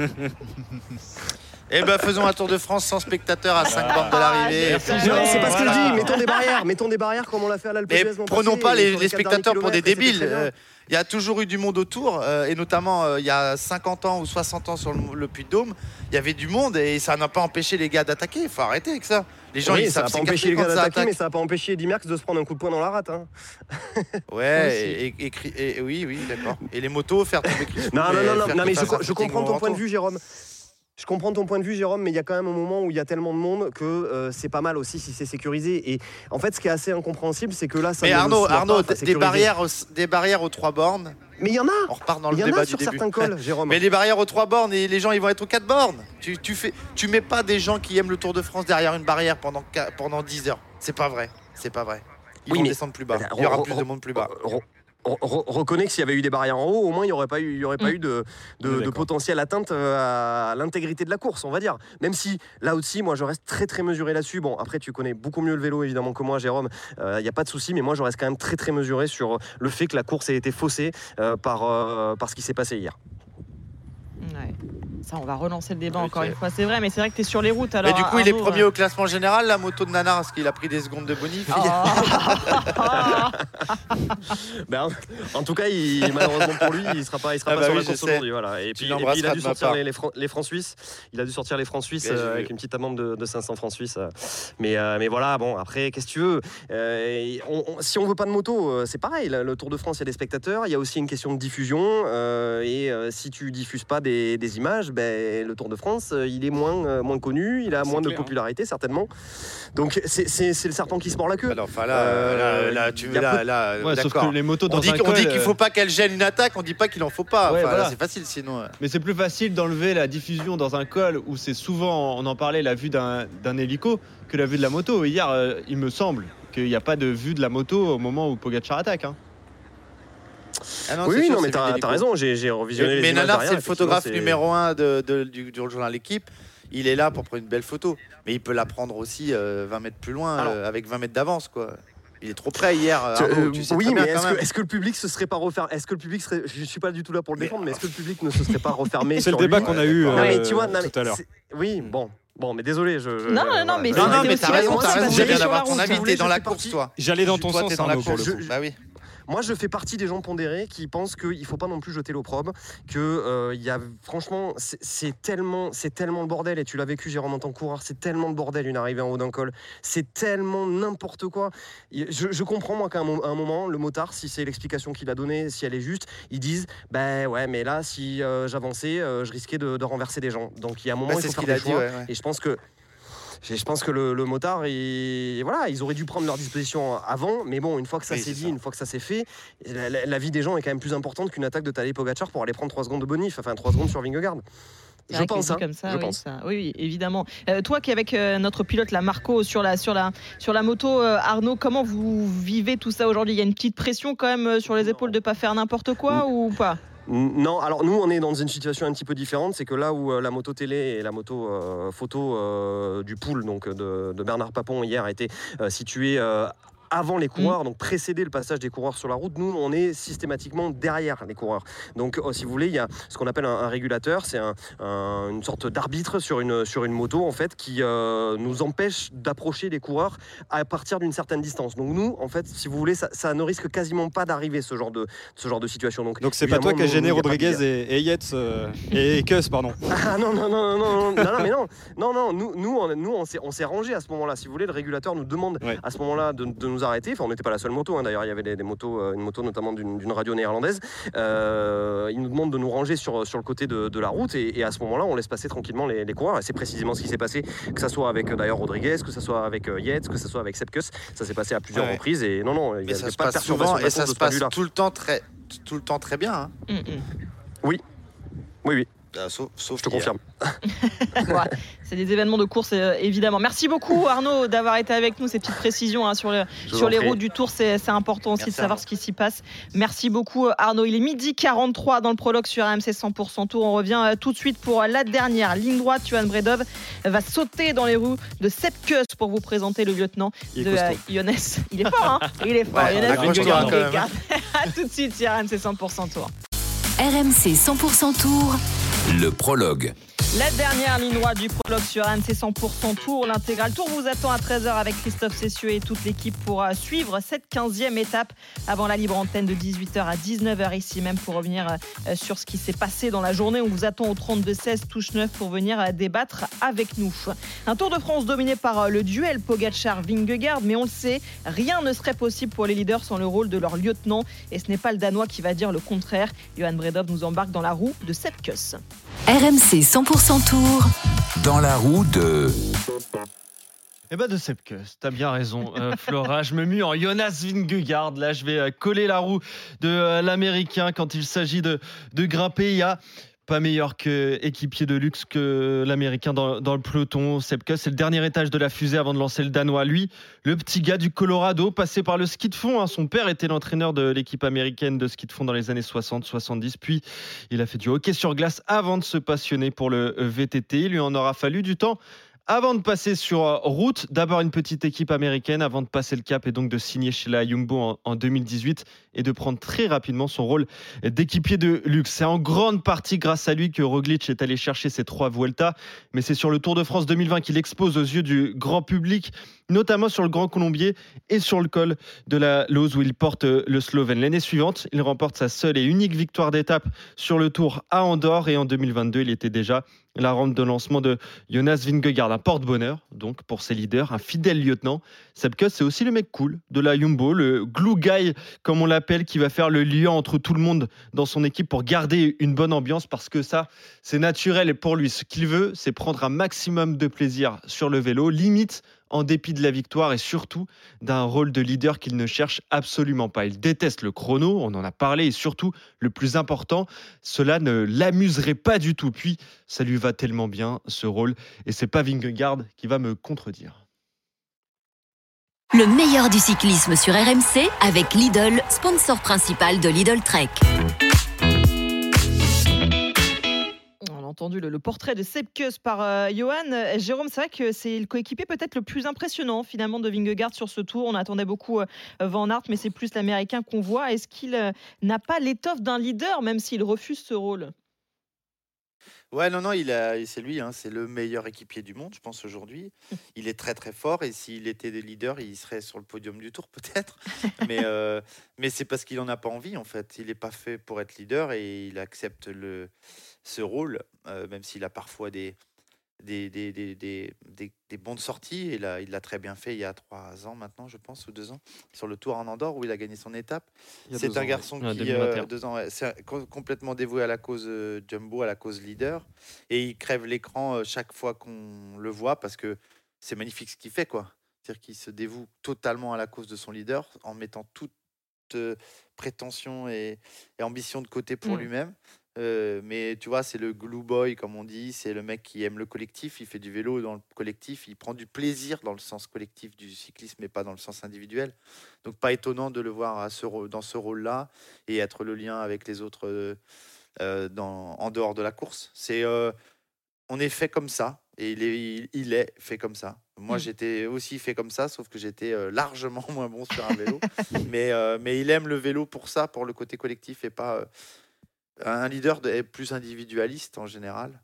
Eh ben faisons un Tour de France sans spectateurs à 5 bornes de l'arrivée. Non, c'est pas ce que je dis. Mettons des barrières comme on l'a fait à l'Alpe d'Huez. Mais prenons pas les spectateurs pour des débiles. Il y a toujours eu du monde autour, et notamment il y a 50 ans ou 60 ans sur le Puy-de-Dôme, il y avait du monde et ça n'a pas empêché les gars d'attaquer. Il faut arrêter avec ça. Les gens, ça n'a pas empêché les gars d'attaquer, mais ça n'a pas empêché Eddy Merckx de se prendre un coup de poing dans la rate. Ouais, oui, d'accord. Et les motos, faire tomber Chris. Non, mais je comprends ton point de vue, Jérôme. Je comprends ton point de vue, Jérôme, mais il y a quand même un moment où il y a tellement de monde que c'est pas mal aussi si c'est sécurisé. Et en fait, ce qui est assez incompréhensible, c'est que là, ça. Mais Arnaud, des barrières aux 3 bornes. Mais il y en a. On repart dans le débat du début. Certains cols, Jérôme. Mais les barrières aux 3 bornes, et les gens, ils vont être aux 4 bornes. Tu mets pas des gens qui aiment le Tour de France derrière une barrière pendant 10 heures. C'est pas vrai. Ils vont descendre plus bas. Il y aura plus de monde plus bas. Reconnais que s'il y avait eu des barrières en haut, au moins il n'y aurait pas eu de potentielle atteinte à l'intégrité de la course, on va dire. Même si là aussi, moi je reste très très mesuré là-dessus. Bon, après tu connais beaucoup mieux le vélo évidemment que moi, Jérôme. Il n'y a pas de souci, mais moi je reste quand même très très mesuré sur le fait que la course ait été faussée par ce qui s'est passé hier. Ouais. Ça, on va relancer le débat encore une fois. C'est vrai, mais c'est vrai que tu es sur les routes. Alors, mais du coup, il est premier au classement général, la moto de Nana, parce qu'il a pris des secondes de bonif. En tout cas, malheureusement pour lui, il sera pas sur la course aujourd'hui. Voilà. Et puis il a dû sortir les francs suisses. Il a dû sortir les francs suisses avec une petite amende de 500 francs suisses. Mais voilà, bon, après, qu'est-ce que tu veux si on veut pas de moto, c'est pareil. Le Tour de France, il y a des spectateurs. Il y a aussi une question de diffusion. Et si tu diffuses pas des images, le Tour de France, il est moins connu, il a moins de popularité certainement. Donc c'est le serpent qui se mord la queue. Enfin là, sauf que les motos on dit qu'il faut pas qu'elles gênent une attaque, on dit pas qu'il en faut pas. Là, c'est facile sinon. Mais c'est plus facile d'enlever la diffusion dans un col où c'est souvent, on en parlait, la vue d'un hélico que la vue de la moto. Hier, il me semble qu'il n'y a pas de vue de la moto au moment où Pogacar attaque. Oui, mais t'as raison, j'ai revisionné les images. Mais Nana, c'est le photographe numéro 1 du journal L'Équipe. Il est là pour prendre une belle photo. Mais il peut la prendre aussi 20 mètres plus loin, avec 20 mètres d'avance, quoi. Il est trop près hier. Arnaud, tu sais oui, très bien, mais quand même. est-ce que le public se serait pas refermé? Est-ce que le public serait... Je suis pas du tout là pour le défendre, mais est-ce que le public ne se serait pas refermé? C'est le débat qu'on a eu tout à l'heure. Oui, bon, mais désolé. Non, mais t'as raison. J'ai bien d'avoir ton avis. T'es dans la course, toi. J'allais dans ton sens. Bah oui. Moi, je fais partie des gens pondérés qui pensent qu'il ne faut pas non plus jeter l'opprobre, que franchement, c'est tellement le bordel, et tu l'as vécu, Jérôme, en tant que coureur, c'est tellement le bordel, une arrivée en haut d'un col, c'est tellement n'importe quoi. Je comprends, moi, qu'à un moment, le motard, si c'est l'explication qu'il a donnée, si elle est juste, ils disent, ouais, mais là, si j'avançais, je risquais de renverser des gens. Donc, il y a un moment, il faut faire des choix, et je pense que le motard, ils auraient dû prendre leur disposition avant, mais bon, une fois que ça s'est dit, une fois que ça s'est fait, la vie des gens est quand même plus importante qu'une attaque de Tadej Pogačar pour aller prendre 3 secondes de bonif, enfin 3 secondes sur Vingegaard. Je pense, comme ça, je pense. Oui, évidemment. Toi qui es avec notre pilote, la Marco, sur la moto, Arnaud, comment vous vivez tout ça aujourd'hui? Il y a une petite pression quand même sur les épaules de ne pas faire n'importe quoi ou pas? Non, alors nous on est dans une situation un petit peu différente, c'est que là où la moto télé et la moto photo du pool donc de Bernard Papon hier a été située avant les coureurs, donc précéder le passage des coureurs sur la route, nous on est systématiquement derrière les coureurs. Donc si vous voulez, il y a ce qu'on appelle un régulateur, c'est une sorte d'arbitre sur une moto en fait qui nous empêche d'approcher les coureurs à partir d'une certaine distance. Donc nous en fait, si vous voulez, ça ne risque quasiment pas d'arriver ce genre de situation. Donc c'est pas toi qui as gêné Rodriguez et Yates et Kuss, pardon. Ah non, nous on s'est rangé à ce moment-là. Si vous voulez, le régulateur nous demande à ce moment-là de nous arrêter. Enfin, on n'était pas la seule moto, d'ailleurs il y avait des motos, une moto notamment d'une radio néerlandaise. Il nous demande de nous ranger sur le côté de la route, et à ce moment-là on laisse passer tranquillement les coureurs, et c'est précisément ce qui s'est passé, que ça soit avec d'ailleurs Rodriguez, que ça soit avec Yates, que ça soit avec Sepp Kuss. Ça s'est passé à plusieurs reprises, et non, il n'y a pas de perturbation souvent, et ça se passe tout le temps très bien, hein. Oui. Sauf je te confirme. C'est des événements de course évidemment. Merci beaucoup Arnaud d'avoir été avec nous, ces petites précisions sur les routes du Tour, c'est important aussi. Merci de savoir ce qui s'y passe. Merci beaucoup Arnaud. Il est 12h43 dans le prologue sur RMC 100% Tour. On revient tout de suite pour la dernière ligne droite. Johan Bredov va sauter dans les roues de Sepp Kuss pour vous présenter le lieutenant de Jonas. Il est fort, hein. Il est fort. Jonas Vingegaard. À tout de suite sur RMC 100% Tour. RMC 100% Tour. Le prologue. La dernière ligne droite du prologue sur RMC 100% Tour. L'intégral Tour vous attend à 13h avec Christophe Cessieux et toute l'équipe pour suivre cette 15e étape avant la libre antenne de 18h à 19h ici même pour revenir sur ce qui s'est passé dans la journée. On vous attend au 32-16 touche 9 pour venir débattre avec nous. Un Tour de France dominé par le duel Pogačar-Vingegaard, mais on le sait, rien ne serait possible pour les leaders sans le rôle de leur lieutenant, et ce n'est pas le Danois qui va dire le contraire. Johan Bredov nous embarque dans la roue de Sepp Kuss. RMC 100% Tour. Dans la roue de... de Sepp Kuss, t'as bien raison, Flora. Je me mue en Jonas Vingegaard. Là, je vais coller la roue de l'Américain quand il s'agit de grimper. Il y a pas meilleur équipier de luxe que l'Américain dans le peloton. Sepp Kuss, c'est le dernier étage de la fusée avant de lancer le Danois. Lui, le petit gars du Colorado, passé par le ski de fond. Son père était l'entraîneur de l'équipe américaine de ski de fond dans les années 60-70. Puis, il a fait du hockey sur glace avant de se passionner pour le VTT. Il lui en aura fallu du temps avant de passer sur route. D'abord une petite équipe américaine avant de passer le cap et donc de signer chez la Jumbo en 2018 et de prendre très rapidement son rôle d'équipier de luxe. C'est en grande partie grâce à lui que Roglic est allé chercher ses 3 Vuelta, mais c'est sur le Tour de France 2020 qu'il expose aux yeux du grand public, notamment sur le Grand Colombier et sur le col de la Lose où il porte le Slovène. L'année suivante, il remporte sa seule et unique victoire d'étape sur le Tour à Andorre, et en 2022, il était déjà la rampe de lancement de Jonas Vingegaard, un porte-bonheur donc pour ses leaders, un fidèle lieutenant. Sepp Kuss, c'est aussi le mec cool de la Jumbo, le glue guy comme on l'appelle, qui va faire le lien entre tout le monde dans son équipe pour garder une bonne ambiance, parce que ça, c'est naturel pour lui. Ce qu'il veut, c'est prendre un maximum de plaisir sur le vélo, limite en dépit de la victoire, et surtout d'un rôle de leader qu'il ne cherche absolument pas. Il déteste le chrono, on en a parlé, et surtout, le plus important, cela ne l'amuserait pas du tout. Puis, ça lui va tellement bien, ce rôle, et c'est pas Vingegaard qui va me contredire. Le meilleur du cyclisme sur RMC avec Lidl, sponsor principal de Lidl Trek. entendu le portrait de Sepp Kuss par Johan. Jérôme, c'est vrai que c'est le coéquipier peut-être le plus impressionnant finalement de Vingegaard sur ce tour. On attendait beaucoup Van Aert, mais c'est plus l'Américain qu'on voit. Est-ce qu'il n'a pas l'étoffe d'un leader, même s'il refuse ce rôle ? Ouais, non, c'est lui, hein, c'est le meilleur équipier du monde, je pense, aujourd'hui. Il est très, très fort et s'il était des leaders, il serait sur le podium du Tour, peut-être. Mais c'est parce qu'il n'en a pas envie, en fait. Il n'est pas fait pour être leader et il accepte ce rôle, même s'il a parfois des bonnes sorties. Et là, il l'a très bien fait il y a 3 ans maintenant, je pense, ou 2 ans, sur le Tour en Andorre où il a gagné son étape. C'est un garçon qui, 2 ans, c'est complètement dévoué à la cause Jumbo, à la cause leader. Et il crève l'écran chaque fois qu'on le voit parce que c'est magnifique ce qu'il fait, quoi. C'est-à-dire qu'il se dévoue totalement à la cause de son leader en mettant toute prétention et ambition de côté pour lui-même. Mais tu vois, c'est le glue boy, comme on dit, c'est le mec qui aime le collectif, il fait du vélo dans le collectif, il prend du plaisir dans le sens collectif du cyclisme et pas dans le sens individuel. Donc pas étonnant de le voir dans ce rôle-là et être le lien avec les autres en dehors de la course. On est fait comme ça et il est fait comme ça. Moi, j'étais aussi fait comme ça, sauf que j'étais largement moins bon sur un vélo. mais il aime le vélo pour ça, pour le côté collectif et pas... un leader est plus individualiste en général.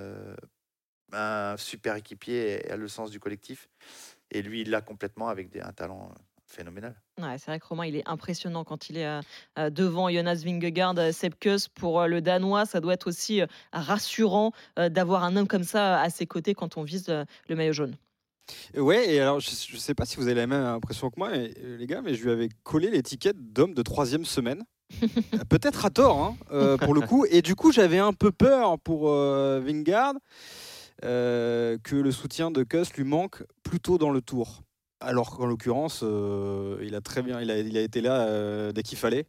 Un super équipier a le sens du collectif. Et lui, il l'a complètement avec un talent phénoménal. Ouais, c'est vrai que Romain, il est impressionnant quand il est devant Jonas Vingegaard, Sepp Kuss. Pour le Danois, ça doit être aussi rassurant d'avoir un homme comme ça à ses côtés quand on vise le maillot jaune. Ouais, et alors je sais pas si vous avez la même impression que moi, les gars, mais je lui avais collé l'étiquette d'homme de 3e semaine. Peut-être à tort, hein, pour le coup. Et du coup, j'avais un peu peur pour Vingegaard que le soutien de Kuss lui manque plus tôt dans le Tour. Alors qu'en l'occurrence, il a été là dès qu'il fallait.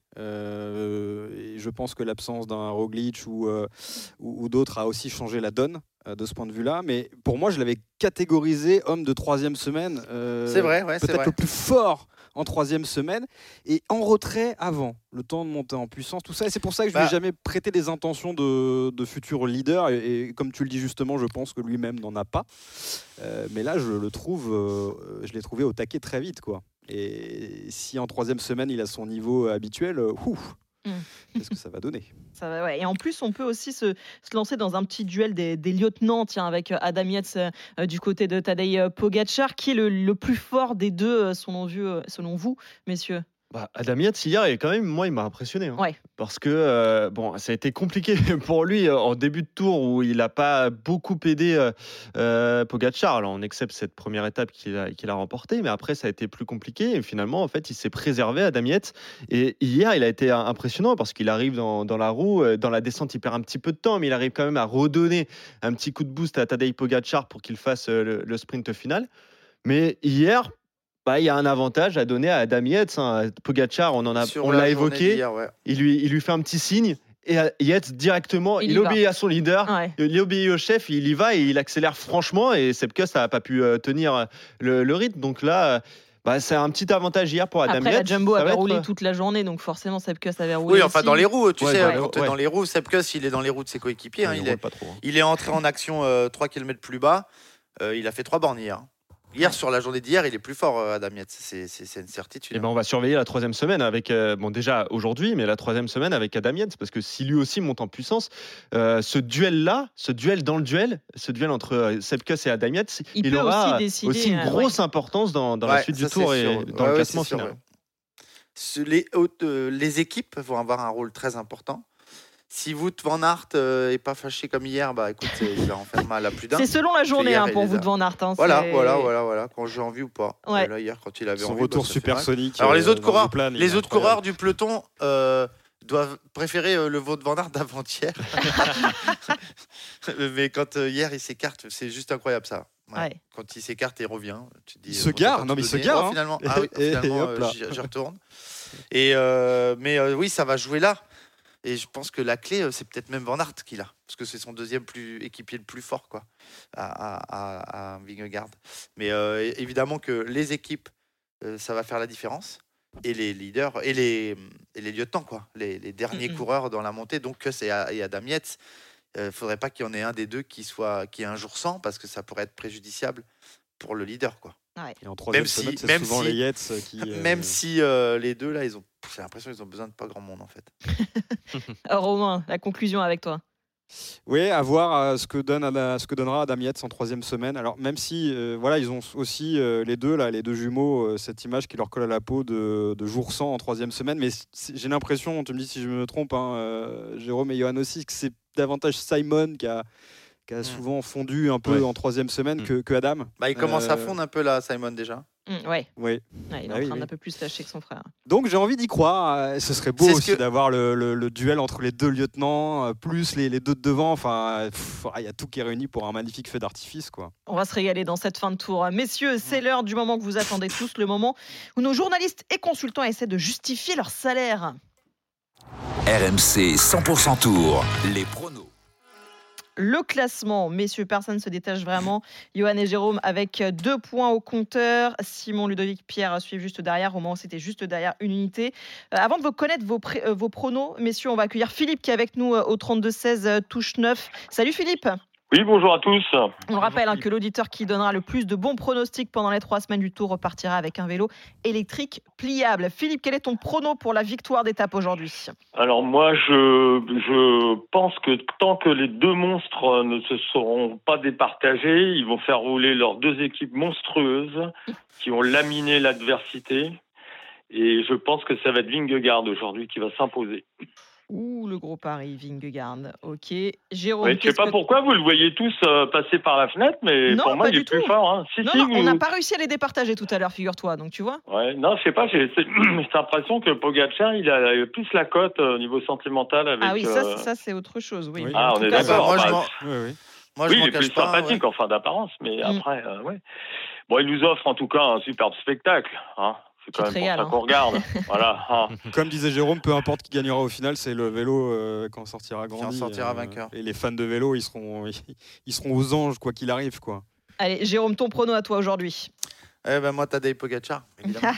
Et je pense que l'absence d'un Roglic ou d'autres a aussi changé la donne de ce point de vue-là. Mais pour moi, je l'avais catégorisé homme de 3e semaine. C'est vrai, ouais, peut-être le plus fort en 3e semaine et en retrait avant, le temps de monter en puissance, tout ça. Et c'est pour ça que je lui ai jamais prêté des intentions de futur leader. Et comme tu le dis justement, je pense que lui-même n'en a pas. Mais là, je l'ai trouvé au taquet très vite, quoi. Et si en 3e semaine, il a son niveau habituel, qu'est-ce que ça va donner ? Ça va, ouais. Et en plus, on peut aussi se lancer dans un petit duel des lieutenants, avec Adam Yates du côté de Tadej Pogačar, qui est le plus fort des deux, selon vous, messieurs. Adam Yates, hier, il m'a impressionné. Ouais. Parce que ça a été compliqué pour lui en début de tour où il n'a pas beaucoup aidé Pogačar. Alors, on accepte cette première étape qu'il a remportée, mais après, ça a été plus compliqué. Et finalement, en fait, il s'est préservé, Adam Yates. Et hier, il a été impressionnant parce qu'il arrive dans la roue. Dans la descente, il perd un petit peu de temps, mais il arrive quand même à redonner un petit coup de boost à Tadej Pogačar pour qu'il fasse le sprint final. Mais hier, il y a un avantage à donner à Adam Yates. Pogačar, on l'a évoqué. D'hier, ouais. Il lui fait un petit signe. Et Yates, directement, il obéit à son leader. Ouais. Il obéit au chef. Il y va et il accélère franchement. Et Sepp Kuss n'a pas pu tenir le rythme. Donc là, c'est un petit avantage hier pour Adam Yates. Après, la Jumbo avait roulé toute la journée. Donc forcément, Sepp Kuss avait roulé. Oui, enfin, aussi. dans les roues. Tu sais, quand tu es dans les roues, Sepp Kuss, il est dans les roues de ses coéquipiers. Il est entré en action 3 km plus bas. Il a fait 3 bornes hier. Hier, sur la journée d'hier, il est plus fort, Adam Yates. C'est une certitude. Et on va surveiller la 3e semaine avec, déjà aujourd'hui, mais la 3e semaine avec Adam Yates, parce que si lui aussi monte en puissance, ce duel dans le duel, ce duel entre Sepp Kuss et Adam Yates, il aura aussi une grosse importance dans la suite du Tour et dans le classement final. Les équipes vont avoir un rôle très important. Si Wout van Aert est pas fâché comme hier, écoute, il va en faire mal à plus d'un. C'est selon la journée pour Wout van Aert. Voilà, quand j'ai envie ou pas. Ouais. Là, hier, quand il avait son envie. Retour supersonique. Alors les autres coureurs du peloton doivent préférer le Wout van Aert d'avant-hier. Mais quand hier il s'écarte, c'est juste incroyable ça. Ouais. Quand il s'écarte et revient, tu te dis. Il se gare, non mais il se gare. Finalement, j'y retourne. Mais oui, ça va jouer là. Et je pense que la clé, c'est peut-être même Van Aert qu'il a. Parce que c'est son deuxième équipier le plus fort à Vingegaard. Mais évidemment que les équipes, ça va faire la différence. Et les leaders, et les lieutenants, les derniers coureurs dans la montée. Donc Kuss et Adam Yates, faudrait pas qu'il y en ait un des deux qui ait un jour sans, parce que ça pourrait être préjudiciable pour le leader, quoi. Ouais. Et en troisième semaine, c'est souvent les Yates qui... Même si les deux, là, j'ai l'impression qu'ils ont besoin de pas grand monde, en fait. Romain, la conclusion avec toi. Oui, à voir ce que donnera Adam Yates en troisième semaine. Alors même si ils ont aussi les deux jumeaux, cette image qui leur colle à la peau de jour sans en troisième semaine. Mais j'ai l'impression, tu me dis si je me trompe, Jérôme et Johan aussi, que c'est davantage Simon qui a souvent fondu un peu en troisième semaine que Adam. Il commence à fondre un peu là, Simon, déjà. Ouais. Oui. Il est en train d'un peu plus lâcher que son frère. Donc j'ai envie d'y croire. Ce serait beau aussi d'avoir le duel entre les deux lieutenants, plus les deux de devant. Enfin, il y a tout qui est réuni pour un magnifique feu d'artifice, quoi. On va se régaler dans cette fin de tour. Messieurs, c'est l'heure du moment que vous attendez tous, le moment où nos journalistes et consultants essaient de justifier leur salaire. RMC 100% Tour, les pronos. Le classement, messieurs, personne ne se détache vraiment. Johan et Jérôme avec 2 points au compteur. Simon, Ludovic, Pierre suivent juste derrière. Romain, c'était juste derrière, une unité. Avant de vous connaître vos pronos, messieurs, on va accueillir Philippe qui est avec nous au 32-16, touche 9. Salut Philippe. Oui, bonjour à tous. On rappelle que l'auditeur qui donnera le plus de bons pronostics pendant les 3 semaines du Tour repartira avec un vélo électrique pliable. Philippe, quel est ton prono pour la victoire d'étape aujourd'hui ? Alors moi, je pense que tant que les deux monstres ne se seront pas départagés, ils vont faire rouler leurs 2 équipes monstrueuses qui ont laminé l'adversité. Et je pense que ça va être Vingegaard aujourd'hui qui va s'imposer. Ouh, le gros pari, Vingegaard. Ok. Jérôme. Je ne sais pas pourquoi vous le voyez tous passer par la fenêtre, mais non, pour moi, il est plus fort. Hein. On n'a pas réussi à les départager tout à l'heure, figure-toi. Donc, tu vois. Ouais, non, je sais pas. J'ai l'impression que Pogacar, il a plus la cote au niveau sentimental. Avec, ah oui, ça c'est autre chose. Oui. Ah, on est d'accord. Moi, il est plus sympathique en fin d'apparence, mais après, ouais. Bon, il nous offre en tout cas un superbe spectacle. Hein. C'est quand même pour ça qu'on regarde. Voilà. Comme disait Jérôme, peu importe qui gagnera au final, c'est le vélo quand on sortira grandi. Qui en sortira vainqueur. Et les fans de vélo, ils seront aux anges quoi qu'il arrive, quoi. Allez, Jérôme, ton prono à toi aujourd'hui. Moi, Tadej Pogacar, évidemment.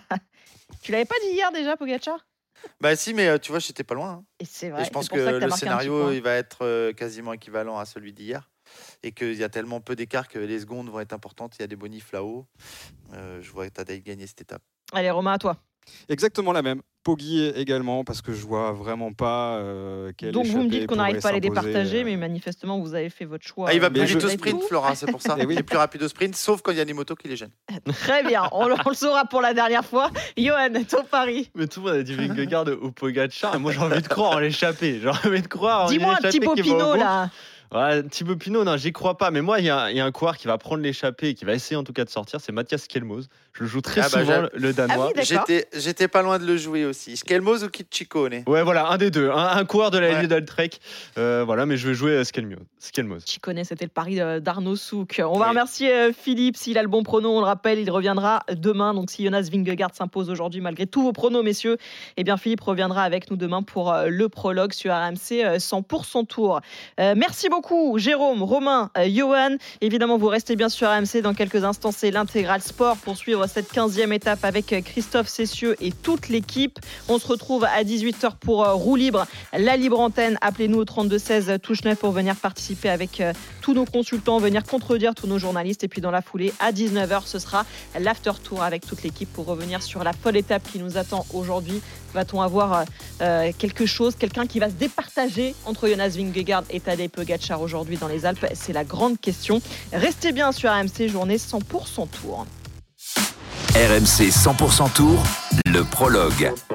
Tu l'avais pas dit hier déjà, Pogacar ? Si, mais tu vois, j'étais pas loin. Hein. Et c'est vrai. Et je pense que le scénario, il va être quasiment équivalent à celui d'hier. Et qu'il y a tellement peu d'écart que les secondes vont être importantes. Il y a des bonifs là-haut. Je vois Tadej gagner cette étape. Allez, Romain, à toi. Exactement la même. Poggi également, parce que je vois vraiment pas quel Donc vous me dites qu'on n'arrive pas à les s'imposer, départager, mais manifestement vous avez fait votre choix. Il va plus vite au sprint, Flora, c'est pour ça. Il est plus rapide au sprint, sauf quand il y a des motos qui les gênent. Très bien, on le saura pour la dernière fois. Johan, ton pari. Mais tout le monde a dit Vingegaard ou Pogacar, et moi j'ai envie de croire en l'échappée. J'ai envie de croire en Dis-moi un Thibaut Pinot là. Ouais, Thibaut Pinot, non, j'y crois pas. Mais moi, il y a un coureur qui va prendre l'échappée et qui va essayer en tout cas de sortir. C'est Mathias Skelmose. Je le joue très souvent, le Danois. Ah oui, j'étais pas loin de le jouer aussi. Skelmose ou Kitchikone. Ouais, voilà, un des deux. Un coureur de la LG d'Altrek. Voilà, mais je vais jouer Skelmose. Kitchikone, c'était le pari d'Arnaud Souk. On va remercier Philippe. S'il a le bon prono, on le rappelle, il reviendra demain. Donc si Jonas Vingegaard s'impose aujourd'hui, malgré tous vos pronos, messieurs, eh bien Philippe reviendra avec nous demain pour le prologue sur RMC 100% Tour. Merci beaucoup, Jérôme, Romain, Johan. Évidemment, vous restez bien sur RMC. Dans quelques instants, c'est l'intégral sport pour suivre cette 15e étape avec Christophe Cessieux et toute l'équipe. On se retrouve à 18h pour Roue Libre, la libre antenne. Appelez-nous au 32-16 touche 9 pour venir participer avec tous nos consultants, venir contredire tous nos journalistes. Et puis dans la foulée, à 19h, ce sera l'after tour avec toute l'équipe pour revenir sur la folle étape qui nous attend aujourd'hui. Va-t-on avoir quelque chose, quelqu'un qui va se départager entre Jonas Vingegaard et Tadej Pogacar aujourd'hui dans les Alpes? C'est la grande question. Restez bien sur RMC, journée 100% Tour. RMC 100% Tour, le prologue.